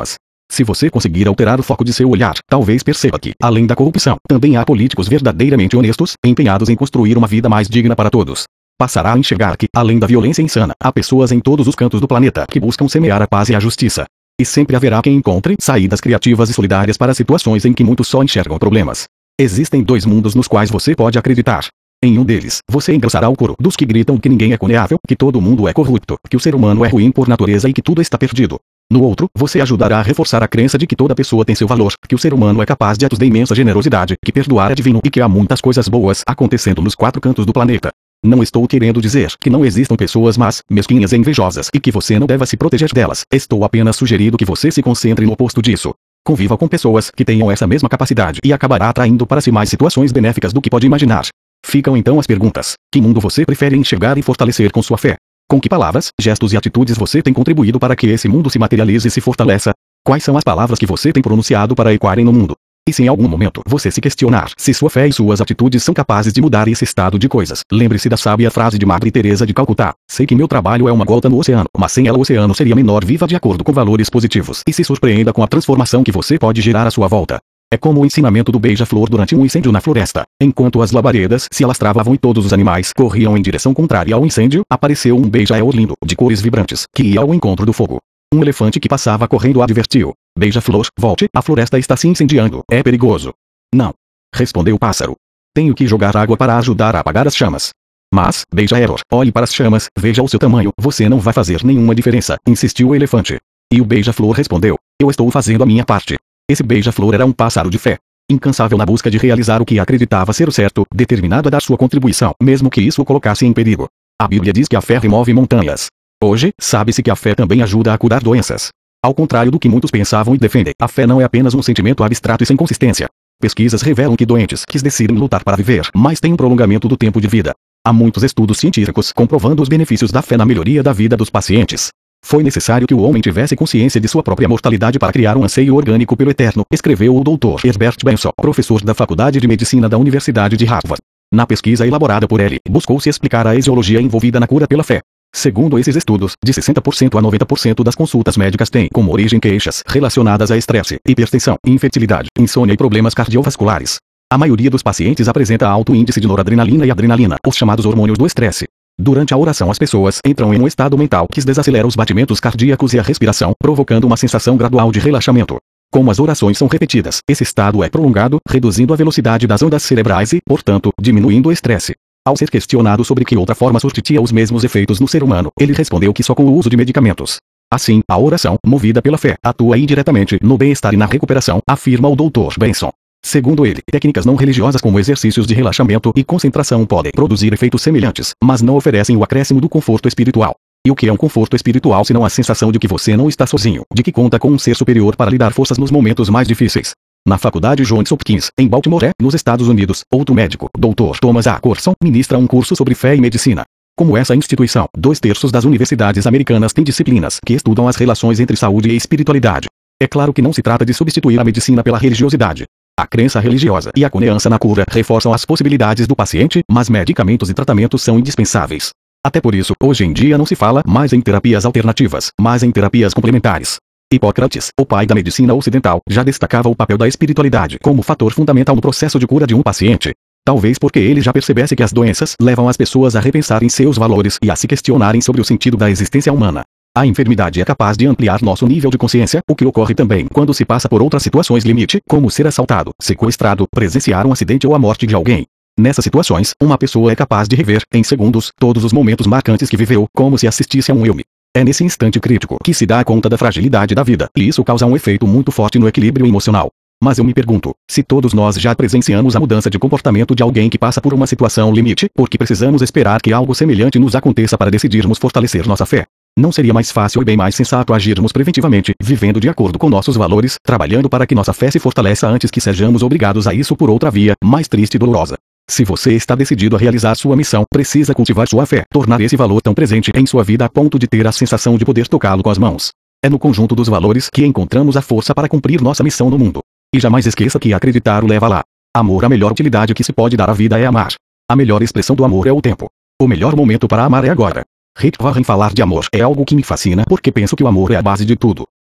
Se você conseguir alterar o foco de seu olhar, talvez perceba que, além da corrupção, também há políticos verdadeiramente honestos, empenhados em construir uma vida mais digna para todos. Passará a enxergar que, além da violência insana, há pessoas em todos os cantos do planeta que buscam semear a paz e a justiça. E sempre haverá quem encontre saídas criativas e solidárias para situações em que muitos só enxergam problemas. Existem dois mundos nos quais você pode acreditar. Em um deles, você engrossará o coro dos que gritam que ninguém é condenável, que todo mundo é corrupto, que o ser humano é ruim por natureza e que tudo está perdido. No outro, você ajudará a reforçar a crença de que toda pessoa tem seu valor, que o ser humano é capaz de atos de imensa generosidade, que perdoar é divino e que há muitas coisas boas acontecendo nos quatro cantos do planeta. Não estou querendo dizer que não existam pessoas más, mesquinhas e invejosas e que você não deva se proteger delas. Estou apenas sugerindo que você se concentre no oposto disso. Conviva com pessoas que tenham essa mesma capacidade e acabará atraindo para si mais situações benéficas do que pode imaginar. Ficam então as perguntas: que mundo você prefere enxergar e fortalecer com sua fé? Com que palavras, gestos e atitudes você tem contribuído para que esse mundo se materialize e se fortaleça? Quais são as palavras que você tem pronunciado para ecoarem no mundo? E se em algum momento você se questionar se sua fé e suas atitudes são capazes de mudar esse estado de coisas, lembre-se da sábia frase de Madre Teresa de Calcutá: sei que meu trabalho é uma gota no oceano, mas sem ela o oceano seria menor. Viva de acordo com valores positivos e se surpreenda com a transformação que você pode gerar à sua volta. É como o ensinamento do beija-flor durante um incêndio na floresta. Enquanto as labaredas se alastravam e todos os animais corriam em direção contrária ao incêndio, apareceu um beija-flor lindo, de cores vibrantes, que ia ao encontro do fogo. Um elefante que passava correndo advertiu: beija-flor, volte, a floresta está se incendiando, é perigoso. Não. Respondeu o pássaro. Tenho que jogar água para ajudar a apagar as chamas. Mas, beija-flor, olhe para as chamas, veja o seu tamanho, você não vai fazer nenhuma diferença, insistiu o elefante. E o beija-flor respondeu: eu estou fazendo a minha parte. Esse beija-flor era um pássaro de fé. Incansável na busca de realizar o que acreditava ser o certo, determinado a dar sua contribuição, mesmo que isso o colocasse em perigo. A Bíblia diz que a fé remove montanhas. Hoje, sabe-se que a fé também ajuda a curar doenças. Ao contrário do que muitos pensavam e defendem, a fé não é apenas um sentimento abstrato e sem consistência. Pesquisas revelam que doentes que decidem lutar para viver mais têm um prolongamento do tempo de vida. Há muitos estudos científicos comprovando os benefícios da fé na melhoria da vida dos pacientes. Foi necessário que o homem tivesse consciência de sua própria mortalidade para criar um anseio orgânico pelo eterno, escreveu o doutor Herbert Benson, professor da Faculdade de Medicina da Universidade de Harvard. Na pesquisa elaborada por ele, buscou-se explicar a etiologia envolvida na cura pela fé. Segundo esses estudos, de sessenta por cento a noventa por cento das consultas médicas têm como origem queixas relacionadas a estresse, hipertensão, infertilidade, insônia e problemas cardiovasculares. A maioria dos pacientes apresenta alto índice de noradrenalina e adrenalina, os chamados hormônios do estresse. Durante a oração as pessoas entram em um estado mental que desacelera os batimentos cardíacos e a respiração, provocando uma sensação gradual de relaxamento. Como as orações são repetidas, esse estado é prolongado, reduzindo a velocidade das ondas cerebrais e, portanto, diminuindo o estresse. Ao ser questionado sobre que outra forma surtiria os mesmos efeitos no ser humano, ele respondeu que só com o uso de medicamentos. Assim, a oração, movida pela fé, atua indiretamente no bem-estar e na recuperação, afirma o doutor Benson. Segundo ele, técnicas não religiosas como exercícios de relaxamento e concentração podem produzir efeitos semelhantes, mas não oferecem o acréscimo do conforto espiritual. E o que é um conforto espiritual senão a sensação de que você não está sozinho, de que conta com um ser superior para lhe dar forças nos momentos mais difíceis? Na Faculdade Johns Hopkins, em Baltimore, nos Estados Unidos, outro médico, doutor Thomas A. Corson, ministra um curso sobre fé e medicina. Como essa instituição, dois terços das universidades americanas têm disciplinas que estudam as relações entre saúde e espiritualidade. É claro que não se trata de substituir a medicina pela religiosidade. A crença religiosa e a confiança na cura reforçam as possibilidades do paciente, mas medicamentos e tratamentos são indispensáveis. Até por isso, hoje em dia não se fala mais em terapias alternativas, mas em terapias complementares. Hipócrates, o pai da medicina ocidental, já destacava o papel da espiritualidade como fator fundamental no processo de cura de um paciente. Talvez porque ele já percebesse que as doenças levam as pessoas a repensarem seus valores e a se questionarem sobre o sentido da existência humana. A enfermidade é capaz de ampliar nosso nível de consciência, o que ocorre também quando se passa por outras situações limite, como ser assaltado, sequestrado, presenciar um acidente ou a morte de alguém. Nessas situações, uma pessoa é capaz de rever, em segundos, todos os momentos marcantes que viveu, como se assistisse a um filme. É nesse instante crítico que se dá conta da fragilidade da vida, e isso causa um efeito muito forte no equilíbrio emocional. Mas eu me pergunto, se todos nós já presenciamos a mudança de comportamento de alguém que passa por uma situação limite, por que precisamos esperar que algo semelhante nos aconteça para decidirmos fortalecer nossa fé? Não seria mais fácil e bem mais sensato agirmos preventivamente, vivendo de acordo com nossos valores, trabalhando para que nossa fé se fortaleça antes que sejamos obrigados a isso por outra via, mais triste e dolorosa? Se você está decidido a realizar sua missão, precisa cultivar sua fé, tornar esse valor tão presente em sua vida a ponto de ter a sensação de poder tocá-lo com as mãos. É no conjunto dos valores que encontramos a força para cumprir nossa missão no mundo. E jamais esqueça que acreditar o leva lá. Amor, a melhor utilidade que se pode dar à vida é amar. A melhor expressão do amor é o tempo. O melhor momento para amar é agora. Rick Warren: falar de amor é algo que me fascina porque penso que o amor é a base de tudo.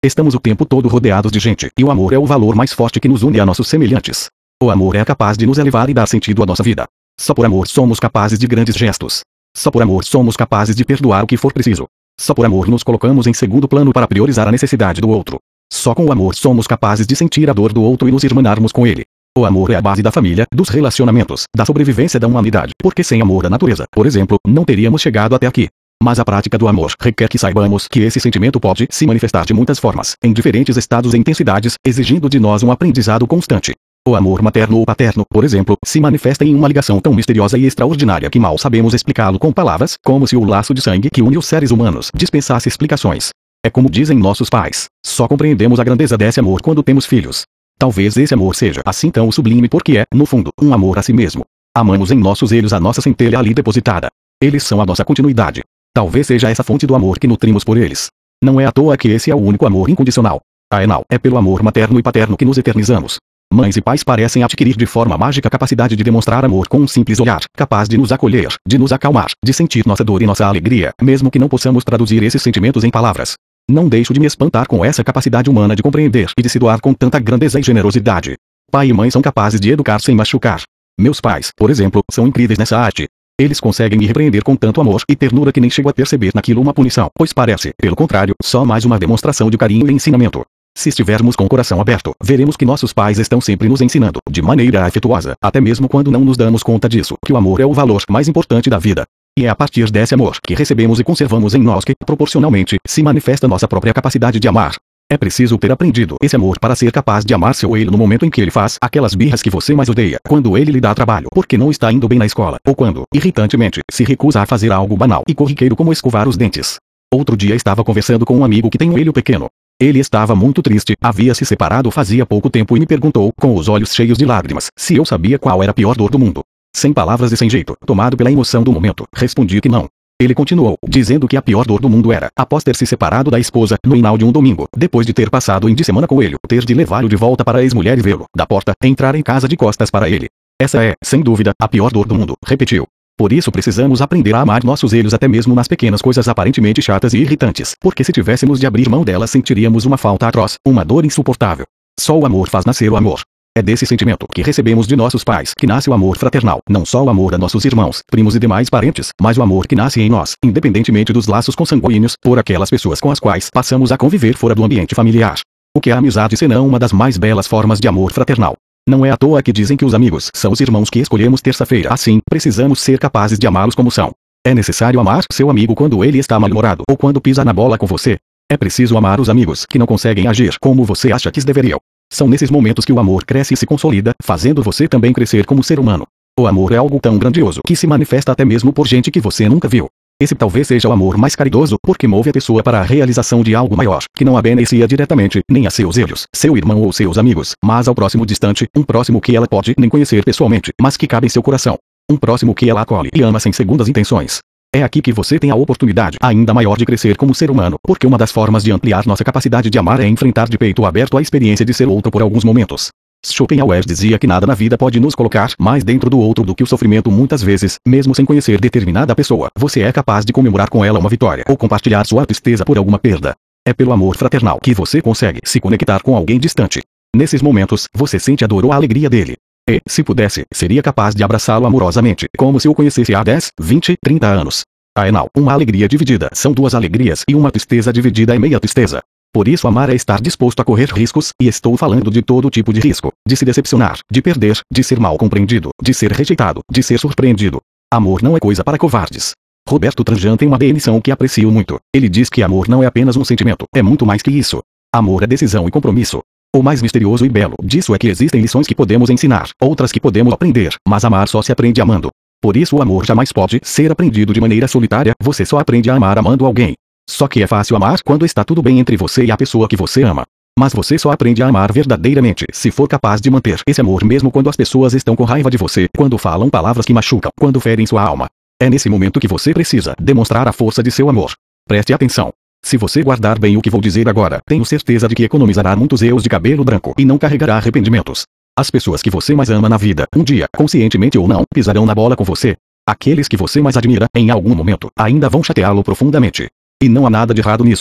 Estamos o tempo todo rodeados de gente, e o amor é o valor mais forte que nos une a nossos semelhantes. O amor é capaz de nos elevar e dar sentido à nossa vida. Só por amor somos capazes de grandes gestos. Só por amor somos capazes de perdoar o que for preciso. Só por amor nos colocamos em segundo plano para priorizar a necessidade do outro. Só com o amor somos capazes de sentir a dor do outro e nos irmanarmos com ele. O amor é a base da família, dos relacionamentos, da sobrevivência da humanidade, porque sem amor da natureza, por exemplo, não teríamos chegado até aqui. Mas a prática do amor requer que saibamos que esse sentimento pode se manifestar de muitas formas, em diferentes estados e intensidades, exigindo de nós um aprendizado constante. O amor materno ou paterno, por exemplo, se manifesta em uma ligação tão misteriosa e extraordinária que mal sabemos explicá-lo com palavras, como se o laço de sangue que une os seres humanos dispensasse explicações. É como dizem nossos pais, só compreendemos a grandeza desse amor quando temos filhos. Talvez esse amor seja assim tão sublime porque é, no fundo, um amor a si mesmo. Amamos em nossos olhos a nossa centelha ali depositada. Eles são a nossa continuidade. Talvez seja essa fonte do amor que nutrimos por eles. Não é à toa que esse é o único amor incondicional. Afinal, é pelo amor materno e paterno que nos eternizamos. Mães e pais parecem adquirir de forma mágica a capacidade de demonstrar amor com um simples olhar, capaz de nos acolher, de nos acalmar, de sentir nossa dor e nossa alegria, mesmo que não possamos traduzir esses sentimentos em palavras. Não deixo de me espantar com essa capacidade humana de compreender e de se doar com tanta grandeza e generosidade. Pai e mãe são capazes de educar sem machucar. Meus pais, por exemplo, são incríveis nessa arte. Eles conseguem me repreender com tanto amor e ternura que nem chego a perceber naquilo uma punição, pois parece, pelo contrário, só mais uma demonstração de carinho e ensinamento. Se estivermos com o coração aberto, veremos que nossos pais estão sempre nos ensinando, de maneira afetuosa, até mesmo quando não nos damos conta disso, que o amor é o valor mais importante da vida. E é a partir desse amor que recebemos e conservamos em nós que, proporcionalmente, se manifesta nossa própria capacidade de amar. É preciso ter aprendido esse amor para ser capaz de amar seu ele no momento em que ele faz aquelas birras que você mais odeia, quando ele lhe dá trabalho porque não está indo bem na escola, ou quando, irritantemente, se recusa a fazer algo banal e corriqueiro como escovar os dentes. Outro dia estava conversando com um amigo que tem um filho pequeno. Ele estava muito triste, havia se separado fazia pouco tempo e me perguntou, com os olhos cheios de lágrimas, se eu sabia qual era a pior dor do mundo. Sem palavras e sem jeito, tomado pela emoção do momento, respondi que não. Ele continuou, dizendo que a pior dor do mundo era, após ter se separado da esposa, no final de um domingo, depois de ter passado um de semana com ele, ter de levá-lo de volta para a ex-mulher e vê-lo, da porta, entrar em casa de costas para ele. Essa é, sem dúvida, a pior dor do mundo, repetiu. Por isso precisamos aprender a amar nossos filhos até mesmo nas pequenas coisas aparentemente chatas e irritantes, porque se tivéssemos de abrir mão delas sentiríamos uma falta atroz, uma dor insuportável. Só o amor faz nascer o amor. É desse sentimento que recebemos de nossos pais que nasce o amor fraternal, não só o amor a nossos irmãos, primos e demais parentes, mas o amor que nasce em nós, independentemente dos laços consanguíneos, por aquelas pessoas com as quais passamos a conviver fora do ambiente familiar. O que é a amizade senão uma das mais belas formas de amor fraternal? Não é à toa que dizem que os amigos são os irmãos que escolhemos terça-feira. Assim, precisamos ser capazes de amá-los como são. É necessário amar seu amigo quando ele está mal-humorado ou quando pisa na bola com você. É preciso amar os amigos que não conseguem agir como você acha que deveriam. São nesses momentos que o amor cresce e se consolida, fazendo você também crescer como ser humano. O amor é algo tão grandioso que se manifesta até mesmo por gente que você nunca viu. Esse talvez seja o amor mais caridoso, porque move a pessoa para a realização de algo maior, que não a beneficia diretamente, nem a seus filhos, seu irmão ou seus amigos, mas ao próximo distante, um próximo que ela pode nem conhecer pessoalmente, mas que cabe em seu coração. Um próximo que ela acolhe e ama sem segundas intenções. É aqui que você tem a oportunidade ainda maior de crescer como ser humano, porque uma das formas de ampliar nossa capacidade de amar é enfrentar de peito aberto a experiência de ser outro por alguns momentos. Schopenhauer dizia que nada na vida pode nos colocar mais dentro do outro do que o sofrimento. Muitas vezes, mesmo sem conhecer determinada pessoa, você é capaz de comemorar com ela uma vitória ou compartilhar sua tristeza por alguma perda. É pelo amor fraternal que você consegue se conectar com alguém distante. Nesses momentos, você sente a dor ou a alegria dele. E, se pudesse, seria capaz de abraçá-lo amorosamente, como se o conhecesse há dez, vinte, trinta anos. Afinal, uma alegria dividida são duas alegrias e uma tristeza dividida é meia tristeza. Por isso amar é estar disposto a correr riscos, e estou falando de todo tipo de risco, de se decepcionar, de perder, de ser mal compreendido, de ser rejeitado, de ser surpreendido. Amor não é coisa para covardes. Roberto Tranjan tem uma definição que aprecio muito. Ele diz que amor não é apenas um sentimento, é muito mais que isso. Amor é decisão e compromisso. O mais misterioso e belo disso é que existem lições que podemos ensinar, outras que podemos aprender, mas amar só se aprende amando. Por isso o amor jamais pode ser aprendido de maneira solitária, você só aprende a amar amando alguém. Só que é fácil amar quando está tudo bem entre você e a pessoa que você ama. Mas você só aprende a amar verdadeiramente se for capaz de manter esse amor mesmo quando as pessoas estão com raiva de você, quando falam palavras que machucam, quando ferem sua alma. É nesse momento que você precisa demonstrar a força de seu amor. Preste atenção. Se você guardar bem o que vou dizer agora, tenho certeza de que economizará muitos erros de cabelo branco e não carregará arrependimentos. As pessoas que você mais ama na vida, um dia, conscientemente ou não, pisarão na bola com você. Aqueles que você mais admira, em algum momento, ainda vão chateá-lo profundamente. E não há nada de errado nisso.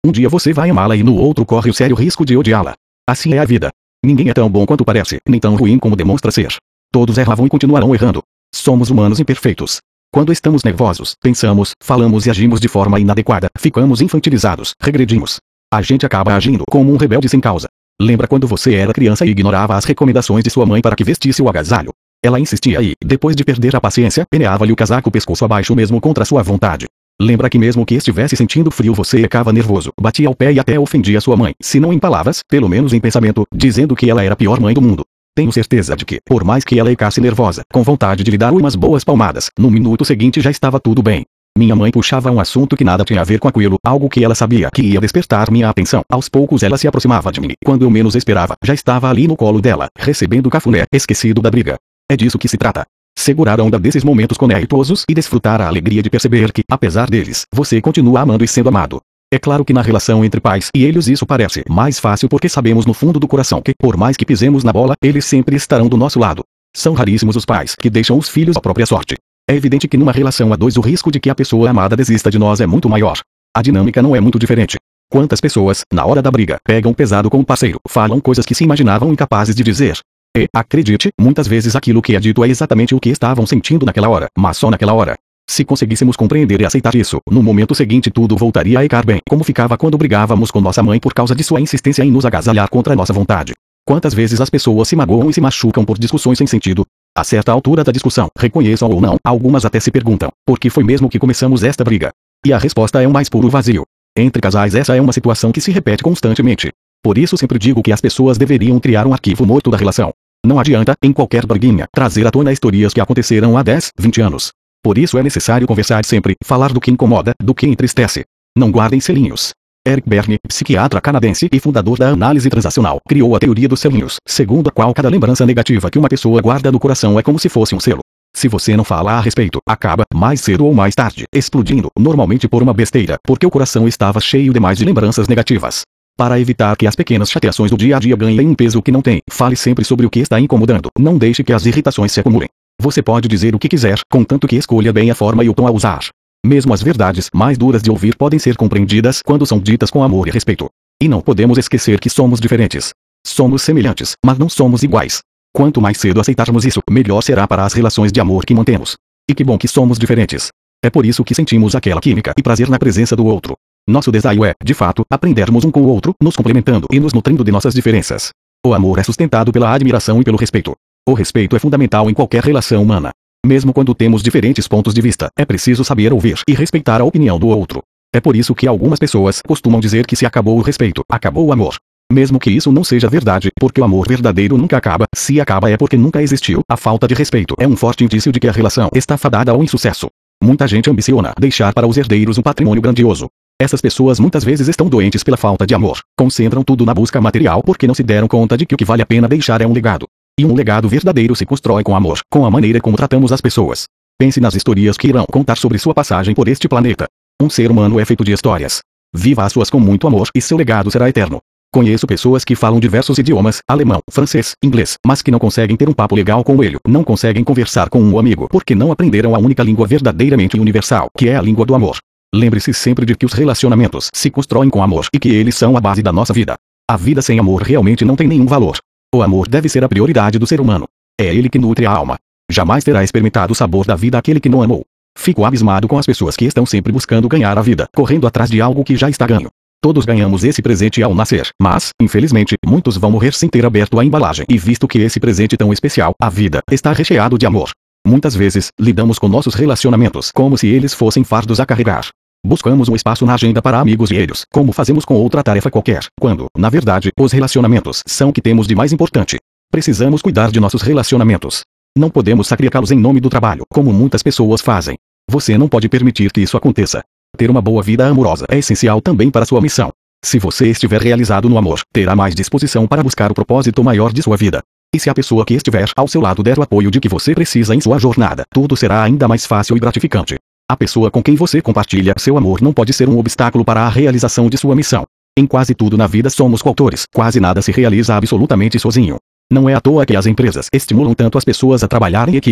Um dia você vai amá-la e no outro corre o sério risco de odiá-la. Assim é a vida. Ninguém é tão bom quanto parece, nem tão ruim como demonstra ser. Todos erravam e continuarão errando. Somos humanos imperfeitos. Quando estamos nervosos, pensamos, falamos e agimos de forma inadequada, ficamos infantilizados, regredimos. A gente acaba agindo como um rebelde sem causa. Lembra quando você era criança e ignorava as recomendações de sua mãe para que vestisse o agasalho? Ela insistia e, depois de perder a paciência, peneava-lhe o casaco pescoço abaixo mesmo contra sua vontade. Lembra que mesmo que estivesse sentindo frio você ficava nervoso, batia o pé e até ofendia sua mãe, se não em palavras, pelo menos em pensamento, dizendo que ela era a pior mãe do mundo. Tenho certeza de que, por mais que ela ficasse nervosa, com vontade de lhe dar umas boas palmadas, no minuto seguinte já estava tudo bem. Minha mãe puxava um assunto que nada tinha a ver com aquilo, algo que ela sabia que ia despertar minha atenção. Aos poucos ela se aproximava de mim. Quando eu menos esperava, já estava ali no colo dela, recebendo cafuné, esquecido da briga. É disso que se trata. Segurar a onda desses momentos conectosos e desfrutar a alegria de perceber que, apesar deles, você continua amando e sendo amado. É claro que na relação entre pais e eles isso parece mais fácil porque sabemos no fundo do coração que, por mais que pisemos na bola, eles sempre estarão do nosso lado. São raríssimos os pais que deixam os filhos à própria sorte. É evidente que numa relação a dois o risco de que a pessoa amada desista de nós é muito maior. A dinâmica não é muito diferente. Quantas pessoas, na hora da briga, pegam pesado com o parceiro, falam coisas que se imaginavam incapazes de dizer. E, acredite, muitas vezes aquilo que é dito é exatamente o que estavam sentindo naquela hora, mas só naquela hora. Se conseguíssemos compreender e aceitar isso, no momento seguinte tudo voltaria a ficar bem, como ficava quando brigávamos com nossa mãe por causa de sua insistência em nos agasalhar contra nossa vontade. Quantas vezes as pessoas se magoam e se machucam por discussões sem sentido? A certa altura da discussão, reconheçam ou não, algumas até se perguntam, por que foi mesmo que começamos esta briga? E a resposta é um mais puro vazio. Entre casais essa é uma situação que se repete constantemente. Por isso sempre digo que as pessoas deveriam criar um arquivo morto da relação. Não adianta, em qualquer briguinha, trazer à tona histórias que aconteceram há dez, vinte anos. Por isso é necessário conversar sempre, falar do que incomoda, do que entristece. Não guardem selinhos. Eric Berne, psiquiatra canadense e fundador da análise transacional, criou a teoria dos selinhos, segundo a qual cada lembrança negativa que uma pessoa guarda no coração é como se fosse um selo. Se você não fala a respeito, acaba, mais cedo ou mais tarde, explodindo, normalmente por uma besteira, porque o coração estava cheio demais de lembranças negativas. Para evitar que as pequenas chateações do dia a dia ganhem um peso que não tem, fale sempre sobre o que está incomodando, não deixe que as irritações se acumulem. Você pode dizer o que quiser, contanto que escolha bem a forma e o tom a usar. Mesmo as verdades mais duras de ouvir podem ser compreendidas quando são ditas com amor e respeito. E não podemos esquecer que somos diferentes. Somos semelhantes, mas não somos iguais. Quanto mais cedo aceitarmos isso, melhor será para as relações de amor que mantemos. E que bom que somos diferentes. É por isso que sentimos aquela química e prazer na presença do outro. Nosso desejo é, de fato, aprendermos um com o outro, nos complementando e nos nutrindo de nossas diferenças. O amor é sustentado pela admiração e pelo respeito. O respeito é fundamental em qualquer relação humana. Mesmo quando temos diferentes pontos de vista, é preciso saber ouvir e respeitar a opinião do outro. É por isso que algumas pessoas costumam dizer que se acabou o respeito, acabou o amor. Mesmo que isso não seja verdade, porque o amor verdadeiro nunca acaba, se acaba é porque nunca existiu. A falta de respeito é um forte indício de que a relação está fadada ao insucesso. Muita gente ambiciona deixar para os herdeiros um patrimônio grandioso. Essas pessoas muitas vezes estão doentes pela falta de amor. Concentram tudo na busca material porque não se deram conta de que o que vale a pena deixar é um legado. E um legado verdadeiro se constrói com amor, com a maneira como tratamos as pessoas. Pense nas histórias que irão contar sobre sua passagem por este planeta. Um ser humano é feito de histórias. Viva as suas com muito amor e seu legado será eterno. Conheço pessoas que falam diversos idiomas, alemão, francês, inglês, mas que não conseguem ter um papo legal com ele, não conseguem conversar com um amigo porque não aprenderam a única língua verdadeiramente universal, que é a língua do amor. Lembre-se sempre de que os relacionamentos se constroem com amor e que eles são a base da nossa vida. A vida sem amor realmente não tem nenhum valor. O amor deve ser a prioridade do ser humano. É ele que nutre a alma. Jamais terá experimentado o sabor da vida aquele que não amou. Fico abismado com as pessoas que estão sempre buscando ganhar a vida, correndo atrás de algo que já está ganho. Todos ganhamos esse presente ao nascer, mas, infelizmente, muitos vão morrer sem ter aberto a embalagem e visto que esse presente tão especial, a vida, está recheado de amor. Muitas vezes, lidamos com nossos relacionamentos como se eles fossem fardos a carregar. Buscamos um espaço na agenda para amigos e eles, como fazemos com outra tarefa qualquer, quando, na verdade, os relacionamentos são o que temos de mais importante. Precisamos cuidar de nossos relacionamentos. Não podemos sacrificá-los em nome do trabalho, como muitas pessoas fazem. Você não pode permitir que isso aconteça. Ter uma boa vida amorosa é essencial também para sua missão. Se você estiver realizado no amor, terá mais disposição para buscar o propósito maior de sua vida. E se a pessoa que estiver ao seu lado der o apoio de que você precisa em sua jornada, tudo será ainda mais fácil e gratificante. A pessoa com quem você compartilha seu amor não pode ser um obstáculo para a realização de sua missão. Em quase tudo na vida somos coautores, quase nada se realiza absolutamente sozinho. Não é à toa que as empresas estimulam tanto as pessoas a trabalhar em equipe.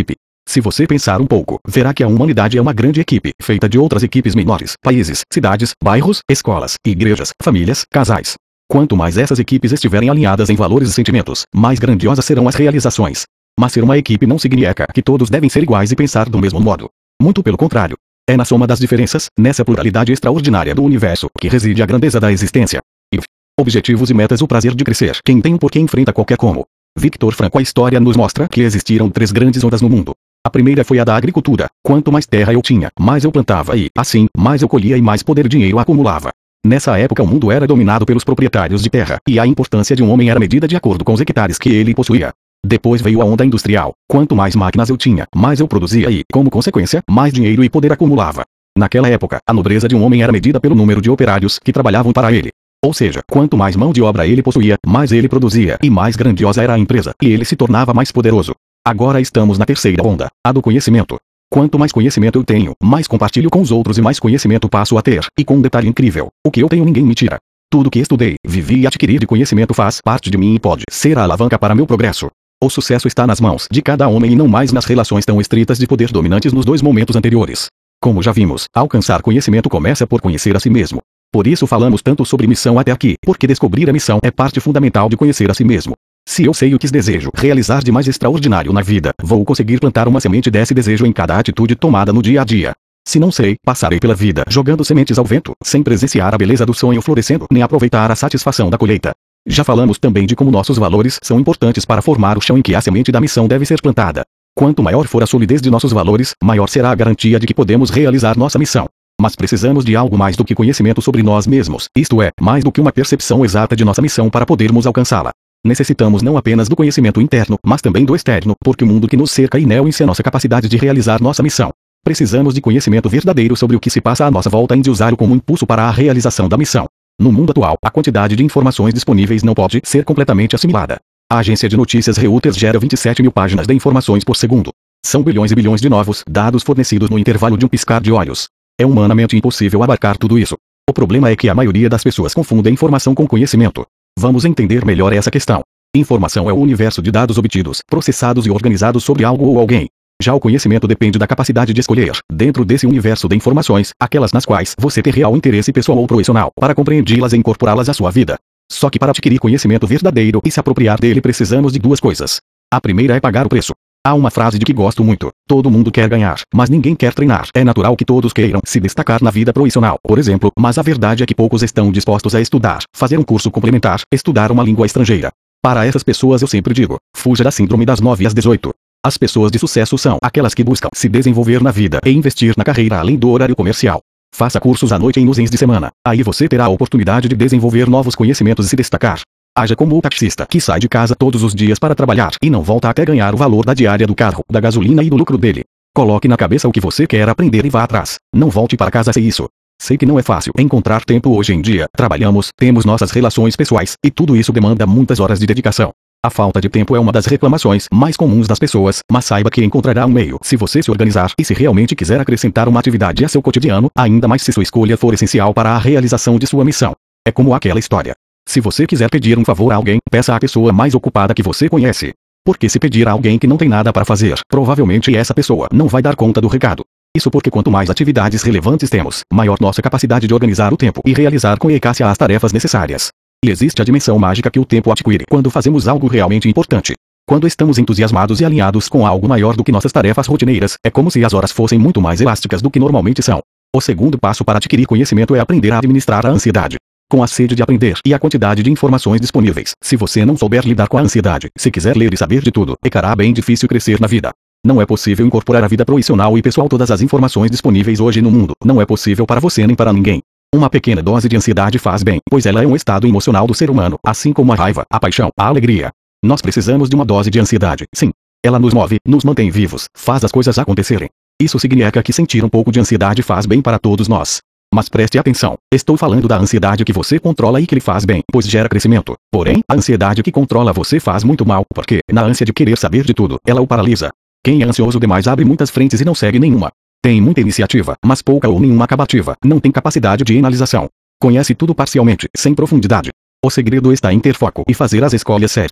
Se você pensar um pouco, verá que a humanidade é uma grande equipe, feita de outras equipes menores, países, cidades, bairros, escolas, igrejas, famílias, casais. Quanto mais essas equipes estiverem alinhadas em valores e sentimentos, mais grandiosas serão as realizações. Mas ser uma equipe não significa que todos devem ser iguais e pensar do mesmo modo. Muito pelo contrário. É na soma das diferenças, nessa pluralidade extraordinária do universo, que reside a grandeza da existência. E objetivos e metas, o prazer de crescer. Quem tem um porquê enfrenta qualquer como. Victor Frankl. A história nos mostra que existiram três grandes ondas no mundo. A primeira foi a da agricultura. Quanto mais terra eu tinha, mais eu plantava e, assim, mais eu colhia e mais poder e dinheiro acumulava. Nessa época o mundo era dominado pelos proprietários de terra, e a importância de um homem era medida de acordo com os hectares que ele possuía. Depois veio a onda industrial. Quanto mais máquinas eu tinha, mais eu produzia e, como consequência, mais dinheiro e poder acumulava. Naquela época, a nobreza de um homem era medida pelo número de operários que trabalhavam para ele. Ou seja, quanto mais mão de obra ele possuía, mais ele produzia e mais grandiosa era a empresa, e ele se tornava mais poderoso. Agora estamos na terceira onda, a do conhecimento. Quanto mais conhecimento eu tenho, mais compartilho com os outros e mais conhecimento passo a ter, e com um detalhe incrível, o que eu tenho ninguém me tira. Tudo que estudei, vivi e adquiri de conhecimento faz parte de mim e pode ser a alavanca para meu progresso. O sucesso está nas mãos de cada homem e não mais nas relações tão estritas de poder dominantes nos dois momentos anteriores. Como já vimos, alcançar conhecimento começa por conhecer a si mesmo. Por isso falamos tanto sobre missão até aqui, porque descobrir a missão é parte fundamental de conhecer a si mesmo. Se eu sei o que desejo realizar de mais extraordinário na vida, vou conseguir plantar uma semente desse desejo em cada atitude tomada no dia a dia. Se não sei, passarei pela vida jogando sementes ao vento, sem presenciar a beleza do sonho florescendo, nem aproveitar a satisfação da colheita. Já falamos também de como nossos valores são importantes para formar o chão em que a semente da missão deve ser plantada. Quanto maior for a solidez de nossos valores, maior será a garantia de que podemos realizar nossa missão. Mas precisamos de algo mais do que conhecimento sobre nós mesmos, isto é, mais do que uma percepção exata de nossa missão para podermos alcançá-la. Necessitamos não apenas do conhecimento interno, mas também do externo, porque o mundo que nos cerca inibe-se a nossa capacidade de realizar nossa missão. Precisamos de conhecimento verdadeiro sobre o que se passa à nossa volta e de usá-lo como impulso para a realização da missão. No mundo atual, a quantidade de informações disponíveis não pode ser completamente assimilada. A agência de notícias Reuters gera vinte e sete mil páginas de informações por segundo. São bilhões e bilhões de novos dados fornecidos no intervalo de um piscar de olhos. É humanamente impossível abarcar tudo isso. O problema é que a maioria das pessoas confunde informação com conhecimento. Vamos entender melhor essa questão. Informação é o universo de dados obtidos, processados e organizados sobre algo ou alguém. Já o conhecimento depende da capacidade de escolher, dentro desse universo de informações, aquelas nas quais você tem real interesse pessoal ou profissional, para compreendê-las e incorporá-las à sua vida. Só que para adquirir conhecimento verdadeiro e se apropriar dele precisamos de duas coisas. A primeira é pagar o preço. Há uma frase de que gosto muito: todo mundo quer ganhar, mas ninguém quer treinar. É natural que todos queiram se destacar na vida profissional, por exemplo, mas a verdade é que poucos estão dispostos a estudar, fazer um curso complementar, estudar uma língua estrangeira. Para essas pessoas eu sempre digo, fuja da síndrome das nove às dezoito. As pessoas de sucesso são aquelas que buscam se desenvolver na vida e investir na carreira além do horário comercial. Faça cursos à noite e nos fins de semana. Aí você terá a oportunidade de desenvolver novos conhecimentos e se destacar. Haja como o taxista que sai de casa todos os dias para trabalhar e não volta até ganhar o valor da diária do carro, da gasolina e do lucro dele. Coloque na cabeça o que você quer aprender e vá atrás. Não volte para casa sem isso. Sei que não é fácil encontrar tempo hoje em dia. Trabalhamos, temos nossas relações pessoais, e tudo isso demanda muitas horas de dedicação. A falta de tempo é uma das reclamações mais comuns das pessoas, mas saiba que encontrará um meio se você se organizar e se realmente quiser acrescentar uma atividade a seu cotidiano, ainda mais se sua escolha for essencial para a realização de sua missão. É como aquela história. Se você quiser pedir um favor a alguém, peça à pessoa mais ocupada que você conhece. Porque se pedir a alguém que não tem nada para fazer, provavelmente essa pessoa não vai dar conta do recado. Isso porque quanto mais atividades relevantes temos, maior nossa capacidade de organizar o tempo e realizar com eficácia as tarefas necessárias. E existe a dimensão mágica que o tempo adquire quando fazemos algo realmente importante. Quando estamos entusiasmados e alinhados com algo maior do que nossas tarefas rotineiras, é como se as horas fossem muito mais elásticas do que normalmente são. O segundo passo para adquirir conhecimento é aprender a administrar a ansiedade. Com a sede de aprender e a quantidade de informações disponíveis, se você não souber lidar com a ansiedade, se quiser ler e saber de tudo, ficará bem difícil crescer na vida. Não é possível incorporar à vida profissional e pessoal todas as informações disponíveis hoje no mundo. Não é possível para você nem para ninguém. Uma pequena dose de ansiedade faz bem, pois ela é um estado emocional do ser humano, assim como a raiva, a paixão, a alegria. Nós precisamos de uma dose de ansiedade, sim. Ela nos move, nos mantém vivos, faz as coisas acontecerem. Isso significa que sentir um pouco de ansiedade faz bem para todos nós. Mas preste atenção, estou falando da ansiedade que você controla e que lhe faz bem, pois gera crescimento. Porém, a ansiedade que controla você faz muito mal, porque, na ânsia de querer saber de tudo, ela o paralisa. Quem é ansioso demais abre muitas frentes e não segue nenhuma. Tem muita iniciativa, mas pouca ou nenhuma acabativa. Não tem capacidade de analisação. Conhece tudo parcialmente, sem profundidade. O segredo está em ter foco e fazer as escolhas certas.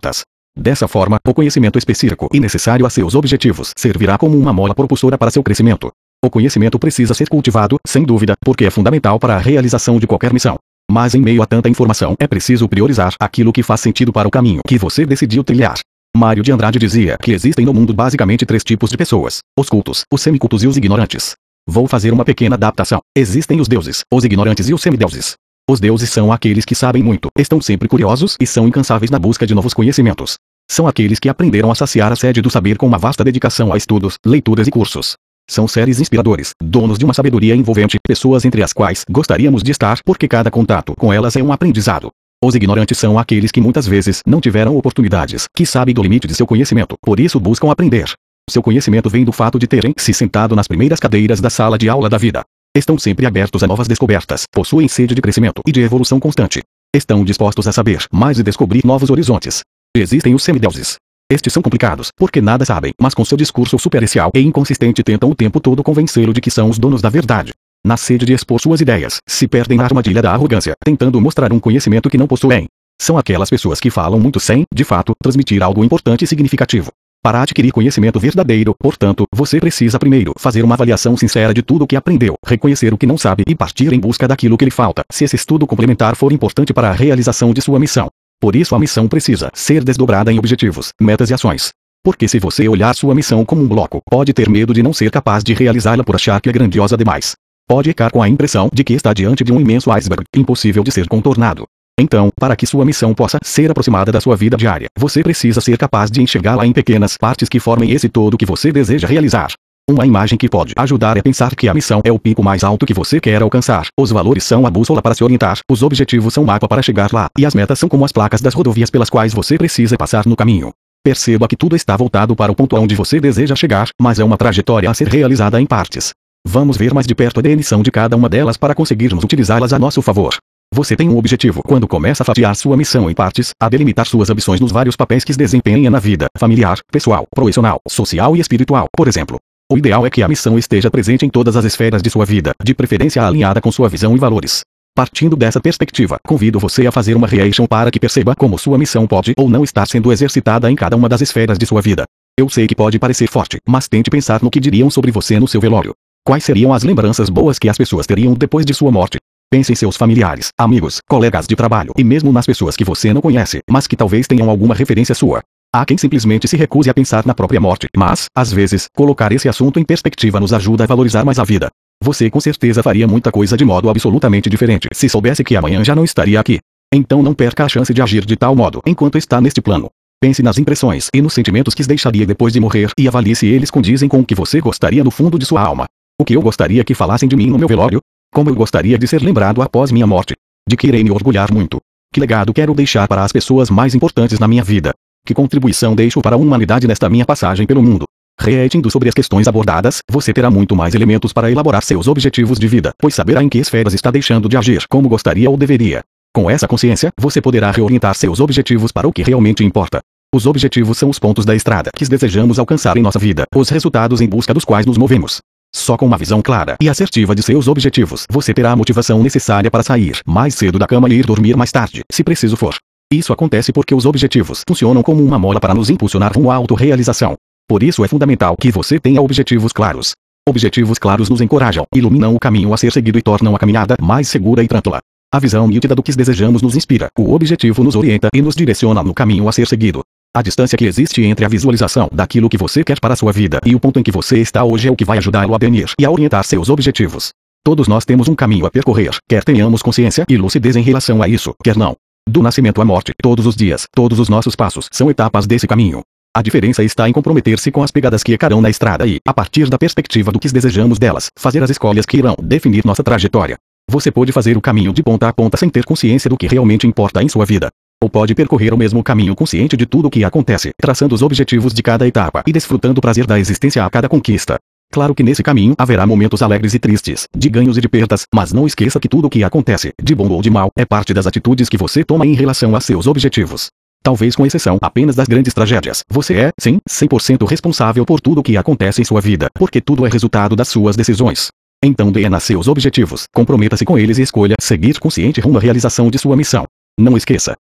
Dessa forma, o conhecimento específico e necessário a seus objetivos servirá como uma mola propulsora para seu crescimento. O conhecimento precisa ser cultivado, sem dúvida, porque é fundamental para a realização de qualquer missão. Mas em meio a tanta informação, é preciso priorizar aquilo que faz sentido para o caminho que você decidiu trilhar. Mário de Andrade dizia que existem no mundo basicamente três tipos de pessoas: os cultos, os semicultos e os ignorantes. Vou fazer uma pequena adaptação. Existem os deuses, os ignorantes e os semideuses. Os deuses são aqueles que sabem muito, estão sempre curiosos e são incansáveis na busca de novos conhecimentos. São aqueles que aprenderam a saciar a sede do saber com uma vasta dedicação a estudos, leituras e cursos. São seres inspiradores, donos de uma sabedoria envolvente, pessoas entre as quais gostaríamos de estar porque cada contato com elas é um aprendizado. Os ignorantes são aqueles que muitas vezes não tiveram oportunidades, que sabem do limite de seu conhecimento, por isso buscam aprender. Seu conhecimento vem do fato de terem se sentado nas primeiras cadeiras da sala de aula da vida. Estão sempre abertos a novas descobertas, possuem sede de crescimento e de evolução constante. Estão dispostos a saber mais e descobrir novos horizontes. Existem os semideuses. Estes são complicados, porque nada sabem, mas com seu discurso superficial e inconsistente tentam o tempo todo convencê-lo de que são os donos da verdade. Na sede de expor suas ideias, se perdem na armadilha da arrogância, tentando mostrar um conhecimento que não possuem. São aquelas pessoas que falam muito sem, de fato, transmitir algo importante e significativo. Para adquirir conhecimento verdadeiro, portanto, você precisa primeiro fazer uma avaliação sincera de tudo o que aprendeu, reconhecer o que não sabe e partir em busca daquilo que lhe falta, se esse estudo complementar for importante para a realização de sua missão. Por isso a missão precisa ser desdobrada em objetivos, metas e ações. Porque se você olhar sua missão como um bloco, pode ter medo de não ser capaz de realizá-la por achar que é grandiosa demais. Pode ficar com a impressão de que está diante de um imenso iceberg, impossível de ser contornado. Então, para que sua missão possa ser aproximada da sua vida diária, você precisa ser capaz de enxergá-la em pequenas partes que formem esse todo que você deseja realizar. Uma imagem que pode ajudar é pensar que a missão é o pico mais alto que você quer alcançar, os valores são a bússola para se orientar, os objetivos são o mapa para chegar lá, e as metas são como as placas das rodovias pelas quais você precisa passar no caminho. Perceba que tudo está voltado para o ponto onde você deseja chegar, mas é uma trajetória a ser realizada em partes. Vamos ver mais de perto a definição de cada uma delas para conseguirmos utilizá-las a nosso favor. Você tem um objetivo quando começa a fatiar sua missão em partes, a delimitar suas ambições nos vários papéis que desempenha na vida, familiar, pessoal, profissional, social e espiritual, por exemplo. O ideal é que a missão esteja presente em todas as esferas de sua vida, de preferência alinhada com sua visão e valores. Partindo dessa perspectiva, convido você a fazer uma reaction para que perceba como sua missão pode ou não estar sendo exercitada em cada uma das esferas de sua vida. Eu sei que pode parecer forte, mas tente pensar no que diriam sobre você no seu velório. Quais seriam as lembranças boas que as pessoas teriam depois de sua morte? Pense em seus familiares, amigos, colegas de trabalho e mesmo nas pessoas que você não conhece, mas que talvez tenham alguma referência sua. Há quem simplesmente se recuse a pensar na própria morte, mas, às vezes, colocar esse assunto em perspectiva nos ajuda a valorizar mais a vida. Você com certeza faria muita coisa de modo absolutamente diferente se soubesse que amanhã já não estaria aqui. Então não perca a chance de agir de tal modo enquanto está neste plano. Pense nas impressões e nos sentimentos que deixaria depois de morrer e avalie se eles condizem com o que você gostaria no fundo de sua alma. O que eu gostaria que falassem de mim no meu velório? Como eu gostaria de ser lembrado após minha morte? De que irei me orgulhar muito? Que legado quero deixar para as pessoas mais importantes na minha vida? Que contribuição deixo para a humanidade nesta minha passagem pelo mundo? Refletindo sobre as questões abordadas, você terá muito mais elementos para elaborar seus objetivos de vida, pois saberá em que esferas está deixando de agir como gostaria ou deveria. Com essa consciência, você poderá reorientar seus objetivos para o que realmente importa. Os objetivos são os pontos da estrada que desejamos alcançar em nossa vida, os resultados em busca dos quais nos movemos. Só com uma visão clara e assertiva de seus objetivos, você terá a motivação necessária para sair mais cedo da cama e ir dormir mais tarde, se preciso for. Isso acontece porque os objetivos funcionam como uma mola para nos impulsionar rumo à autorrealização. Por isso é fundamental que você tenha objetivos claros. Objetivos claros nos encorajam, iluminam o caminho a ser seguido e tornam a caminhada mais segura e tranquila. A visão nítida do que desejamos nos inspira, o objetivo nos orienta e nos direciona no caminho a ser seguido. A distância que existe entre a visualização daquilo que você quer para a sua vida e o ponto em que você está hoje é o que vai ajudá-lo a definir e a orientar seus objetivos. Todos nós temos um caminho a percorrer, quer tenhamos consciência e lucidez em relação a isso, quer não. Do nascimento à morte, todos os dias, todos os nossos passos são etapas desse caminho. A diferença está em comprometer-se com as pegadas que ecarão na estrada e, a partir da perspectiva do que desejamos delas, fazer as escolhas que irão definir nossa trajetória. Você pode fazer o caminho de ponta a ponta sem ter consciência do que realmente importa em sua vida. Ou pode percorrer o mesmo caminho consciente de tudo o que acontece, traçando os objetivos de cada etapa e desfrutando o prazer da existência a cada conquista. Claro que nesse caminho haverá momentos alegres e tristes, de ganhos e de perdas, mas não esqueça que tudo o que acontece, de bom ou de mal, é parte das atitudes que você toma em relação a seus objetivos. Talvez com exceção apenas das grandes tragédias, você é, sim, cem por cento responsável por tudo o que acontece em sua vida, porque tudo é resultado das suas decisões. Então dê a seus objetivos, comprometa-se com eles e escolha seguir consciente rumo à realização de sua missão. Não esqueça.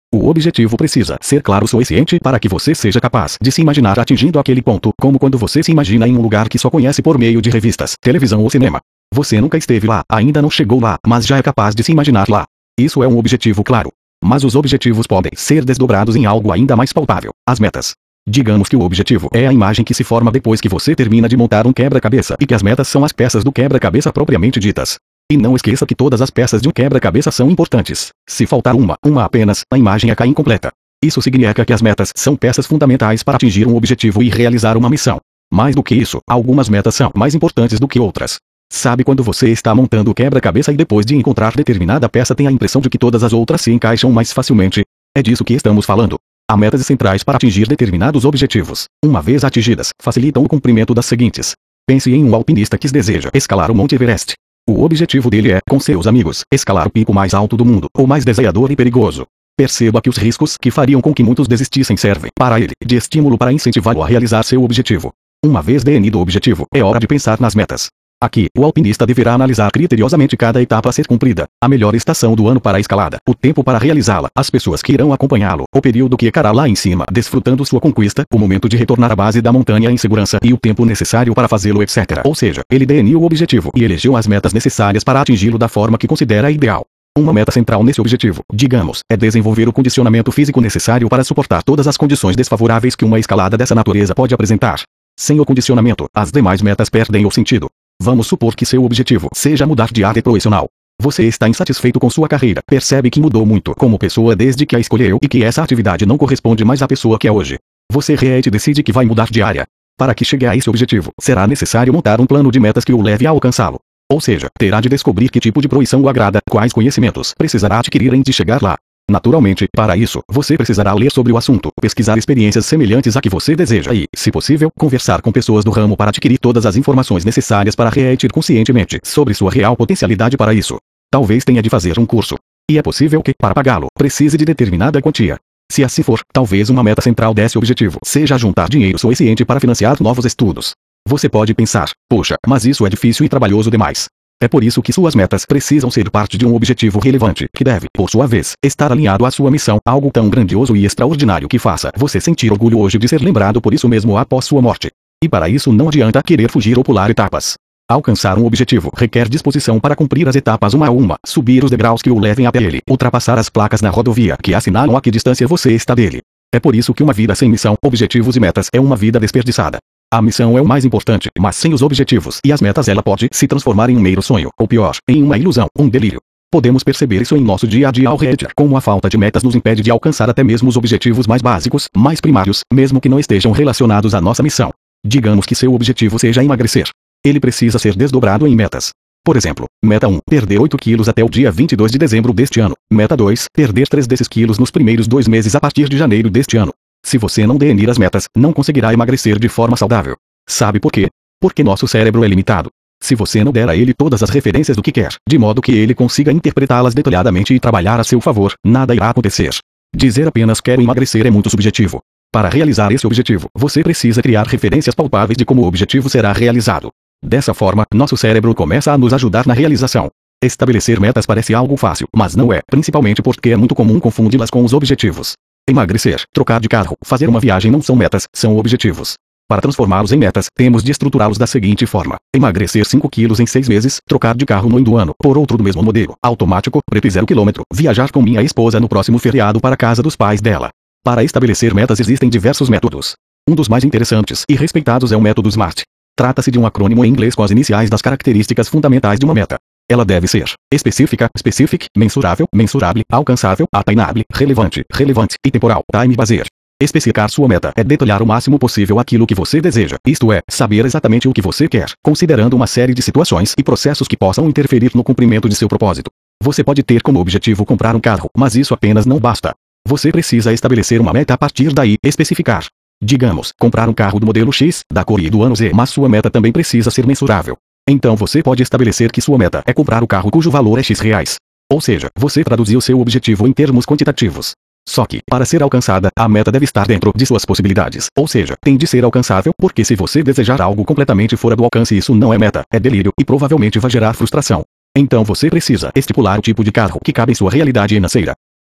O objetivo precisa ser claro o suficiente para que você seja capaz de se imaginar atingindo aquele ponto, como quando você se imagina em um lugar que só conhece por meio de revistas, televisão ou cinema. Você nunca esteve lá, ainda não chegou lá, mas já é capaz de se imaginar lá. Isso é um objetivo claro. Mas os objetivos podem ser desdobrados em algo ainda mais palpável: as metas. Digamos que o objetivo é a imagem que se forma depois que você termina de montar um quebra-cabeça e que as metas são as peças do quebra-cabeça propriamente ditas. E não esqueça que todas as peças de um quebra-cabeça são importantes. Se faltar uma, uma apenas, a imagem é incompleta. Isso significa que as metas são peças fundamentais para atingir um objetivo e realizar uma missão. Mais do que isso, algumas metas são mais importantes do que outras. Sabe quando você está montando o quebra-cabeça e depois de encontrar determinada peça tem a impressão de que todas as outras se encaixam mais facilmente? É disso que estamos falando. Há metas centrais para atingir determinados objetivos. Uma vez atingidas, facilitam o cumprimento das seguintes. Pense em um alpinista que deseja escalar o Monte Everest. O objetivo dele é, com seus amigos, escalar o pico mais alto do mundo, o mais desafiador e perigoso. Perceba que os riscos que fariam com que muitos desistissem servem para ele de estímulo para incentivá-lo a realizar seu objetivo. Uma vez definido o objetivo, é hora de pensar nas metas. Aqui, o alpinista deverá analisar criteriosamente cada etapa a ser cumprida, a melhor estação do ano para a escalada, o tempo para realizá-la, as pessoas que irão acompanhá-lo, o período que ficará lá em cima desfrutando sua conquista, o momento de retornar à base da montanha em segurança e o tempo necessário para fazê-lo, etcétera. Ou seja, ele definiu o objetivo e elegeu as metas necessárias para atingi-lo da forma que considera ideal. Uma meta central nesse objetivo, digamos, é desenvolver o condicionamento físico necessário para suportar todas as condições desfavoráveis que uma escalada dessa natureza pode apresentar. Sem o condicionamento, as demais metas perdem o sentido. Vamos supor que seu objetivo seja mudar de área profissional. Você está insatisfeito com sua carreira, percebe que mudou muito como pessoa desde que a escolheu e que essa atividade não corresponde mais à pessoa que é hoje. Você realmente decide que vai mudar de área. Para que chegue a esse objetivo, será necessário montar um plano de metas que o leve a alcançá-lo. Ou seja, terá de descobrir que tipo de profissão o agrada, quais conhecimentos precisará adquirir antes de chegar lá. Naturalmente, para isso, você precisará ler sobre o assunto, pesquisar experiências semelhantes à que você deseja e, se possível, conversar com pessoas do ramo para adquirir todas as informações necessárias para refletir conscientemente sobre sua real potencialidade para isso. Talvez tenha de fazer um curso. E é possível que, para pagá-lo, precise de determinada quantia. Se assim for, talvez uma meta central desse objetivo seja juntar dinheiro suficiente para financiar novos estudos. Você pode pensar, poxa, mas isso é difícil e trabalhoso demais. É por isso que suas metas precisam ser parte de um objetivo relevante, que deve, por sua vez, estar alinhado à sua missão, algo tão grandioso e extraordinário que faça você sentir orgulho hoje de ser lembrado por isso mesmo após sua morte. E para isso não adianta querer fugir ou pular etapas. Alcançar um objetivo requer disposição para cumprir as etapas uma a uma, subir os degraus que o levem até ele, ultrapassar as placas na rodovia que assinalam a que distância você está dele. É por isso que uma vida sem missão, objetivos e metas é uma vida desperdiçada. A missão é o mais importante, mas sem os objetivos e as metas ela pode se transformar em um mero sonho, ou pior, em uma ilusão, um delírio. Podemos perceber isso em nosso dia a dia ao reagir, como a falta de metas nos impede de alcançar até mesmo os objetivos mais básicos, mais primários, mesmo que não estejam relacionados à nossa missão. Digamos que seu objetivo seja emagrecer. Ele precisa ser desdobrado em metas. Por exemplo, meta um, perder oito quilos até o dia vinte e dois de dezembro deste ano. Meta dois, perder três desses quilos nos primeiros dois meses a partir de janeiro deste ano. Se você não definir as metas, não conseguirá emagrecer de forma saudável. Sabe por quê? Porque nosso cérebro é limitado. Se você não der a ele todas as referências do que quer, de modo que ele consiga interpretá-las detalhadamente e trabalhar a seu favor, nada irá acontecer. Dizer apenas quero emagrecer é muito subjetivo. Para realizar esse objetivo, você precisa criar referências palpáveis de como o objetivo será realizado. Dessa forma, nosso cérebro começa a nos ajudar na realização. Estabelecer metas parece algo fácil, mas não é, principalmente porque é muito comum confundi-las com os objetivos. Emagrecer, trocar de carro, fazer uma viagem não são metas, são objetivos. Para transformá-los em metas, temos de estruturá-los da seguinte forma: emagrecer cinco quilos em seis meses, trocar de carro no indo ano por outro do mesmo modelo, automático, preto e zero quilômetro, viajar com minha esposa no próximo feriado para a casa dos pais dela. Para estabelecer metas existem diversos métodos. Um dos mais interessantes e respeitados é o método SMART. Trata-se de um acrônimo em inglês com as iniciais das características fundamentais de uma meta. Ela deve ser específica, specific, mensurável, mensurável, alcançável, attainable, relevante, relevante e temporal, time-based. Especificar sua meta é detalhar o máximo possível aquilo que você deseja, isto é, saber exatamente o que você quer, considerando uma série de situações e processos que possam interferir no cumprimento de seu propósito. Você pode ter como objetivo comprar um carro, mas isso apenas não basta. Você precisa estabelecer uma meta a partir daí, especificar. Digamos, comprar um carro do modelo X, da cor e do ano Z, mas sua meta também precisa ser mensurável. Então você pode estabelecer que sua meta é comprar o carro cujo valor é X reais. Ou seja, você traduziu seu objetivo em termos quantitativos. Só que, para ser alcançada, a meta deve estar dentro de suas possibilidades. Ou seja, tem de ser alcançável, porque se você desejar algo completamente fora do alcance, isso não é meta, é delírio e provavelmente vai gerar frustração. Então você precisa estipular o tipo de carro que cabe em sua realidade financeira.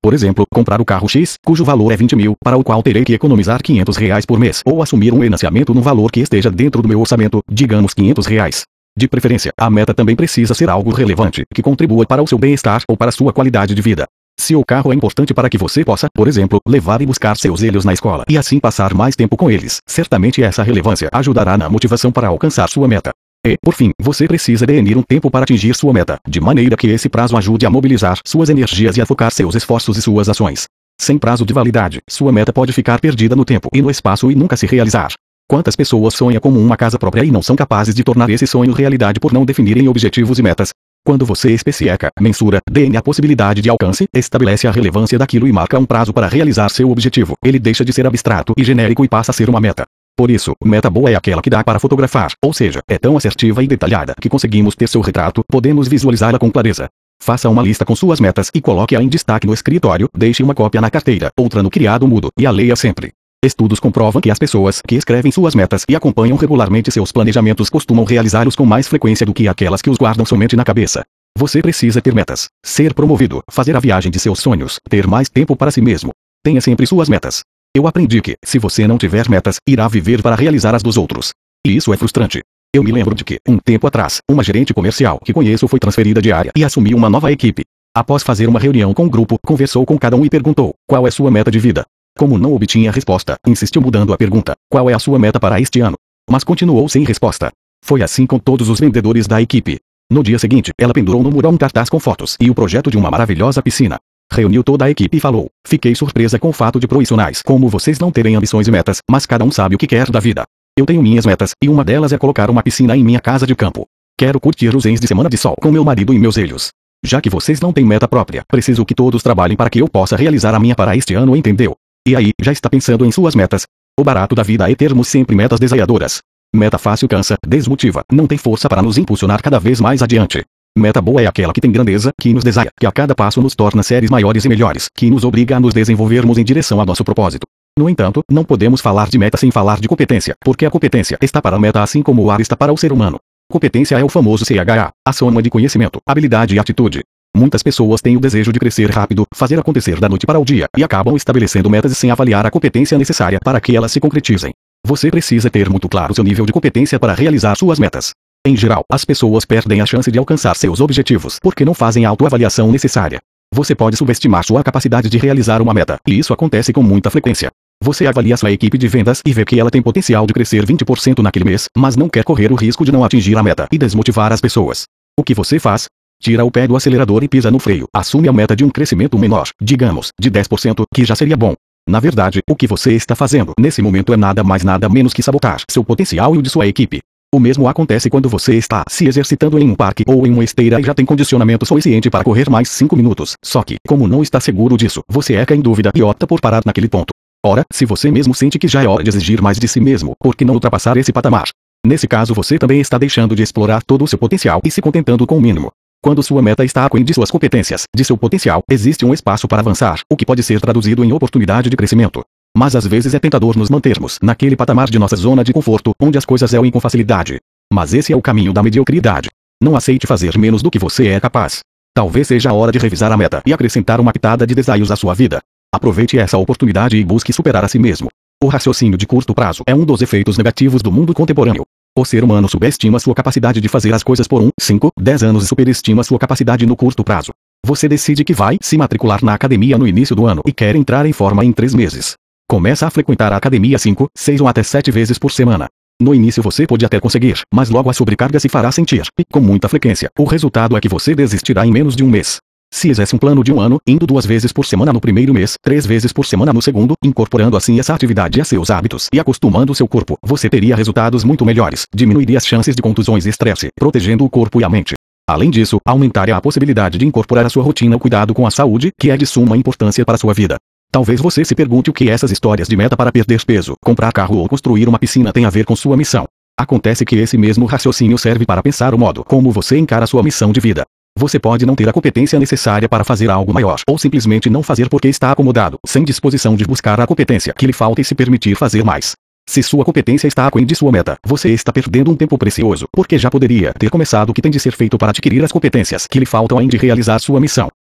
Por exemplo, comprar o carro X, cujo valor é vinte mil, para o qual terei que economizar quinhentos reais por mês, ou assumir um financiamento no valor que esteja dentro do meu orçamento, digamos quinhentos reais. De preferência, a meta também precisa ser algo relevante, que contribua para o seu bem-estar ou para a sua qualidade de vida. Se o carro é importante para que você possa, por exemplo, levar e buscar seus filhos na escola e assim passar mais tempo com eles, certamente essa relevância ajudará na motivação para alcançar sua meta. E, por fim, você precisa definir um tempo para atingir sua meta, de maneira que esse prazo ajude a mobilizar suas energias e a focar seus esforços e suas ações. Sem prazo de validade, sua meta pode ficar perdida no tempo e no espaço e nunca se realizar. Quantas pessoas sonham com uma casa própria e não são capazes de tornar esse sonho realidade por não definirem objetivos e metas? Quando você especifica, mensura, define a possibilidade de alcance, estabelece a relevância daquilo e marca um prazo para realizar seu objetivo, ele deixa de ser abstrato e genérico e passa a ser uma meta. Por isso, meta boa é aquela que dá para fotografar, ou seja, é tão assertiva e detalhada que conseguimos ter seu retrato, podemos visualizá-la com clareza. Faça uma lista com suas metas e coloque-a em destaque no escritório, deixe uma cópia na carteira, outra no criado mudo, e a leia sempre. Estudos comprovam que as pessoas que escrevem suas metas e acompanham regularmente seus planejamentos costumam realizá-los com mais frequência do que aquelas que os guardam somente na cabeça. Você precisa ter metas, ser promovido, fazer a viagem de seus sonhos, ter mais tempo para si mesmo. Tenha sempre suas metas. Eu aprendi que, se você não tiver metas, irá viver para realizar as dos outros. E isso é frustrante. Eu me lembro de que, um tempo atrás, uma gerente comercial que conheço foi transferida de área e assumiu uma nova equipe. Após fazer uma reunião com o grupo, conversou com cada um e perguntou: qual é sua meta de vida? Como não obtinha resposta, insistiu mudando a pergunta: qual é a sua meta para este ano? Mas continuou sem resposta. Foi assim com todos os vendedores da equipe. No dia seguinte, ela pendurou no mural um cartaz com fotos e o projeto de uma maravilhosa piscina. Reuniu toda a equipe e falou: fiquei surpresa com o fato de profissionais como vocês não terem ambições e metas, mas cada um sabe o que quer da vida. Eu tenho minhas metas, e uma delas é colocar uma piscina em minha casa de campo. Quero curtir os fins de semana de sol com meu marido e meus filhos. Já que vocês não têm meta própria, preciso que todos trabalhem para que eu possa realizar a minha para este ano, entendeu? E aí, já está pensando em suas metas? O barato da vida é termos sempre metas desafiadoras. Meta fácil cansa, desmotiva, não tem força para nos impulsionar cada vez mais adiante. Meta boa é aquela que tem grandeza, que nos desafia, que a cada passo nos torna seres maiores e melhores, que nos obriga a nos desenvolvermos em direção ao nosso propósito. No entanto, não podemos falar de meta sem falar de competência, porque a competência está para a meta assim como o ar está para o ser humano. Competência é o famoso C H A, a soma de conhecimento, habilidade e atitude. Muitas pessoas têm o desejo de crescer rápido, fazer acontecer da noite para o dia, e acabam estabelecendo metas sem avaliar a competência necessária para que elas se concretizem. Você precisa ter muito claro seu nível de competência para realizar suas metas. Em geral, as pessoas perdem a chance de alcançar seus objetivos porque não fazem a autoavaliação necessária. Você pode subestimar sua capacidade de realizar uma meta, e isso acontece com muita frequência. Você avalia sua equipe de vendas e vê que ela tem potencial de crescer vinte por cento naquele mês, mas não quer correr o risco de não atingir a meta e desmotivar as pessoas. O que você faz? Tira o pé do acelerador e pisa no freio. Assume a meta de um crescimento menor, digamos, de dez por cento, que já seria bom. Na verdade, o que você está fazendo nesse momento é nada mais nada menos que sabotar seu potencial e o de sua equipe. O mesmo acontece quando você está se exercitando em um parque ou em uma esteira e já tem condicionamento suficiente para correr mais cinco minutos. Só que, como não está seguro disso, você fica em dúvida e opta por parar naquele ponto. Ora, se você mesmo sente que já é hora de exigir mais de si mesmo, por que não ultrapassar esse patamar? Nesse caso você também está deixando de explorar todo o seu potencial e se contentando com o mínimo. Quando sua meta está aquém de suas competências, de seu potencial, existe um espaço para avançar, o que pode ser traduzido em oportunidade de crescimento. Mas às vezes é tentador nos mantermos naquele patamar de nossa zona de conforto, onde as coisas vão com facilidade. Mas esse é o caminho da mediocridade. Não aceite fazer menos do que você é capaz. Talvez seja a hora de revisar a meta e acrescentar uma pitada de desafios à sua vida. Aproveite essa oportunidade e busque superar a si mesmo. O raciocínio de curto prazo é um dos efeitos negativos do mundo contemporâneo. O ser humano subestima sua capacidade de fazer as coisas por um, cinco, dez anos e superestima sua capacidade no curto prazo. Você decide que vai se matricular na academia no início do ano e quer entrar em forma em três meses. Começa a frequentar a academia cinco, seis ou até sete vezes por semana. No início você pode até conseguir, mas logo a sobrecarga se fará sentir, e, com muita frequência, o resultado é que você desistirá em menos de um mês. Se exerce um plano de um ano, indo duas vezes por semana no primeiro mês, três vezes por semana no segundo, incorporando assim essa atividade a seus hábitos e acostumando seu corpo, você teria resultados muito melhores, diminuiria as chances de contusões e estresse, protegendo o corpo e a mente. Além disso, aumentaria a possibilidade de incorporar à sua rotina o cuidado com a saúde, que é de suma importância para a sua vida. Talvez você se pergunte o que essas histórias de meta para perder peso, comprar carro ou construir uma piscina têm a ver com sua missão. Acontece que esse mesmo raciocínio serve para pensar o modo como você encara sua missão de vida. Você pode não ter a competência necessária para fazer algo maior, ou simplesmente não fazer porque está acomodado, sem disposição de buscar a competência que lhe falta e se permitir fazer mais. Se sua competência está aquém de sua meta, você está perdendo um tempo precioso, porque já poderia ter começado o que tem de ser feito para adquirir as competências que lhe faltam além de realizar sua missão.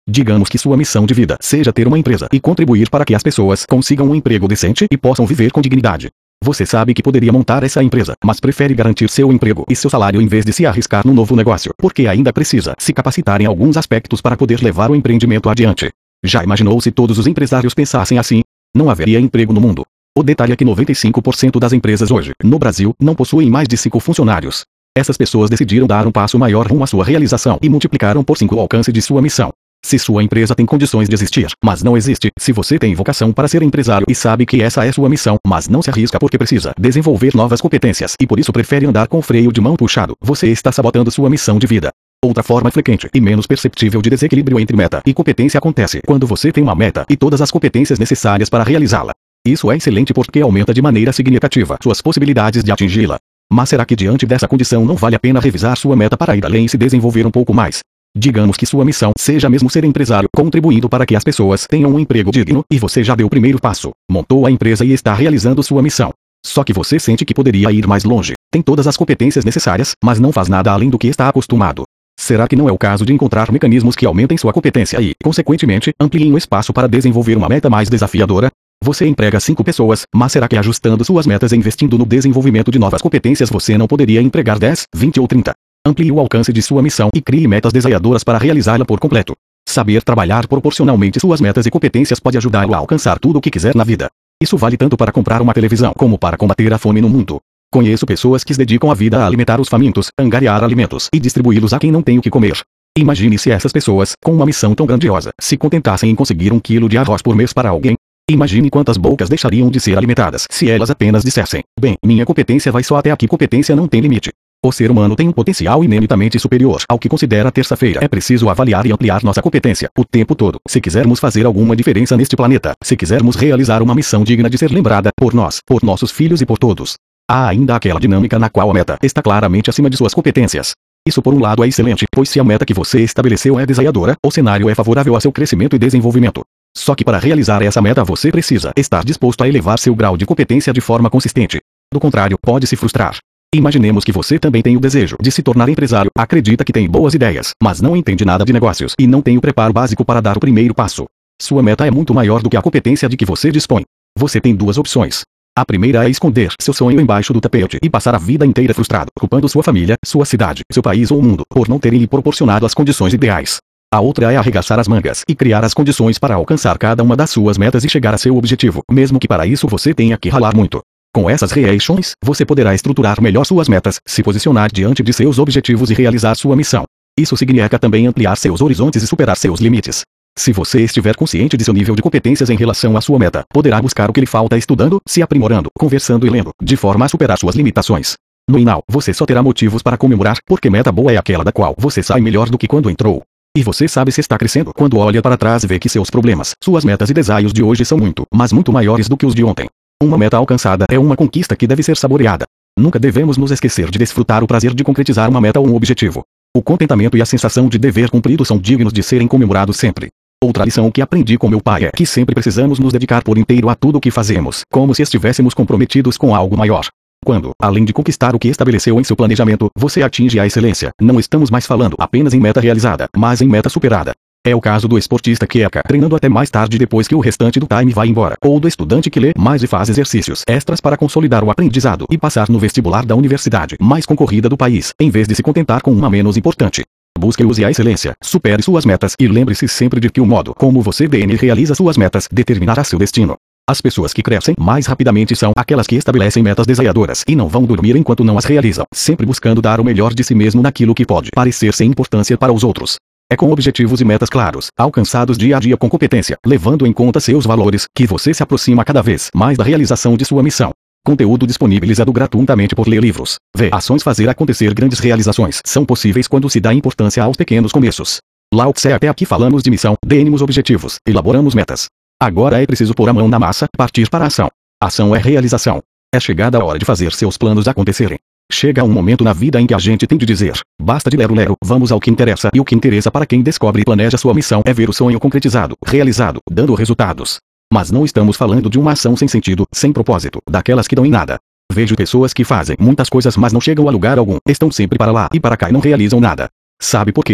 Digamos que sua missão de vida seja ter uma empresa e contribuir para que as pessoas consigam um emprego decente e possam viver com dignidade. Você sabe que poderia montar essa empresa, mas prefere garantir seu emprego e seu salário em vez de se arriscar no novo negócio, porque ainda precisa se capacitar em alguns aspectos para poder levar o empreendimento adiante. Já imaginou se todos os empresários pensassem assim? Não haveria emprego no mundo. O detalhe é que noventa e cinco por cento das empresas hoje, no Brasil, não possuem mais de cinco funcionários. Essas pessoas decidiram dar um passo maior rumo à sua realização e multiplicaram por cinco o alcance de sua missão. Se sua empresa tem condições de existir, mas não existe, se você tem vocação para ser empresário e sabe que essa é sua missão, mas não se arrisca porque precisa desenvolver novas competências e por isso prefere andar com o freio de mão puxado, você está sabotando sua missão de vida. Outra forma frequente e menos perceptível de desequilíbrio entre meta e competência acontece quando você tem uma meta e todas as competências necessárias para realizá-la. Isso é excelente porque aumenta de maneira significativa suas possibilidades de atingi-la. Mas será que diante dessa condição não vale a pena revisar sua meta para ir além e se desenvolver um pouco mais? Digamos que sua missão seja mesmo ser empresário, contribuindo para que as pessoas tenham um emprego digno, e você já deu o primeiro passo, montou a empresa e está realizando sua missão. Só que você sente que poderia ir mais longe, tem todas as competências necessárias, mas não faz nada além do que está acostumado. Será que não é o caso de encontrar mecanismos que aumentem sua competência e, consequentemente, ampliem o espaço para desenvolver uma meta mais desafiadora? Você emprega cinco pessoas, mas será que ajustando suas metas e investindo no desenvolvimento de novas competências você não poderia empregar dez, vinte ou trinta? Amplie o alcance de sua missão e crie metas desafiadoras para realizá-la por completo. Saber trabalhar proporcionalmente suas metas e competências pode ajudá-lo a alcançar tudo o que quiser na vida. Isso vale tanto para comprar uma televisão como para combater a fome no mundo. Conheço pessoas que se dedicam a vida a alimentar os famintos, angariar alimentos e distribuí-los a quem não tem o que comer. Imagine se essas pessoas, com uma missão tão grandiosa, se contentassem em conseguir um quilo de arroz por mês para alguém. Imagine quantas bocas deixariam de ser alimentadas se elas apenas dissessem: bem, minha competência vai só até aqui. Competência não tem limite. O ser humano tem um potencial infinitamente superior ao que considera terça-feira. É preciso avaliar e ampliar nossa competência o tempo todo, se quisermos fazer alguma diferença neste planeta, se quisermos realizar uma missão digna de ser lembrada por nós, por nossos filhos e por todos. Há ainda aquela dinâmica na qual a meta está claramente acima de suas competências. Isso por um lado é excelente, pois se a meta que você estabeleceu é desafiadora, o cenário é favorável a seu crescimento e desenvolvimento. Só que para realizar essa meta você precisa estar disposto a elevar seu grau de competência de forma consistente. Do contrário, pode se frustrar. Imaginemos que você também tem o desejo de se tornar empresário, acredita que tem boas ideias, mas não entende nada de negócios e não tem o preparo básico para dar o primeiro passo. Sua meta é muito maior do que a competência de que você dispõe. Você tem duas opções. A primeira é esconder seu sonho embaixo do tapete e passar a vida inteira frustrado, culpando sua família, sua cidade, seu país ou o mundo por não terem lhe proporcionado as condições ideais. A outra é arregaçar as mangas e criar as condições para alcançar cada uma das suas metas e chegar a seu objetivo, mesmo que para isso você tenha que ralar muito. Com essas reações, você poderá estruturar melhor suas metas, se posicionar diante de seus objetivos e realizar sua missão. Isso significa também ampliar seus horizontes e superar seus limites. Se você estiver consciente de seu nível de competências em relação à sua meta, poderá buscar o que lhe falta estudando, se aprimorando, conversando e lendo, de forma a superar suas limitações. No final, você só terá motivos para comemorar, porque meta boa é aquela da qual você sai melhor do que quando entrou. E você sabe se está crescendo quando olha para trás e vê que seus problemas, suas metas e desafios de hoje são muito, mas muito maiores do que os de ontem. Uma meta alcançada é uma conquista que deve ser saboreada. Nunca devemos nos esquecer de desfrutar o prazer de concretizar uma meta ou um objetivo. O contentamento e a sensação de dever cumprido são dignos de serem comemorados sempre. Outra lição que aprendi com meu pai é que sempre precisamos nos dedicar por inteiro a tudo o que fazemos, como se estivéssemos comprometidos com algo maior. Quando, além de conquistar o que estabeleceu em seu planejamento, você atinge a excelência, não estamos mais falando apenas em meta realizada, mas em meta superada. É o caso do esportista que fica treinando até mais tarde depois que o restante do time vai embora, ou do estudante que lê mais e faz exercícios extras para consolidar o aprendizado e passar no vestibular da universidade mais concorrida do país, em vez de se contentar com uma menos importante. Busque e use a excelência, supere suas metas e lembre-se sempre de que o modo como você D N realiza suas metas determinará seu destino. As pessoas que crescem mais rapidamente são aquelas que estabelecem metas desafiadoras e não vão dormir enquanto não as realizam, sempre buscando dar o melhor de si mesmo naquilo que pode parecer sem importância para os outros. É com objetivos e metas claros, alcançados dia a dia com competência, levando em conta seus valores, que você se aproxima cada vez mais da realização de sua missão. Conteúdo disponibilizado gratuitamente por Ler Livros. V. Ações fazer acontecer grandes realizações são possíveis quando se dá importância aos pequenos começos. Lao Tse. Até aqui falamos de missão, definimos objetivos, elaboramos metas. Agora é preciso pôr a mão na massa, partir para a ação. Ação é realização. É chegada a hora de fazer seus planos acontecerem. Chega um momento na vida em que a gente tem de dizer, basta de lero-lero, vamos ao que interessa. E o que interessa para quem descobre e planeja sua missão é ver o sonho concretizado, realizado, dando resultados. Mas não estamos falando de uma ação sem sentido, sem propósito, daquelas que dão em nada. Vejo pessoas que fazem muitas coisas mas não chegam a lugar algum, estão sempre para lá e para cá e não realizam nada. Sabe por quê?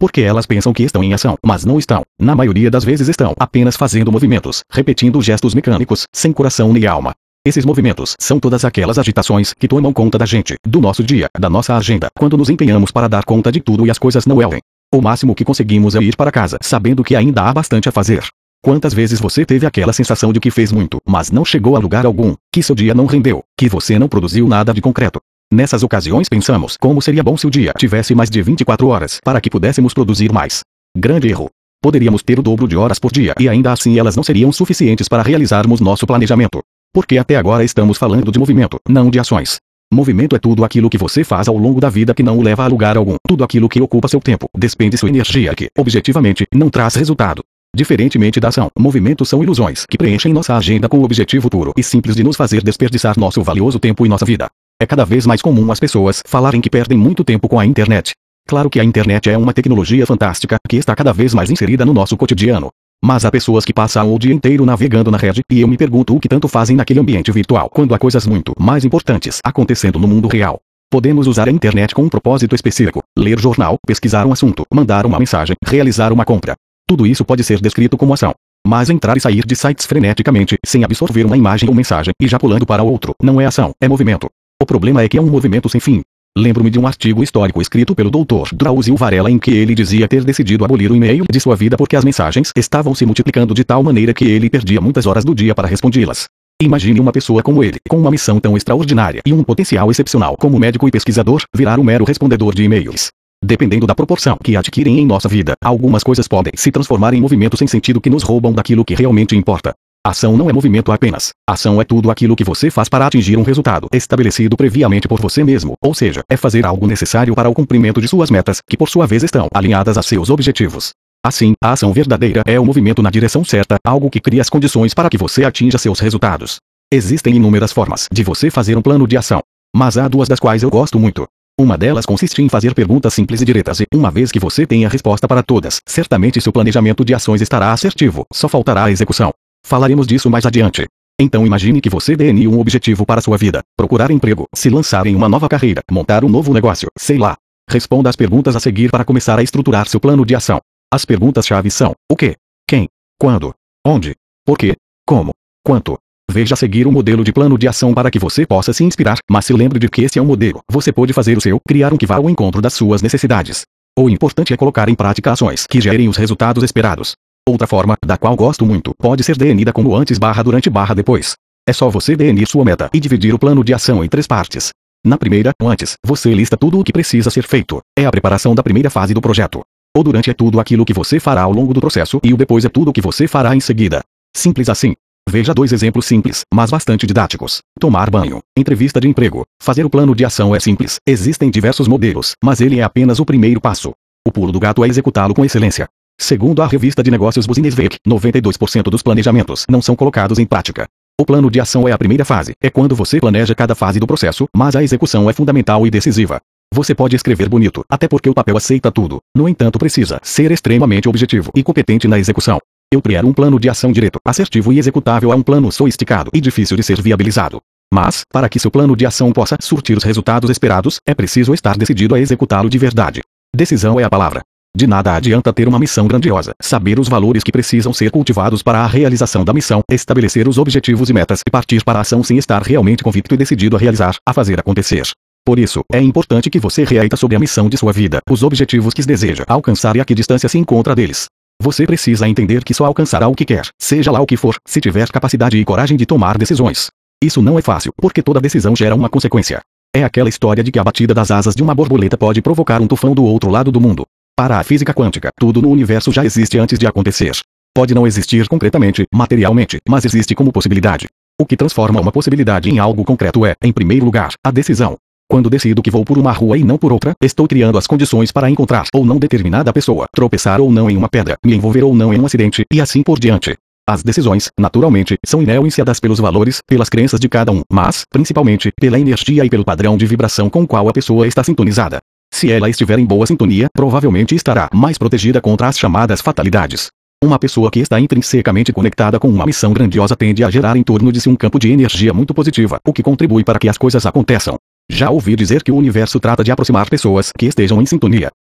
Porque elas pensam que estão em ação, mas não estão. Na maioria das vezes estão apenas fazendo movimentos, repetindo gestos mecânicos, sem coração nem alma. Esses movimentos são todas aquelas agitações que tomam conta da gente, do nosso dia, da nossa agenda, quando nos empenhamos para dar conta de tudo e as coisas não evoluem. O máximo que conseguimos é ir para casa, sabendo que ainda há bastante a fazer. Quantas vezes você teve aquela sensação de que fez muito, mas não chegou a lugar algum, que seu dia não rendeu, que você não produziu nada de concreto? Nessas ocasiões pensamos como seria bom se o dia tivesse mais de vinte e quatro horas para que pudéssemos produzir mais. Grande erro. Poderíamos ter o dobro de horas por dia e ainda assim elas não seriam suficientes para realizarmos nosso planejamento. Porque até agora estamos falando de movimento, não de ações. Movimento é tudo aquilo que você faz ao longo da vida que não o leva a lugar algum, tudo aquilo que ocupa seu tempo, despende sua energia que, objetivamente, não traz resultado. Diferentemente da ação, movimentos são ilusões que preenchem nossa agenda com o objetivo puro e simples de nos fazer desperdiçar nosso valioso tempo e nossa vida. É cada vez mais comum as pessoas falarem que perdem muito tempo com a internet. Claro que a internet é uma tecnologia fantástica que está cada vez mais inserida no nosso cotidiano. Mas há pessoas que passam o dia inteiro navegando na rede, e eu me pergunto o que tanto fazem naquele ambiente virtual quando há coisas muito mais importantes acontecendo no mundo real. Podemos usar a internet com um propósito específico, ler jornal, pesquisar um assunto, mandar uma mensagem, realizar uma compra. Tudo isso pode ser descrito como ação. Mas entrar e sair de sites freneticamente, sem absorver uma imagem ou mensagem, e já pulando para outro, não é ação, é movimento. O problema é que é um movimento sem fim. Lembro-me de um artigo histórico escrito pelo doutor Drauzio Varela em que ele dizia ter decidido abolir o e-mail de sua vida porque as mensagens estavam se multiplicando de tal maneira que ele perdia muitas horas do dia para respondê-las. Imagine uma pessoa como ele, com uma missão tão extraordinária e um potencial excepcional como médico e pesquisador, virar um mero respondedor de e-mails. Dependendo da proporção que adquirem em nossa vida, algumas coisas podem se transformar em movimentos sem sentido que nos roubam daquilo que realmente importa. Ação não é movimento apenas. Ação é tudo aquilo que você faz para atingir um resultado estabelecido previamente por você mesmo, ou seja, é fazer algo necessário para o cumprimento de suas metas, que por sua vez estão alinhadas a seus objetivos. Assim, a ação verdadeira é o movimento na direção certa, algo que cria as condições para que você atinja seus resultados. Existem inúmeras formas de você fazer um plano de ação, mas há duas das quais eu gosto muito. Uma delas consiste em fazer perguntas simples e diretas e, uma vez que você tenha a resposta para todas, certamente seu planejamento de ações estará assertivo, só faltará a execução. Falaremos disso mais adiante. Então imagine que você define um objetivo para sua vida, procurar emprego, se lançar em uma nova carreira, montar um novo negócio, sei lá. Responda as perguntas a seguir para começar a estruturar seu plano de ação. As perguntas-chave são: o que? Quem? Quando? Onde? Por quê? Como? Quanto? Veja a seguir um modelo de plano de ação para que você possa se inspirar, mas se lembre de que esse é um modelo. Você pode fazer o seu, criar um que vá ao encontro das suas necessidades. O importante é colocar em prática ações que gerem os resultados esperados. Outra forma, da qual gosto muito, pode ser definida como antes barra durante barra depois. É só você definir sua meta e dividir o plano de ação em três partes. Na primeira, o antes, você lista tudo o que precisa ser feito. É a preparação da primeira fase do projeto. O durante é tudo aquilo que você fará ao longo do processo e o depois é tudo o que você fará em seguida. Simples assim. Veja dois exemplos simples, mas bastante didáticos. Tomar banho. Entrevista de emprego. Fazer o plano de ação é simples. Existem diversos modelos, mas ele é apenas o primeiro passo. O pulo do gato é executá-lo com excelência. Segundo a revista de negócios Businessweek, noventa e dois por cento dos planejamentos não são colocados em prática. O plano de ação é a primeira fase, é quando você planeja cada fase do processo, mas a execução é fundamental e decisiva. Você pode escrever bonito, até porque o papel aceita tudo, no entanto precisa ser extremamente objetivo e competente na execução. Eu criar um plano de ação direto, assertivo e executável é um plano sofisticado e difícil de ser viabilizado. Mas, para que seu plano de ação possa surtir os resultados esperados, é preciso estar decidido a executá-lo de verdade. Decisão é a palavra. De nada adianta ter uma missão grandiosa, saber os valores que precisam ser cultivados para a realização da missão, estabelecer os objetivos e metas e partir para a ação sem estar realmente convicto e decidido a realizar, a fazer acontecer. Por isso, é importante que você reflita sobre a missão de sua vida, os objetivos que deseja alcançar e a que distância se encontra deles. Você precisa entender que só alcançará o que quer, seja lá o que for, se tiver capacidade e coragem de tomar decisões. Isso não é fácil, porque toda decisão gera uma consequência. É aquela história de que a batida das asas de uma borboleta pode provocar um tufão do outro lado do mundo. Para a física quântica, tudo no universo já existe antes de acontecer. Pode não existir concretamente, materialmente, mas existe como possibilidade. O que transforma uma possibilidade em algo concreto é, em primeiro lugar, a decisão. Quando decido que vou por uma rua e não por outra, estou criando as condições para encontrar ou não determinada pessoa, tropeçar ou não em uma pedra, me envolver ou não em um acidente, e assim por diante. As decisões, naturalmente, são influenciadas pelos valores, pelas crenças de cada um, mas, principalmente, pela energia e pelo padrão de vibração com o qual a pessoa está sintonizada. Se ela estiver em boa sintonia, provavelmente estará mais protegida contra as chamadas fatalidades. Uma pessoa que está intrinsecamente conectada com uma missão grandiosa tende a gerar em torno de si um campo de energia muito positiva, o que contribui para que as coisas aconteçam. Já ouvi dizer que o universo trata de aproximar pessoas que estejam em sintonia.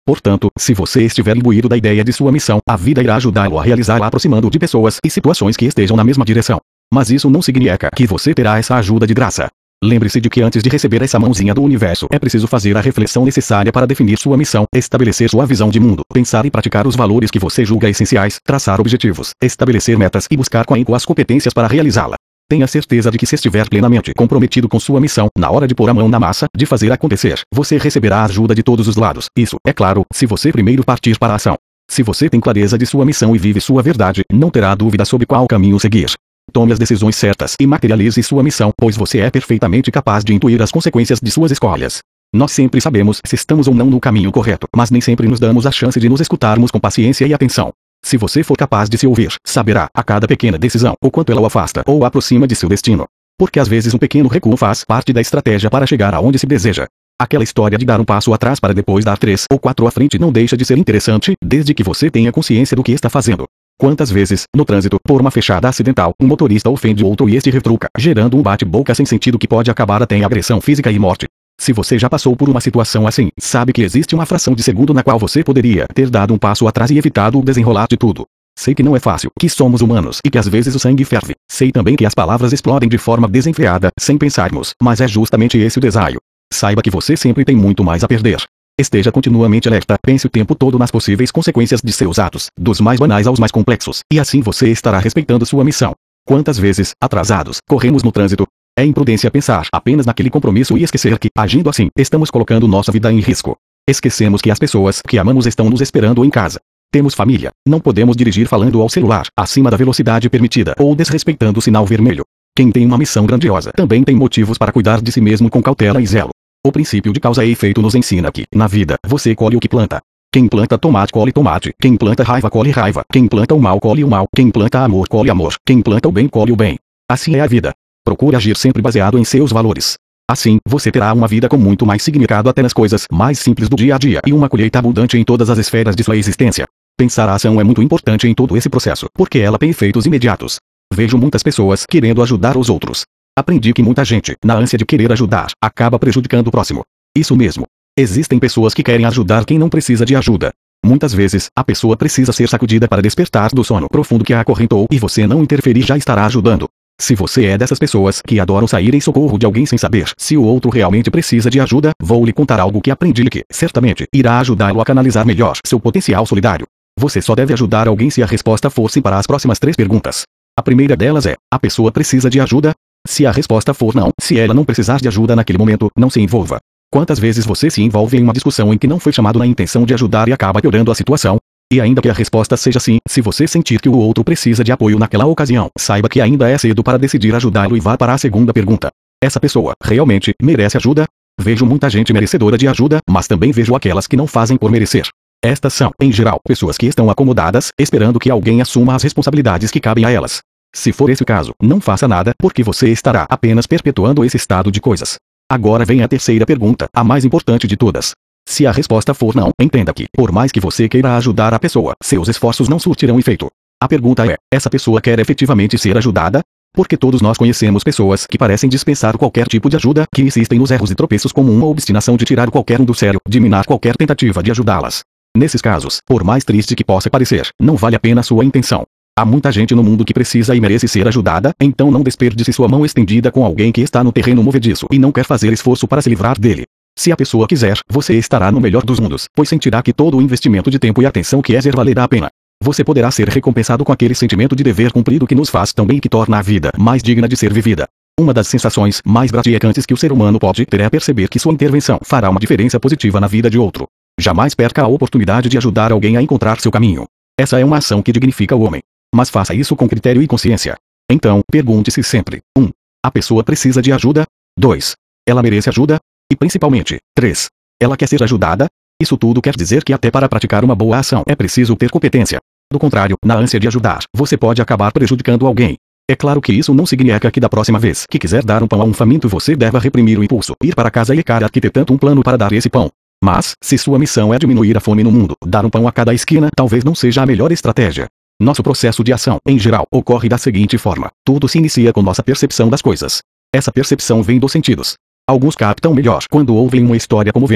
Portanto, se você estiver imbuído da ideia de sua missão, a vida irá ajudá-lo a realizá-la aproximando de pessoas e situações que estejam na mesma direção. Mas isso não significa que você terá essa ajuda de graça. Lembre-se de que antes de receber essa mãozinha do universo é preciso fazer a reflexão necessária para definir sua missão, estabelecer sua visão de mundo, pensar e praticar os valores que você julga essenciais, traçar objetivos, estabelecer metas e buscar com afinco as competências para realizá-la. Tenha certeza de que se estiver plenamente comprometido com sua missão, na hora de pôr a mão na massa, de fazer acontecer, você receberá ajuda de todos os lados. Isso, é claro, se você primeiro partir para a ação. Se você tem clareza de sua missão e vive sua verdade, não terá dúvida sobre qual caminho seguir. Tome as decisões certas e materialize sua missão, pois você é perfeitamente capaz de intuir as consequências de suas escolhas. Nós sempre sabemos se estamos ou não no caminho correto, mas nem sempre nos damos a chance de nos escutarmos com paciência e atenção. Se você for capaz de se ouvir, saberá, a cada pequena decisão, o quanto ela o afasta ou aproxima de seu destino. Porque às vezes um pequeno recuo faz parte da estratégia para chegar aonde se deseja. Aquela história de dar um passo atrás para depois dar três ou quatro à frente não deixa de ser interessante, desde que você tenha consciência do que está fazendo. Quantas vezes, no trânsito, por uma fechada acidental, um motorista ofende outro e este retruca, gerando um bate-boca sem sentido que pode acabar até em agressão física e morte. Se você já passou por uma situação assim, sabe que existe uma fração de segundo na qual você poderia ter dado um passo atrás e evitado o desenrolar de tudo. Sei que não é fácil, que somos humanos e que às vezes o sangue ferve. Sei também que as palavras explodem de forma desenfreada, sem pensarmos, mas é justamente esse o desaio. Saiba que você sempre tem muito mais a perder. Esteja continuamente alerta, pense o tempo todo nas possíveis consequências de seus atos, dos mais banais aos mais complexos, e assim você estará respeitando sua missão. Quantas vezes, atrasados, corremos no trânsito? É imprudência pensar apenas naquele compromisso e esquecer que, agindo assim, estamos colocando nossa vida em risco. Esquecemos que as pessoas que amamos estão nos esperando em casa. Temos família, não podemos dirigir falando ao celular, acima da velocidade permitida ou desrespeitando o sinal vermelho. Quem tem uma missão grandiosa também tem motivos para cuidar de si mesmo com cautela e zelo. O princípio de causa e efeito nos ensina que, na vida, você colhe o que planta. Quem planta tomate colhe tomate, quem planta raiva colhe raiva, quem planta o mal colhe o mal, quem planta amor colhe amor, quem planta o bem colhe o bem. Assim é a vida. Procure agir sempre baseado em seus valores. Assim, você terá uma vida com muito mais significado até nas coisas mais simples do dia a dia e uma colheita abundante em todas as esferas de sua existência. Pensar a ação é muito importante em todo esse processo, porque ela tem efeitos imediatos. Vejo muitas pessoas querendo ajudar os outros. Aprendi que muita gente, na ânsia de querer ajudar, acaba prejudicando o próximo. Isso mesmo. Existem pessoas que querem ajudar quem não precisa de ajuda. Muitas vezes, a pessoa precisa ser sacudida para despertar do sono profundo que a acorrentou e você não interferir já estará ajudando. Se você é dessas pessoas que adoram sair em socorro de alguém sem saber se o outro realmente precisa de ajuda, vou lhe contar algo que aprendi que, certamente, irá ajudá-lo a canalizar melhor seu potencial solidário. Você só deve ajudar alguém se a resposta for sim para as próximas três perguntas. A primeira delas é: a pessoa precisa de ajuda? Se a resposta for não, se ela não precisar de ajuda naquele momento, não se envolva. Quantas vezes você se envolve em uma discussão em que não foi chamado na intenção de ajudar e acaba piorando a situação? E ainda que a resposta seja sim, se você sentir que o outro precisa de apoio naquela ocasião, saiba que ainda é cedo para decidir ajudá-lo e vá para a segunda pergunta. Essa pessoa realmente merece ajuda? Vejo muita gente merecedora de ajuda, mas também vejo aquelas que não fazem por merecer. Estas são, em geral, pessoas que estão acomodadas, esperando que alguém assuma as responsabilidades que cabem a elas. Se for esse o caso, não faça nada, porque você estará apenas perpetuando esse estado de coisas. Agora vem a terceira pergunta, a mais importante de todas. Se a resposta for não, entenda que, por mais que você queira ajudar a pessoa, seus esforços não surtirão efeito. A pergunta é: essa pessoa quer efetivamente ser ajudada? Porque todos nós conhecemos pessoas que parecem dispensar qualquer tipo de ajuda, que insistem nos erros e tropeços como uma obstinação de tirar qualquer um do sério, de minar qualquer tentativa de ajudá-las. Nesses casos, por mais triste que possa parecer, não vale a pena sua intenção. Há muita gente no mundo que precisa e merece ser ajudada, então não desperdice sua mão estendida com alguém que está no terreno movediço e não quer fazer esforço para se livrar dele. Se a pessoa quiser, você estará no melhor dos mundos, pois sentirá que todo o investimento de tempo e atenção que exer valerá a pena. Você poderá ser recompensado com aquele sentimento de dever cumprido que nos faz tão bem e que torna a vida mais digna de ser vivida. Uma das sensações mais gratificantes que o ser humano pode ter é perceber que sua intervenção fará uma diferença positiva na vida de outro. Jamais perca a oportunidade de ajudar alguém a encontrar seu caminho. Essa é uma ação que dignifica o homem. Mas faça isso com critério e consciência. Então, pergunte-se sempre: um. A pessoa precisa de ajuda? dois. Ela merece ajuda? E principalmente, três. Ela quer ser ajudada? Isso tudo quer dizer que até para praticar uma boa ação é preciso ter competência. Do contrário, na ânsia de ajudar, você pode acabar prejudicando alguém. É claro que isso não significa que da próxima vez que quiser dar um pão a um faminto você deva reprimir o impulso, ir para casa e ficar arquitetando um plano para dar esse pão. Mas, se sua missão é diminuir a fome no mundo, dar um pão a cada esquina talvez não seja a melhor estratégia. Nosso processo de ação, em geral, ocorre da seguinte forma: tudo se inicia com nossa percepção das coisas. Essa percepção vem dos sentidos. Alguns captam melhor quando ouvem uma história comovente.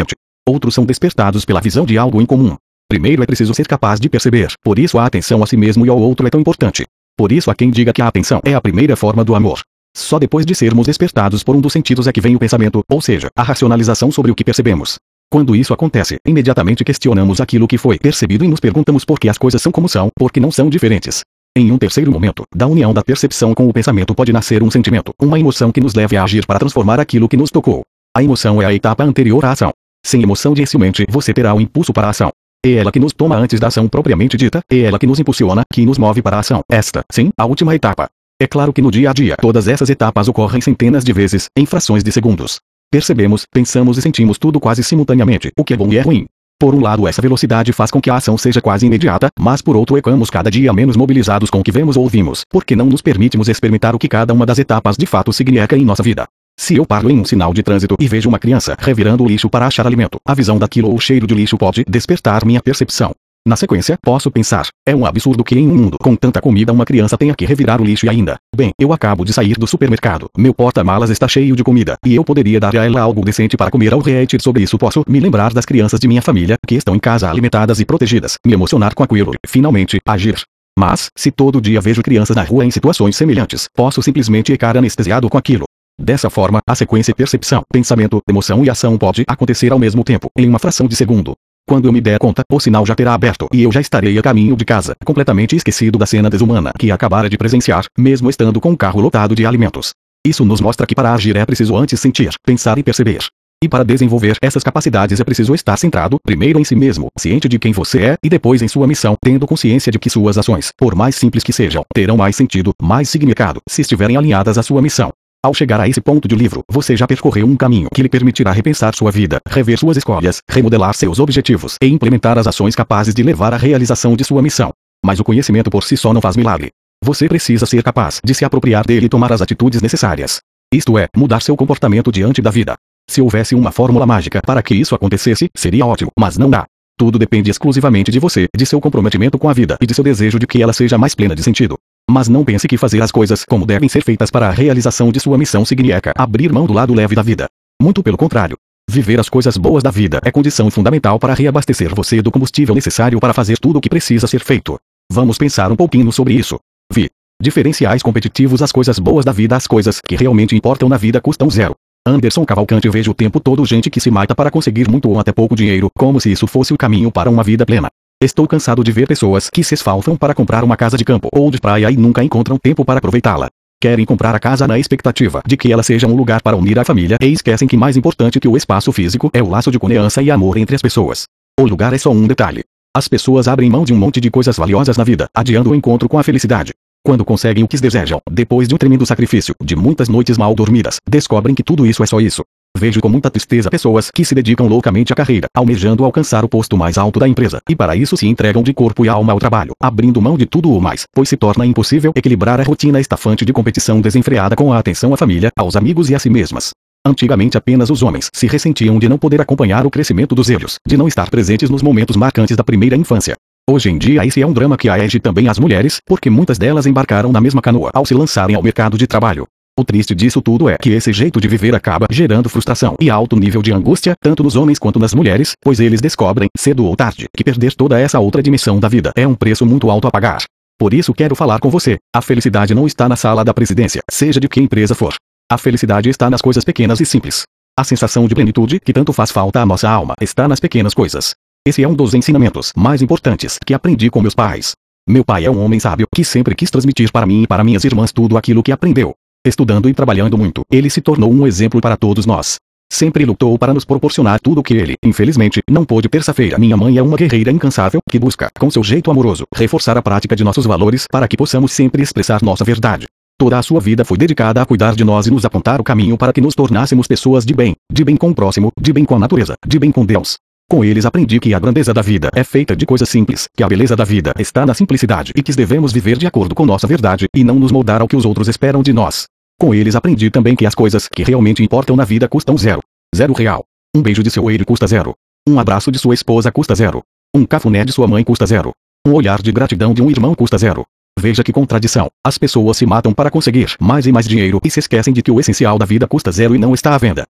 Outros são despertados pela visão de algo em comum. Primeiro é preciso ser capaz de perceber, por isso a atenção a si mesmo e ao outro é tão importante. Por isso há quem diga que a atenção é a primeira forma do amor. Só depois de sermos despertados por um dos sentidos é que vem o pensamento, ou seja, a racionalização sobre o que percebemos. Quando isso acontece, imediatamente questionamos aquilo que foi percebido e nos perguntamos por que as coisas são como são, porque não são diferentes. Em um terceiro momento, da união da percepção com o pensamento pode nascer um sentimento, uma emoção que nos leve a agir para transformar aquilo que nos tocou. A emoção é a etapa anterior à ação. Sem emoção dificilmente você terá o impulso para a ação. É ela que nos toma antes da ação propriamente dita, é ela que nos impulsiona, que nos move para a ação. Esta, sim, a última etapa. É claro que no dia a dia todas essas etapas ocorrem centenas de vezes, em frações de segundos. Percebemos, pensamos e sentimos tudo quase simultaneamente, o que é bom e é ruim. Por um lado essa velocidade faz com que a ação seja quase imediata, mas por outro ficamos cada dia menos mobilizados com o que vemos ou ouvimos, porque não nos permitimos experimentar o que cada uma das etapas de fato significa em nossa vida. Se eu paro em um sinal de trânsito e vejo uma criança revirando o lixo para achar alimento, a visão daquilo ou o cheiro de lixo pode despertar minha percepção. Na sequência, posso pensar, é um absurdo que em um mundo com tanta comida uma criança tenha que revirar o lixo e ainda, bem, eu acabo de sair do supermercado, meu porta-malas está cheio de comida, e eu poderia dar a ela algo decente para comer. Ao refletir sobre isso posso me lembrar das crianças de minha família, que estão em casa alimentadas e protegidas, me emocionar com aquilo e, finalmente, agir. Mas, se todo dia vejo crianças na rua em situações semelhantes, posso simplesmente ficar anestesiado com aquilo. Dessa forma, a sequência percepção, pensamento, emoção e ação pode acontecer ao mesmo tempo, em uma fração de segundo. Quando eu me der conta, o sinal já terá aberto e eu já estarei a caminho de casa, completamente esquecido da cena desumana que acabara de presenciar, mesmo estando com o carro lotado de alimentos. Isso nos mostra que para agir é preciso antes sentir, pensar e perceber. E para desenvolver essas capacidades é preciso estar centrado, primeiro em si mesmo, ciente de quem você é, e depois em sua missão, tendo consciência de que suas ações, por mais simples que sejam, terão mais sentido, mais significado, se estiverem alinhadas à sua missão. Ao chegar a esse ponto do livro, você já percorreu um caminho que lhe permitirá repensar sua vida, rever suas escolhas, remodelar seus objetivos e implementar as ações capazes de levar à realização de sua missão. Mas o conhecimento por si só não faz milagre. Você precisa ser capaz de se apropriar dele e tomar as atitudes necessárias. Isto é, mudar seu comportamento diante da vida. Se houvesse uma fórmula mágica para que isso acontecesse, seria ótimo, mas não dá. Tudo depende exclusivamente de você, de seu comprometimento com a vida e de seu desejo de que ela seja mais plena de sentido. Mas não pense que fazer as coisas como devem ser feitas para a realização de sua missão significa abrir mão do lado leve da vida. Muito pelo contrário. Viver as coisas boas da vida é condição fundamental para reabastecer você do combustível necessário para fazer tudo o que precisa ser feito. Vamos pensar um pouquinho sobre isso. Vi. Diferenciais competitivos. As coisas boas da vida. As coisas que realmente importam na vida custam zero. Anderson Cavalcante. Eu vejo o tempo todo gente que se mata para conseguir muito ou até pouco dinheiro, como se isso fosse o caminho para uma vida plena. Estou cansado de ver pessoas que se esfalfam para comprar uma casa de campo ou de praia e nunca encontram tempo para aproveitá-la. Querem comprar a casa na expectativa de que ela seja um lugar para unir a família e esquecem que mais importante que o espaço físico é o laço de confiança e amor entre as pessoas. O lugar é só um detalhe. As pessoas abrem mão de um monte de coisas valiosas na vida, adiando o encontro com a felicidade. Quando conseguem o que desejam, depois de um tremendo sacrifício, de muitas noites mal dormidas, descobrem que tudo isso é só isso. Vejo com muita tristeza pessoas que se dedicam loucamente à carreira, almejando alcançar o posto mais alto da empresa, e para isso se entregam de corpo e alma ao trabalho, abrindo mão de tudo o mais, pois se torna impossível equilibrar a rotina estafante de competição desenfreada com a atenção à família, aos amigos e a si mesmas. Antigamente apenas os homens se ressentiam de não poder acompanhar o crescimento dos filhos, de não estar presentes nos momentos marcantes da primeira infância. Hoje em dia esse é um drama que atinge também as mulheres, porque muitas delas embarcaram na mesma canoa ao se lançarem ao mercado de trabalho. O triste disso tudo é que esse jeito de viver acaba gerando frustração e alto nível de angústia, tanto nos homens quanto nas mulheres, pois eles descobrem, cedo ou tarde, que perder toda essa outra dimensão da vida é um preço muito alto a pagar. Por isso quero falar com você, a felicidade não está na sala da presidência, seja de que empresa for. A felicidade está nas coisas pequenas e simples. A sensação de plenitude que tanto faz falta à nossa alma está nas pequenas coisas. Esse é um dos ensinamentos mais importantes que aprendi com meus pais. Meu pai é um homem sábio que sempre quis transmitir para mim e para minhas irmãs tudo aquilo que aprendeu. Estudando e trabalhando muito, ele se tornou um exemplo para todos nós. Sempre lutou para nos proporcionar tudo o que ele, infelizmente, não pôde. Terça-feira. Minha mãe é uma guerreira incansável que busca, com seu jeito amoroso, reforçar a prática de nossos valores para que possamos sempre expressar nossa verdade. Toda a sua vida foi dedicada a cuidar de nós e nos apontar o caminho para que nos tornássemos pessoas de bem, de bem com o próximo, de bem com a natureza, de bem com Deus. Com eles aprendi que a grandeza da vida é feita de coisas simples, que a beleza da vida está na simplicidade e que devemos viver de acordo com nossa verdade e não nos moldar ao que os outros esperam de nós. Com eles aprendi também que as coisas que realmente importam na vida custam zero. Zero real. Um beijo de seu ex custa zero. Um abraço de sua esposa custa zero. Um cafuné de sua mãe custa zero. Um olhar de gratidão de um irmão custa zero. Veja que contradição. As pessoas se matam para conseguir mais e mais dinheiro e se esquecem de que o essencial da vida custa zero e não está à venda.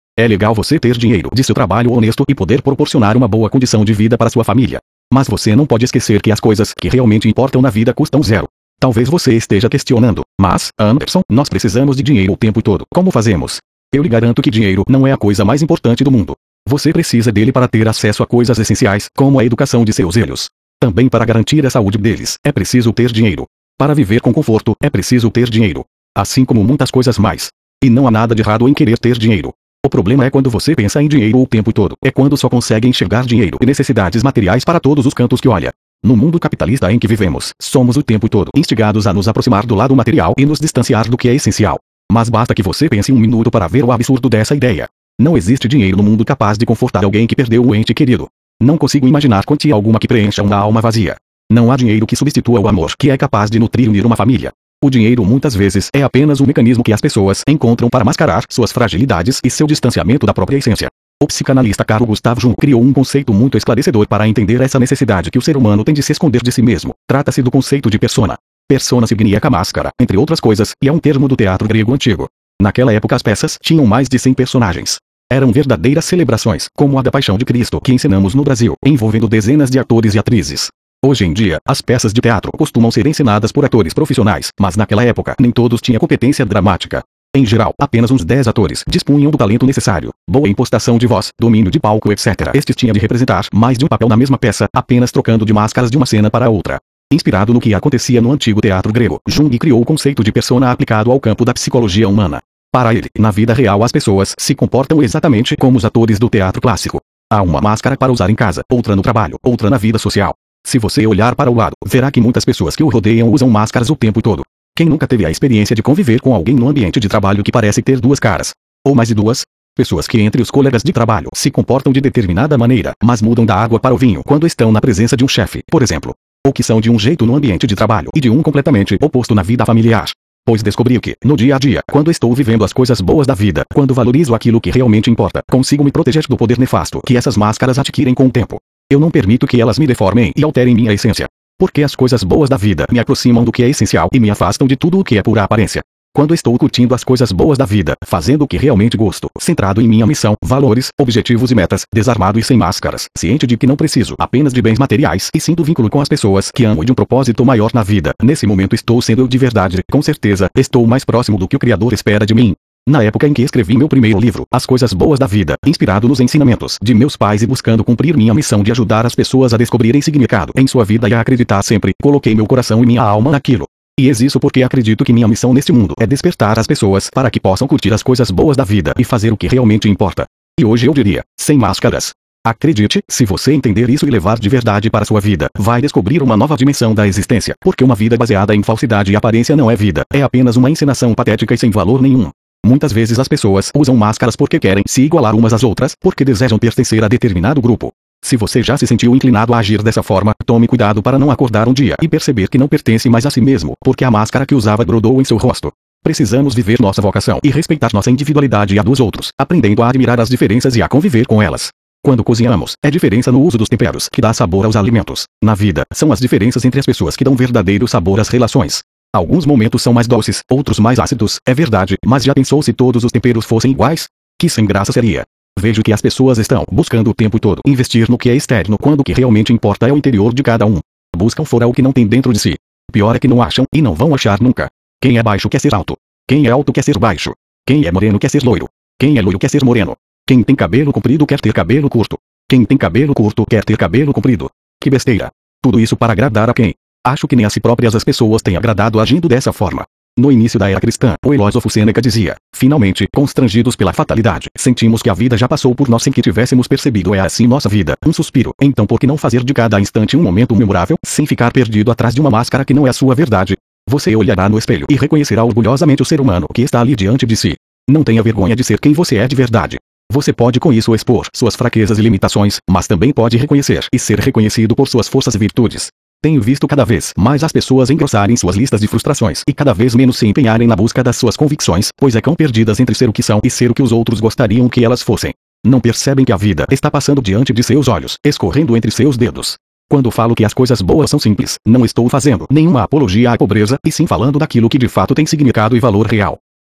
É legal você ter dinheiro de seu trabalho honesto e poder proporcionar uma boa condição de vida para sua família. Mas você não pode esquecer que as coisas que realmente importam na vida custam zero. Talvez você esteja questionando, mas, Anderson, nós precisamos de dinheiro o tempo todo. Como fazemos? Eu lhe garanto que dinheiro não é a coisa mais importante do mundo. Você precisa dele para ter acesso a coisas essenciais, como a educação de seus filhos. Também para garantir a saúde deles, é preciso ter dinheiro. Para viver com conforto, é preciso ter dinheiro. Assim como muitas coisas mais. E não há nada de errado em querer ter dinheiro. O problema é quando você pensa em dinheiro o tempo todo. É quando só consegue enxergar dinheiro e necessidades materiais para todos os cantos que olha. No mundo capitalista em que vivemos, somos o tempo todo instigados a nos aproximar do lado material e nos distanciar do que é essencial. Mas basta que você pense um minuto para ver o absurdo dessa ideia. Não existe dinheiro no mundo capaz de confortar alguém que perdeu um ente querido. Não consigo imaginar quantia alguma que preencha uma alma vazia. Não há dinheiro que substitua o amor que é capaz de nutrir e unir uma família. O dinheiro muitas vezes é apenas um mecanismo que as pessoas encontram para mascarar suas fragilidades e seu distanciamento da própria essência. O psicanalista Carl Gustav Jung criou um conceito muito esclarecedor para entender essa necessidade que o ser humano tem de se esconder de si mesmo. Trata-se do conceito de persona. Persona significa máscara, entre outras coisas, e é um termo do teatro grego antigo. Naquela época as peças tinham mais de cem personagens. Eram verdadeiras celebrações, como a da Paixão de Cristo que encenamos no Brasil, envolvendo dezenas de atores e atrizes. Hoje em dia, as peças de teatro costumam ser encenadas por atores profissionais, mas naquela época nem todos tinham competência dramática. Em geral, apenas uns dez atores dispunham do talento necessário, boa impostação de voz, domínio de palco, etcétera. Estes tinham de representar mais de um papel na mesma peça, apenas trocando de máscaras de uma cena para outra. Inspirado no que acontecia no antigo teatro grego, Jung criou o conceito de persona aplicado ao campo da psicologia humana. Para ele, na vida real as pessoas se comportam exatamente como os atores do teatro clássico. Há uma máscara para usar em casa, outra no trabalho, outra na vida social. Se você olhar para o lado, verá que muitas pessoas que o rodeiam usam máscaras o tempo todo. Quem nunca teve a experiência de conviver com alguém no ambiente de trabalho que parece ter duas caras? Ou mais de duas? Pessoas que entre os colegas de trabalho se comportam de determinada maneira, mas mudam da água para o vinho quando estão na presença de um chefe, por exemplo. Ou que são de um jeito no ambiente de trabalho e de um completamente oposto na vida familiar. Pois descobri que, no dia a dia, quando estou vivendo as coisas boas da vida, quando valorizo aquilo que realmente importa, consigo me proteger do poder nefasto que essas máscaras adquirem com o tempo. Eu não permito que elas me deformem e alterem minha essência. Porque as coisas boas da vida me aproximam do que é essencial e me afastam de tudo o que é pura aparência. Quando estou curtindo as coisas boas da vida, fazendo o que realmente gosto, centrado em minha missão, valores, objetivos e metas, desarmado e sem máscaras, ciente de que não preciso apenas de bens materiais e sim do vínculo com as pessoas que amo e de um propósito maior na vida, nesse momento estou sendo eu de verdade, com certeza, estou mais próximo do que o Criador espera de mim. Na época em que escrevi meu primeiro livro, As Coisas Boas da Vida, inspirado nos ensinamentos de meus pais e buscando cumprir minha missão de ajudar as pessoas a descobrirem significado em sua vida e a acreditar sempre, coloquei meu coração e minha alma naquilo. E existo porque acredito que minha missão neste mundo é despertar as pessoas para que possam curtir as coisas boas da vida e fazer o que realmente importa. E hoje eu diria, sem máscaras. Acredite, se você entender isso e levar de verdade para sua vida, vai descobrir uma nova dimensão da existência, porque uma vida baseada em falsidade e aparência não é vida, é apenas uma encenação patética e sem valor nenhum. Muitas vezes as pessoas usam máscaras porque querem se igualar umas às outras, porque desejam pertencer a determinado grupo. Se você já se sentiu inclinado a agir dessa forma, tome cuidado para não acordar um dia e perceber que não pertence mais a si mesmo, porque a máscara que usava brodou em seu rosto. Precisamos viver nossa vocação e respeitar nossa individualidade e a dos outros, aprendendo a admirar as diferenças e a conviver com elas. Quando cozinhamos, é diferença no uso dos temperos que dá sabor aos alimentos. Na vida, são as diferenças entre as pessoas que dão verdadeiro sabor às relações. Alguns momentos são mais doces, outros mais ácidos, é verdade, mas já pensou se todos os temperos fossem iguais? Que sem graça seria. Vejo que as pessoas estão buscando o tempo todo investir no que é externo quando o que realmente importa é o interior de cada um. Buscam fora o que não tem dentro de si. Pior é que não acham, e não vão achar nunca. Quem é baixo quer ser alto. Quem é alto quer ser baixo. Quem é moreno quer ser loiro. Quem é loiro quer ser moreno. Quem tem cabelo comprido quer ter cabelo curto. Quem tem cabelo curto quer ter cabelo comprido. Que besteira. Tudo isso para agradar a quem? Acho que nem a si próprias as pessoas têm agradado agindo dessa forma. No início da era cristã, o filósofo Sêneca dizia, finalmente, constrangidos pela fatalidade, sentimos que a vida já passou por nós sem que tivéssemos percebido. É assim nossa vida, um suspiro. Então por que não fazer de cada instante um momento memorável, sem ficar perdido atrás de uma máscara que não é a sua verdade? Você olhará no espelho e reconhecerá orgulhosamente o ser humano que está ali diante de si. Não tenha vergonha de ser quem você é de verdade. Você pode com isso expor suas fraquezas e limitações, mas também pode reconhecer e ser reconhecido por suas forças e virtudes. Tenho visto cada vez mais as pessoas engrossarem suas listas de frustrações e cada vez menos se empenharem na busca das suas convicções, pois é tão perdidas entre ser o que são e ser o que os outros gostariam que elas fossem. Não percebem que a vida está passando diante de seus olhos, escorrendo entre seus dedos. Quando falo que as coisas boas são simples, não estou fazendo nenhuma apologia à pobreza, e sim falando daquilo que de fato tem significado e valor real.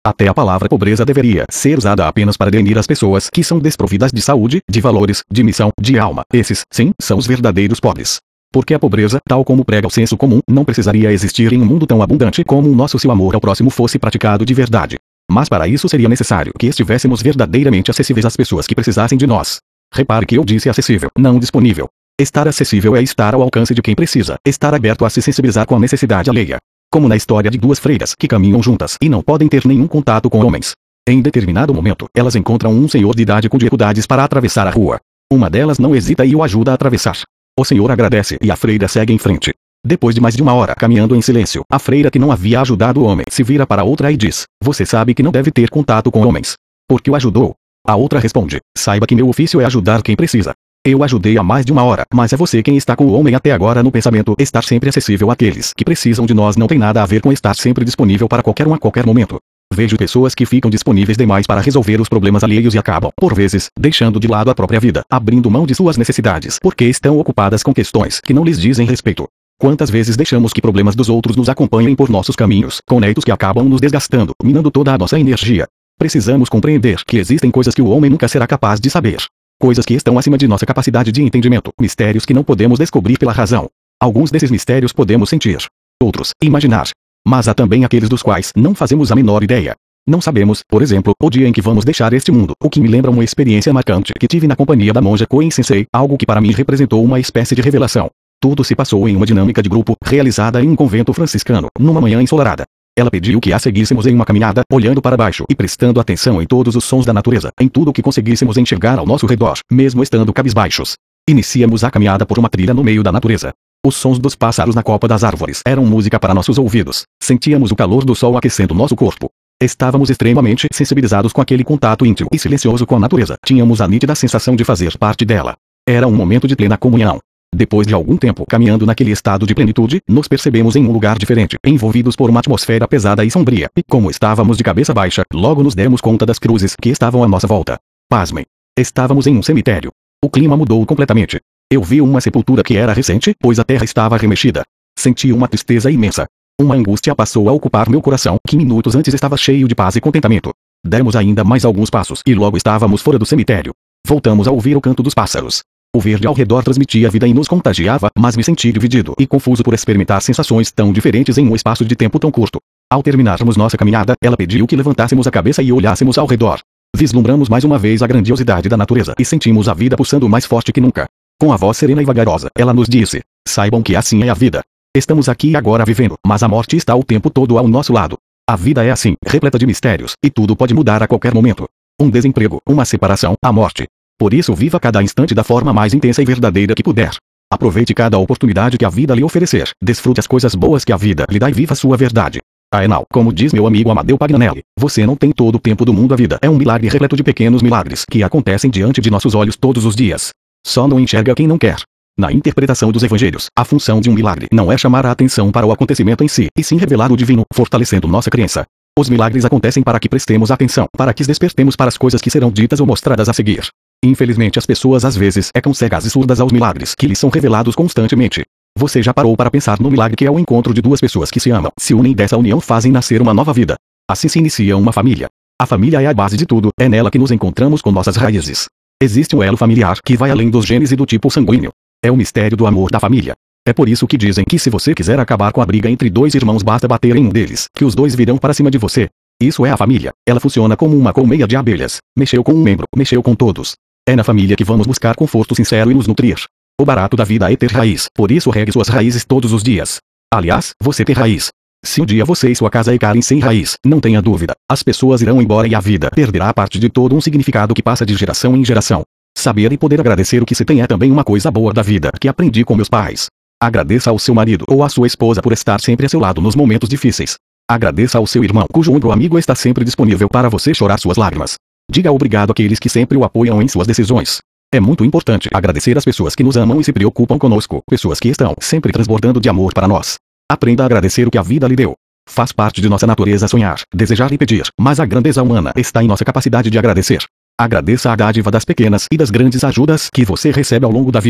Até a palavra pobreza deveria ser usada apenas para definir as pessoas que são desprovidas de saúde, de valores, de missão, de alma. Esses, sim, são os verdadeiros pobres. Porque a pobreza, tal como prega o senso comum, não precisaria existir em um mundo tão abundante como o nosso se o amor ao próximo fosse praticado de verdade. Mas para isso seria necessário que estivéssemos verdadeiramente acessíveis às pessoas que precisassem de nós. Repare que eu disse acessível, não disponível. Estar acessível é estar ao alcance de quem precisa, estar aberto a se sensibilizar com a necessidade alheia. Como na história de duas freiras que caminham juntas e não podem ter nenhum contato com homens. Em determinado momento, elas encontram um senhor de idade com dificuldades para atravessar a rua. Uma delas não hesita e o ajuda a atravessar. O senhor agradece e a freira segue em frente. Depois de mais de uma hora caminhando em silêncio, a freira que não havia ajudado o homem se vira para outra e diz: "Você sabe que não deve ter contato com homens. Por que o ajudou?" A outra responde: "Saiba que meu ofício é ajudar quem precisa. Eu ajudei há mais de uma hora, mas é você quem está com o homem até agora no pensamento. Estar sempre acessível àqueles que precisam de nós não tem nada a ver com estar sempre disponível para qualquer um a qualquer momento. Vejo pessoas que ficam disponíveis demais para resolver os problemas alheios e acabam, por vezes, deixando de lado a própria vida, abrindo mão de suas necessidades, porque estão ocupadas com questões que não lhes dizem respeito. Quantas vezes deixamos que problemas dos outros nos acompanhem por nossos caminhos, conectos que acabam nos desgastando, minando toda a nossa energia. Precisamos compreender que existem coisas que o homem nunca será capaz de saber. Coisas que estão acima de nossa capacidade de entendimento, mistérios que não podemos descobrir pela razão. Alguns desses mistérios podemos sentir. Outros, imaginar. Mas há também aqueles dos quais não fazemos a menor ideia. Não sabemos, por exemplo, o dia em que vamos deixar este mundo, o que me lembra uma experiência marcante que tive na companhia da monja Koen Sensei, algo que para mim representou uma espécie de revelação. Tudo se passou em uma dinâmica de grupo, realizada em um convento franciscano, numa manhã ensolarada. Ela pediu que a seguíssemos em uma caminhada, olhando para baixo e prestando atenção em todos os sons da natureza, em tudo o que conseguíssemos enxergar ao nosso redor, mesmo estando cabisbaixos. Iniciamos a caminhada por uma trilha no meio da natureza. Os sons dos pássaros na copa das árvores eram música para nossos ouvidos. Sentíamos o calor do sol aquecendo nosso corpo. Estávamos extremamente sensibilizados com aquele contato íntimo e silencioso com a natureza. Tínhamos a nítida sensação de fazer parte dela. Era um momento de plena comunhão. Depois de algum tempo caminhando naquele estado de plenitude, nos percebemos em um lugar diferente, envolvidos por uma atmosfera pesada e sombria, e como estávamos de cabeça baixa, logo nos demos conta das cruzes que estavam à nossa volta. Pasmem. Estávamos em um cemitério. O clima mudou completamente. Eu vi uma sepultura que era recente, pois a terra estava remexida. Senti uma tristeza imensa. Uma angústia passou a ocupar meu coração, que minutos antes estava cheio de paz e contentamento. Demos ainda mais alguns passos e logo estávamos fora do cemitério. Voltamos a ouvir o canto dos pássaros. O verde ao redor transmitia vida e nos contagiava, mas me senti dividido e confuso por experimentar sensações tão diferentes em um espaço de tempo tão curto. Ao terminarmos nossa caminhada, ela pediu que levantássemos a cabeça e olhássemos ao redor. Vislumbramos mais uma vez a grandiosidade da natureza e sentimos a vida pulsando mais forte que nunca. Com a voz serena e vagarosa, ela nos disse: "Saibam que assim é a vida. Estamos aqui agora vivendo, mas a morte está o tempo todo ao nosso lado. A vida é assim, repleta de mistérios, e tudo pode mudar a qualquer momento. Um desemprego, uma separação, a morte. Por isso viva cada instante da forma mais intensa e verdadeira que puder. Aproveite cada oportunidade que a vida lhe oferecer, desfrute as coisas boas que a vida lhe dá e viva sua verdade. Aenal, como diz meu amigo Amadeu Pagnanelli, você não tem todo o tempo do mundo. A vida é um milagre repleto de pequenos milagres que acontecem diante de nossos olhos todos os dias. Só não enxerga quem não quer. Na interpretação dos evangelhos, a função de um milagre não é chamar a atenção para o acontecimento em si, e sim revelar o divino, fortalecendo nossa crença. Os milagres acontecem para que prestemos atenção, para que despertemos para as coisas que serão ditas ou mostradas a seguir. Infelizmente as pessoas às vezes ficam cegas e surdas aos milagres que lhes são revelados constantemente. Você já parou para pensar no milagre que é o encontro de duas pessoas que se amam, se unem e dessa união fazem nascer uma nova vida? Assim se inicia uma família. A família é a base de tudo, é nela que nos encontramos com nossas raízes. Existe um elo familiar que vai além dos genes e do tipo sanguíneo. É o mistério do amor da família. É por isso que dizem que se você quiser acabar com a briga entre dois irmãos basta bater em um deles, que os dois virão para cima de você. Isso é a família. Ela funciona como uma colmeia de abelhas. Mexeu com um membro, mexeu com todos. É na família que vamos buscar conforto sincero e nos nutrir. O barato da vida é ter raiz, por isso regue suas raízes todos os dias. Aliás, você ter raiz. Se um dia você e sua casa ficarem sem raiz, não tenha dúvida, as pessoas irão embora e a vida perderá parte de todo um significado que passa de geração em geração. Saber e poder agradecer o que se tem é também uma coisa boa da vida que aprendi com meus pais. Agradeça ao seu marido ou à sua esposa por estar sempre a seu lado nos momentos difíceis. Agradeça ao seu irmão cujo ombro amigo está sempre disponível para você chorar suas lágrimas. Diga obrigado àqueles que sempre o apoiam em suas decisões. É muito importante agradecer às pessoas que nos amam e se preocupam conosco, pessoas que estão sempre transbordando de amor para nós. Aprenda a agradecer o que a vida lhe deu. Faz parte de nossa natureza sonhar, desejar e pedir, mas a grandeza humana está em nossa capacidade de agradecer. Agradeça a dádiva das pequenas e das grandes ajudas que você recebe ao longo da vida.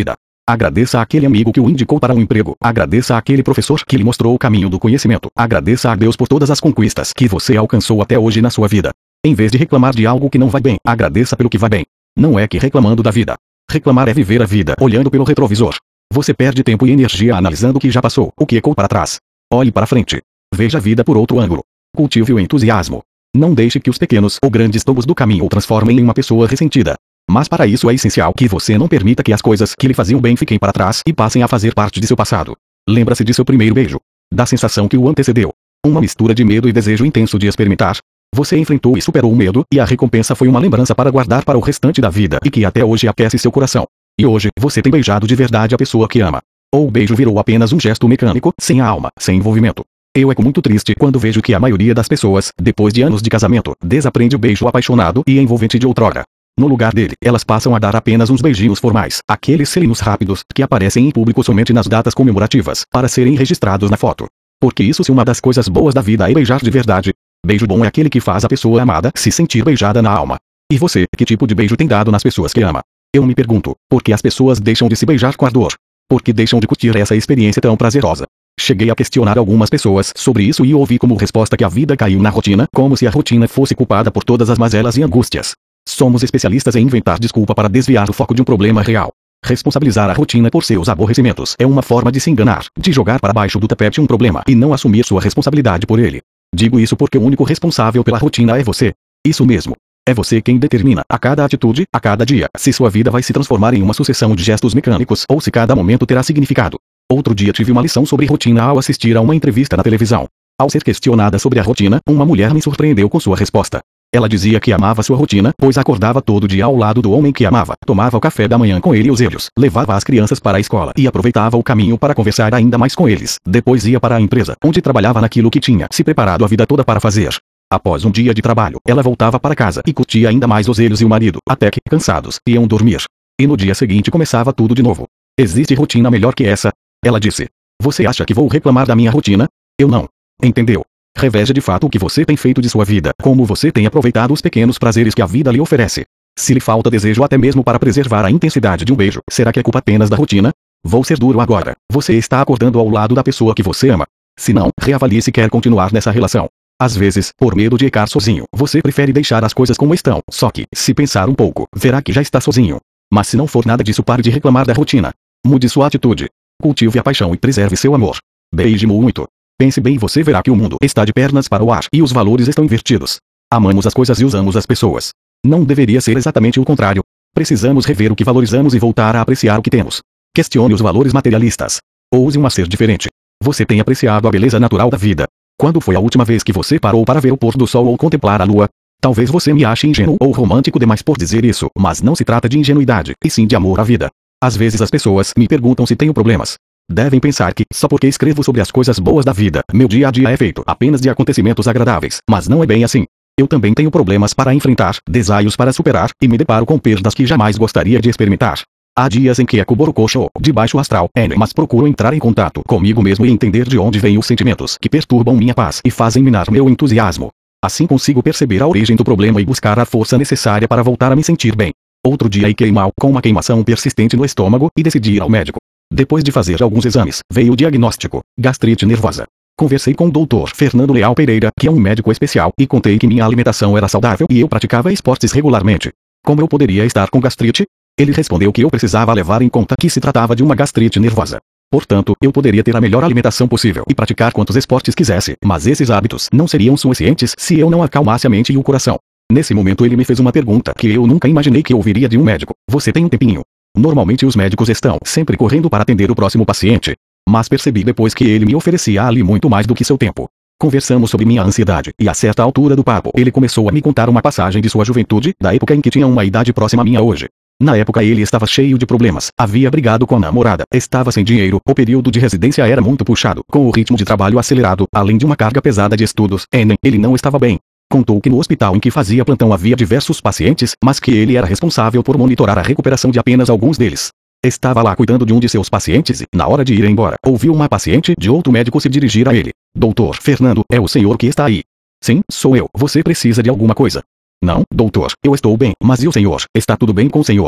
Agradeça àquele amigo que o indicou para um emprego. Agradeça àquele professor que lhe mostrou o caminho do conhecimento. Agradeça a Deus por todas as conquistas que você alcançou até hoje na sua vida. Em vez de reclamar de algo que não vai bem, agradeça pelo que vai bem. Não é que reclamando da vida. Reclamar é viver a vida olhando pelo retrovisor. Você perde tempo e energia analisando o que já passou, o que ficou para trás. Olhe para frente. Veja a vida por outro ângulo. Cultive o entusiasmo. Não deixe que os pequenos ou grandes tombos do caminho o transformem em uma pessoa ressentida. Mas para isso é essencial que você não permita que as coisas que lhe faziam bem fiquem para trás e passem a fazer parte de seu passado. Lembra-se de seu primeiro beijo. Da sensação que o antecedeu. Uma mistura de medo e desejo intenso de experimentar. Você enfrentou e superou o medo e a recompensa foi uma lembrança para guardar para o restante da vida e que até hoje aquece seu coração. E hoje, você tem beijado de verdade a pessoa que ama. Ou o beijo virou apenas um gesto mecânico, sem a alma, sem envolvimento. Eu fico muito triste quando vejo que a maioria das pessoas, depois de anos de casamento, desaprende o beijo apaixonado e envolvente de outrora. No lugar dele, elas passam a dar apenas uns beijinhos formais, aqueles selinhos rápidos que aparecem em público somente nas datas comemorativas, para serem registrados na foto. Porque isso se uma das coisas boas da vida é beijar de verdade. Beijo bom é aquele que faz a pessoa amada se sentir beijada na alma. E você, que tipo de beijo tem dado nas pessoas que ama? Eu me pergunto, por que as pessoas deixam de se beijar com ardor? Por que deixam de curtir essa experiência tão prazerosa? Cheguei a questionar algumas pessoas sobre isso e ouvi como resposta que a vida caiu na rotina, como se a rotina fosse culpada por todas as mazelas e angústias. Somos especialistas em inventar desculpa para desviar o foco de um problema real. Responsabilizar a rotina por seus aborrecimentos é uma forma de se enganar, de jogar para baixo do tapete um problema e não assumir sua responsabilidade por ele. Digo isso porque o único responsável pela rotina é você. Isso mesmo. É você quem determina, a cada atitude, a cada dia, se sua vida vai se transformar em uma sucessão de gestos mecânicos ou se cada momento terá significado. Outro dia tive uma lição sobre rotina ao assistir a uma entrevista na televisão. Ao ser questionada sobre a rotina, uma mulher me surpreendeu com sua resposta. Ela dizia que amava sua rotina, pois acordava todo dia ao lado do homem que amava, tomava o café da manhã com ele e os filhos, levava as crianças para a escola e aproveitava o caminho para conversar ainda mais com eles. Depois ia para a empresa, onde trabalhava naquilo que tinha se preparado a vida toda para fazer. Após um dia de trabalho, ela voltava para casa e curtia ainda mais os filhos e o marido, até que, cansados, iam dormir. E no dia seguinte começava tudo de novo. Existe rotina melhor que essa? Ela disse. Você acha que vou reclamar da minha rotina? Eu não. Entendeu? Reveja de fato o que você tem feito de sua vida, como você tem aproveitado os pequenos prazeres que a vida lhe oferece. Se lhe falta desejo até mesmo para preservar a intensidade de um beijo, será que é culpa apenas da rotina? Vou ser duro agora. Você está acordando ao lado da pessoa que você ama. Se não, reavalie se quer continuar nessa relação. Às vezes, por medo de ficar sozinho, você prefere deixar as coisas como estão. Só que, se pensar um pouco, verá que já está sozinho. Mas se não for nada disso, pare de reclamar da rotina. Mude sua atitude. Cultive a paixão e preserve seu amor. Beije muito. Pense bem e você verá que o mundo está de pernas para o ar e os valores estão invertidos. Amamos as coisas e usamos as pessoas. Não deveria ser exatamente o contrário. Precisamos rever o que valorizamos e voltar a apreciar o que temos. Questione os valores materialistas. Ouse um ser diferente. Você tem apreciado a beleza natural da vida. Quando foi a última vez que você parou para ver o pôr do sol ou contemplar a lua? Talvez você me ache ingênuo ou romântico demais por dizer isso, mas não se trata de ingenuidade, e sim de amor à vida. Às vezes as pessoas me perguntam se tenho problemas. Devem pensar que, só porque escrevo sobre as coisas boas da vida, meu dia a dia é feito apenas de acontecimentos agradáveis, mas não é bem assim. Eu também tenho problemas para enfrentar, desafios para superar, e me deparo com perdas que jamais gostaria de experimentar. Há dias em que é cuborococho, de baixo astral, mas procuro entrar em contato comigo mesmo e entender de onde vêm os sentimentos que perturbam minha paz e fazem minar meu entusiasmo. Assim consigo perceber a origem do problema e buscar a força necessária para voltar a me sentir bem. Outro dia fiquei mal, com uma queimação persistente no estômago, e decidi ir ao médico. Depois de fazer alguns exames, veio o diagnóstico: gastrite nervosa. Conversei com o doutor Fernando Leal Pereira, que é um médico especial, e contei que minha alimentação era saudável e eu praticava esportes regularmente. Como eu poderia estar com gastrite? Ele respondeu que eu precisava levar em conta que se tratava de uma gastrite nervosa. Portanto, eu poderia ter a melhor alimentação possível e praticar quantos esportes quisesse, mas esses hábitos não seriam suficientes se eu não acalmasse a mente e o coração. Nesse momento ele me fez uma pergunta que eu nunca imaginei que ouviria de um médico: você tem um tempinho? Normalmente os médicos estão sempre correndo para atender o próximo paciente. Mas percebi depois que ele me oferecia ali muito mais do que seu tempo. Conversamos sobre minha ansiedade, e a certa altura do papo ele começou a me contar uma passagem de sua juventude, da época em que tinha uma idade próxima à minha hoje. Na época ele estava cheio de problemas, havia brigado com a namorada, estava sem dinheiro, o período de residência era muito puxado, com o ritmo de trabalho acelerado, além de uma carga pesada de estudos, ele não estava bem. Contou que no hospital em que fazia plantão havia diversos pacientes, mas que ele era responsável por monitorar a recuperação de apenas alguns deles. Estava lá cuidando de um de seus pacientes e, na hora de ir embora, ouviu uma paciente de outro médico se dirigir a ele: doutor Fernando, é o senhor que está aí? Sim, sou eu. Você precisa de alguma coisa? Não, doutor, eu estou bem, mas e o senhor? Está tudo bem com o senhor?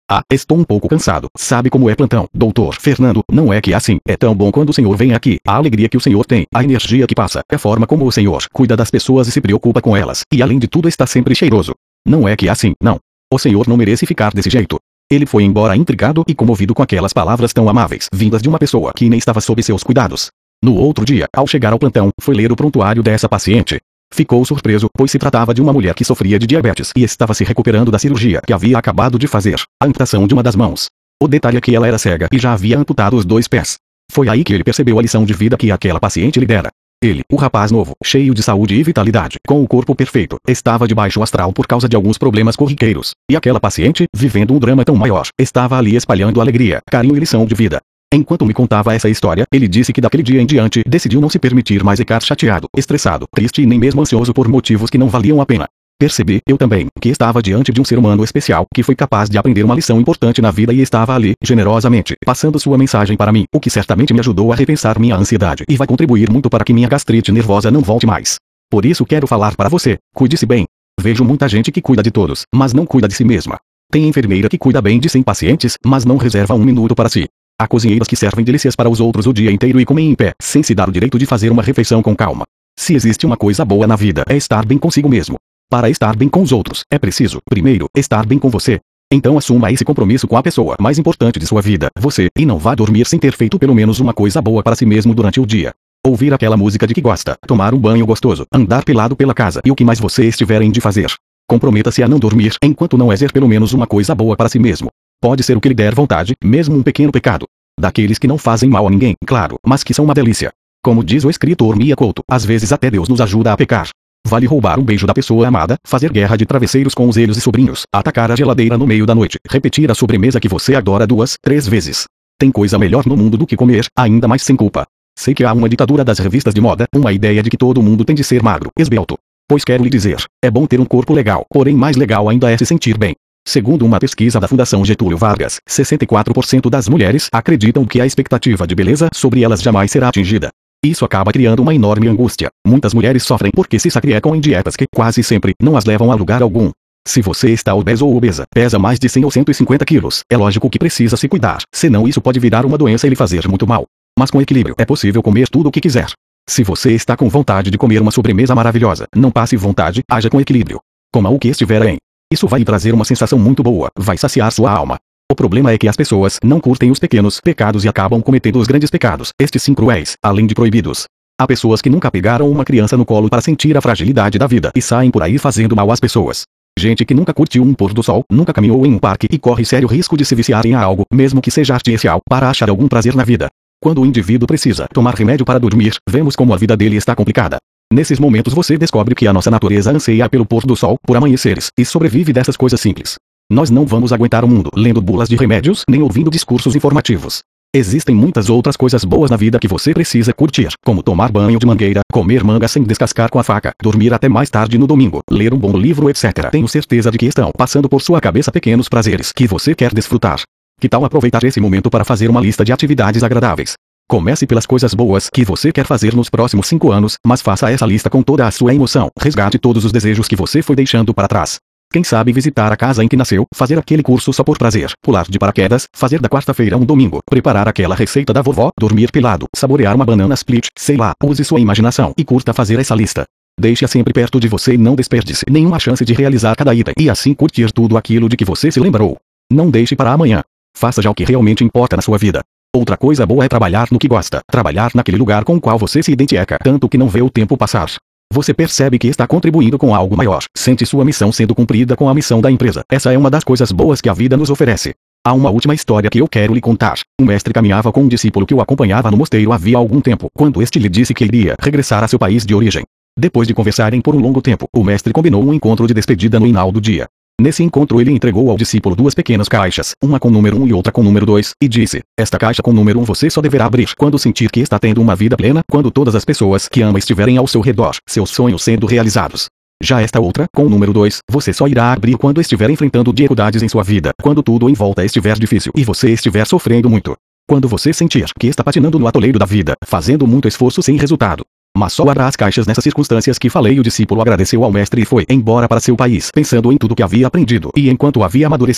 Ah, estou um pouco cansado. Sabe como é plantão, doutor Fernando? Não é que é assim. É tão bom quando o senhor vem aqui. A alegria que o senhor tem, a energia que passa, a forma como o senhor cuida das pessoas e se preocupa com elas. E além de tudo está sempre cheiroso. Não é que é assim, não. O senhor não merece ficar desse jeito. Ele foi embora intrigado e comovido com aquelas palavras tão amáveis, vindas de uma pessoa que nem estava sob seus cuidados. No outro dia, ao chegar ao plantão, foi ler o prontuário dessa paciente. Ficou surpreso, pois se tratava de uma mulher que sofria de diabetes e estava se recuperando da cirurgia que havia acabado de fazer, a amputação de uma das mãos. O detalhe é que ela era cega e já havia amputado os dois pés. Foi aí que ele percebeu a lição de vida que aquela paciente lhe dera. Ele, o rapaz novo, cheio de saúde e vitalidade, com o corpo perfeito, estava de baixo astral por causa de alguns problemas corriqueiros, e aquela paciente, vivendo um drama tão maior, estava ali espalhando alegria, carinho e lição de vida. Enquanto me contava essa história, ele disse que daquele dia em diante decidiu não se permitir mais ficar chateado, estressado, triste e nem mesmo ansioso por motivos que não valiam a pena. Percebi, eu também, que estava diante de um ser humano especial, que foi capaz de aprender uma lição importante na vida e estava ali, generosamente, passando sua mensagem para mim, o que certamente me ajudou a repensar minha ansiedade e vai contribuir muito para que minha gastrite nervosa não volte mais. Por isso quero falar para você, cuide-se bem. Vejo muita gente que cuida de todos, mas não cuida de si mesma. Tem enfermeira que cuida bem de cem pacientes, mas não reserva um minuto para si. Há cozinheiras que servem delícias para os outros o dia inteiro e comem em pé, sem se dar o direito de fazer uma refeição com calma. Se existe uma coisa boa na vida, é estar bem consigo mesmo. Para estar bem com os outros, é preciso, primeiro, estar bem com você. Então assuma esse compromisso com a pessoa mais importante de sua vida, você, e não vá dormir sem ter feito pelo menos uma coisa boa para si mesmo durante o dia. Ouvir aquela música de que gosta, tomar um banho gostoso, andar pelado pela casa e o que mais você estiverem de fazer. Comprometa-se a não dormir enquanto não fizer pelo menos uma coisa boa para si mesmo. Pode ser o que lhe der vontade, mesmo um pequeno pecado. Daqueles que não fazem mal a ninguém, claro, mas que são uma delícia. Como diz o escritor Mia Couto, às vezes até Deus nos ajuda a pecar. Vale roubar um beijo da pessoa amada, fazer guerra de travesseiros com os elhos e sobrinhos, atacar a geladeira no meio da noite, repetir a sobremesa que você adora duas, três vezes. Tem coisa melhor no mundo do que comer, ainda mais sem culpa. Sei que há uma ditadura das revistas de moda, uma ideia de que todo mundo tem de ser magro, esbelto. Pois quero lhe dizer, é bom ter um corpo legal, porém mais legal ainda é se sentir bem. Segundo uma pesquisa da Fundação Getúlio Vargas, sessenta e quatro por cento das mulheres acreditam que a expectativa de beleza sobre elas jamais será atingida. Isso acaba criando uma enorme angústia. Muitas mulheres sofrem porque se sacrificam em dietas que, quase sempre, não as levam a lugar algum. Se você está obeso ou obesa, pesa mais de cem ou cento e cinquenta quilos, é lógico que precisa se cuidar, senão isso pode virar uma doença e lhe fazer muito mal. Mas com equilíbrio é possível comer tudo o que quiser. Se você está com vontade de comer uma sobremesa maravilhosa, não passe vontade, haja com equilíbrio. Coma o que estiver em. Isso vai lhe trazer uma sensação muito boa, vai saciar sua alma. O problema é que as pessoas não curtem os pequenos pecados e acabam cometendo os grandes pecados, estes sim cruéis, além de proibidos. Há pessoas que nunca pegaram uma criança no colo para sentir a fragilidade da vida e saem por aí fazendo mal às pessoas. Gente que nunca curtiu um pôr do sol, nunca caminhou em um parque e corre sério risco de se viciar em algo, mesmo que seja artificial, para achar algum prazer na vida. Quando o indivíduo precisa tomar remédio para dormir, vemos como a vida dele está complicada. Nesses momentos você descobre que a nossa natureza anseia pelo pôr do sol, por amanheceres, e sobrevive dessas coisas simples. Nós não vamos aguentar o mundo lendo bulas de remédios, nem ouvindo discursos informativos. Existem muitas outras coisas boas na vida que você precisa curtir, como tomar banho de mangueira, comer manga sem descascar com a faca, dormir até mais tarde no domingo, ler um bom livro, etcétera. Tenho certeza de que estão passando por sua cabeça pequenos prazeres que você quer desfrutar. Que tal aproveitar esse momento para fazer uma lista de atividades agradáveis? Comece pelas coisas boas que você quer fazer nos próximos cinco anos, mas faça essa lista com toda a sua emoção. Resgate todos os desejos que você foi deixando para trás. Quem sabe visitar a casa em que nasceu, fazer aquele curso só por prazer, pular de paraquedas, fazer da quarta-feira um domingo, preparar aquela receita da vovó, dormir pelado, saborear uma banana split, sei lá, use sua imaginação e curta fazer essa lista. Deixe-a sempre perto de você e não desperdice nenhuma chance de realizar cada item e assim curtir tudo aquilo de que você se lembrou. Não deixe para amanhã. Faça já o que realmente importa na sua vida. Outra coisa boa é trabalhar no que gosta, trabalhar naquele lugar com o qual você se identifica, tanto que não vê o tempo passar. Você percebe que está contribuindo com algo maior, sente sua missão sendo cumprida com a missão da empresa. Essa é uma das coisas boas que a vida nos oferece. Há uma última história que eu quero lhe contar. Um mestre caminhava com um discípulo que o acompanhava no mosteiro havia algum tempo, quando este lhe disse que iria regressar a seu país de origem. Depois de conversarem por um longo tempo, o mestre combinou um encontro de despedida no final do dia. Nesse encontro ele entregou ao discípulo duas pequenas caixas, uma com número um e outra com número dois, e disse, esta caixa com número um você só deverá abrir quando sentir que está tendo uma vida plena, quando todas as pessoas que ama estiverem ao seu redor, seus sonhos sendo realizados. Já esta outra, com o número dois, você só irá abrir quando estiver enfrentando dificuldades em sua vida, quando tudo em volta estiver difícil e você estiver sofrendo muito. Quando você sentir que está patinando no atoleiro da vida, fazendo muito esforço sem resultado. Mas só abra as caixas nessas circunstâncias que falei. O discípulo agradeceu ao mestre e foi embora para seu país, pensando em tudo que havia aprendido e enquanto havia amadurecido.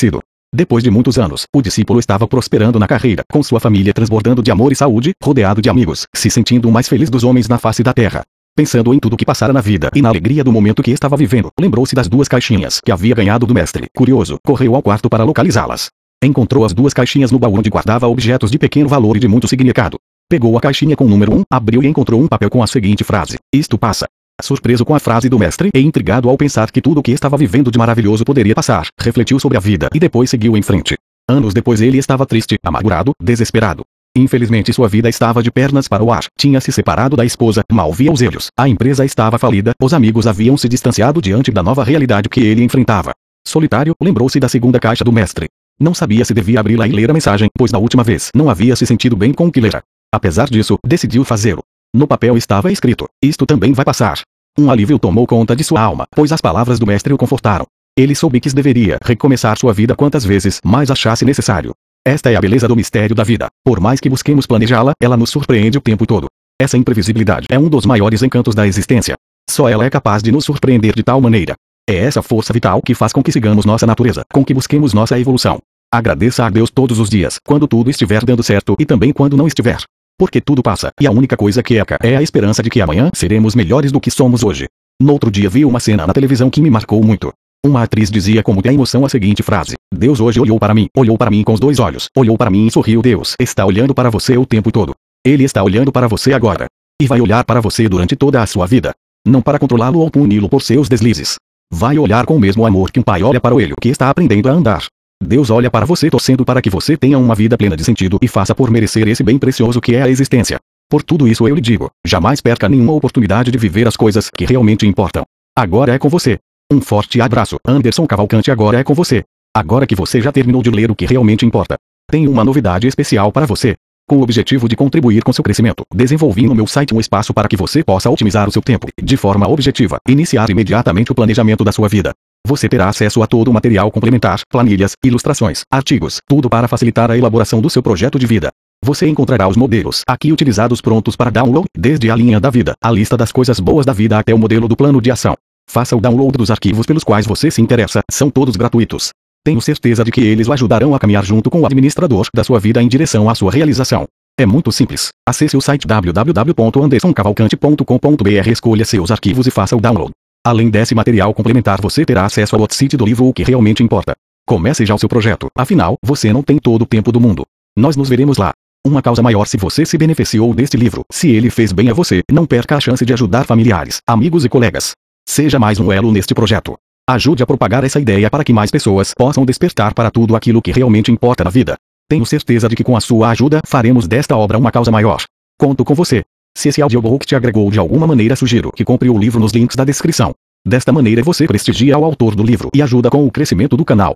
Depois de muitos anos, o discípulo estava prosperando na carreira, com sua família transbordando de amor e saúde, rodeado de amigos, se sentindo o mais feliz dos homens na face da terra. Pensando em tudo o que passara na vida e na alegria do momento que estava vivendo, lembrou-se das duas caixinhas que havia ganhado do mestre. Curioso, correu ao quarto para localizá-las. Encontrou as duas caixinhas no baú onde guardava objetos de pequeno valor e de muito significado. Pegou a caixinha com o número um, abriu e encontrou um papel com a seguinte frase: "Isto passa." Surpreso com a frase do mestre e intrigado ao pensar que tudo o que estava vivendo de maravilhoso poderia passar, refletiu sobre a vida e depois seguiu em frente. Anos depois ele estava triste, amargurado, desesperado. Infelizmente sua vida estava de pernas para o ar, tinha se separado da esposa, mal via os olhos, a empresa estava falida, os amigos haviam se distanciado diante da nova realidade que ele enfrentava. Solitário, lembrou-se da segunda caixa do mestre. Não sabia se devia abri-la e ler a mensagem, pois da última vez não havia se sentido bem com o que lera. Apesar disso, decidiu fazê-lo. No papel estava escrito: "Isto também vai passar." Um alívio tomou conta de sua alma, pois as palavras do mestre o confortaram. Ele soube que deveria recomeçar sua vida quantas vezes mais achasse necessário. Esta é a beleza do mistério da vida. Por mais que busquemos planejá-la, ela nos surpreende o tempo todo. Essa imprevisibilidade é um dos maiores encantos da existência. Só ela é capaz de nos surpreender de tal maneira. É essa força vital que faz com que sigamos nossa natureza, com que busquemos nossa evolução. Agradeça a Deus todos os dias, quando tudo estiver dando certo e também quando não estiver. Porque tudo passa, e a única coisa que eca é a esperança de que amanhã seremos melhores do que somos hoje. No outro dia vi uma cena na televisão que me marcou muito. Uma atriz dizia com muita emoção a seguinte frase: "Deus hoje olhou para mim, olhou para mim com os dois olhos, olhou para mim e sorriu." Deus está olhando para você o tempo todo. Ele está olhando para você agora. E vai olhar para você durante toda a sua vida. Não para controlá-lo ou puni-lo por seus deslizes. Vai olhar com o mesmo amor que um pai olha para o filho que está aprendendo a andar. Deus olha para você torcendo para que você tenha uma vida plena de sentido e faça por merecer esse bem precioso que é a existência. Por tudo isso eu lhe digo, jamais perca nenhuma oportunidade de viver as coisas que realmente importam. Agora é com você. Um forte abraço, Anderson Cavalcante. Agora é com você. Agora que você já terminou de ler o que realmente importa, tenho uma novidade especial para você. Com o objetivo de contribuir com seu crescimento, desenvolvi no meu site um espaço para que você possa otimizar o seu tempo e, de forma objetiva, iniciar imediatamente o planejamento da sua vida. Você terá acesso a todo o material complementar, planilhas, ilustrações, artigos, tudo para facilitar a elaboração do seu projeto de vida. Você encontrará os modelos aqui utilizados prontos para download, desde a linha da vida, a lista das coisas boas da vida até o modelo do plano de ação. Faça o download dos arquivos pelos quais você se interessa, são todos gratuitos. Tenho certeza de que eles o ajudarão a caminhar junto com o administrador da sua vida em direção à sua realização. É muito simples. Acesse o site w w w ponto anderson cavalcante ponto com ponto b r, escolha seus arquivos e faça o download. Além desse material complementar, você terá acesso ao site do livro O que Realmente Importa. Comece já o seu projeto, afinal, você não tem todo o tempo do mundo. Nós nos veremos lá. Uma causa maior: se você se beneficiou deste livro, se ele fez bem a você, não perca a chance de ajudar familiares, amigos e colegas. Seja mais um elo neste projeto. Ajude a propagar essa ideia para que mais pessoas possam despertar para tudo aquilo que realmente importa na vida. Tenho certeza de que com a sua ajuda, faremos desta obra uma causa maior. Conto com você. Se esse audiobook te agregou de alguma maneira, sugiro que compre o livro nos links da descrição. Desta maneira você prestigia o autor do livro e ajuda com o crescimento do canal.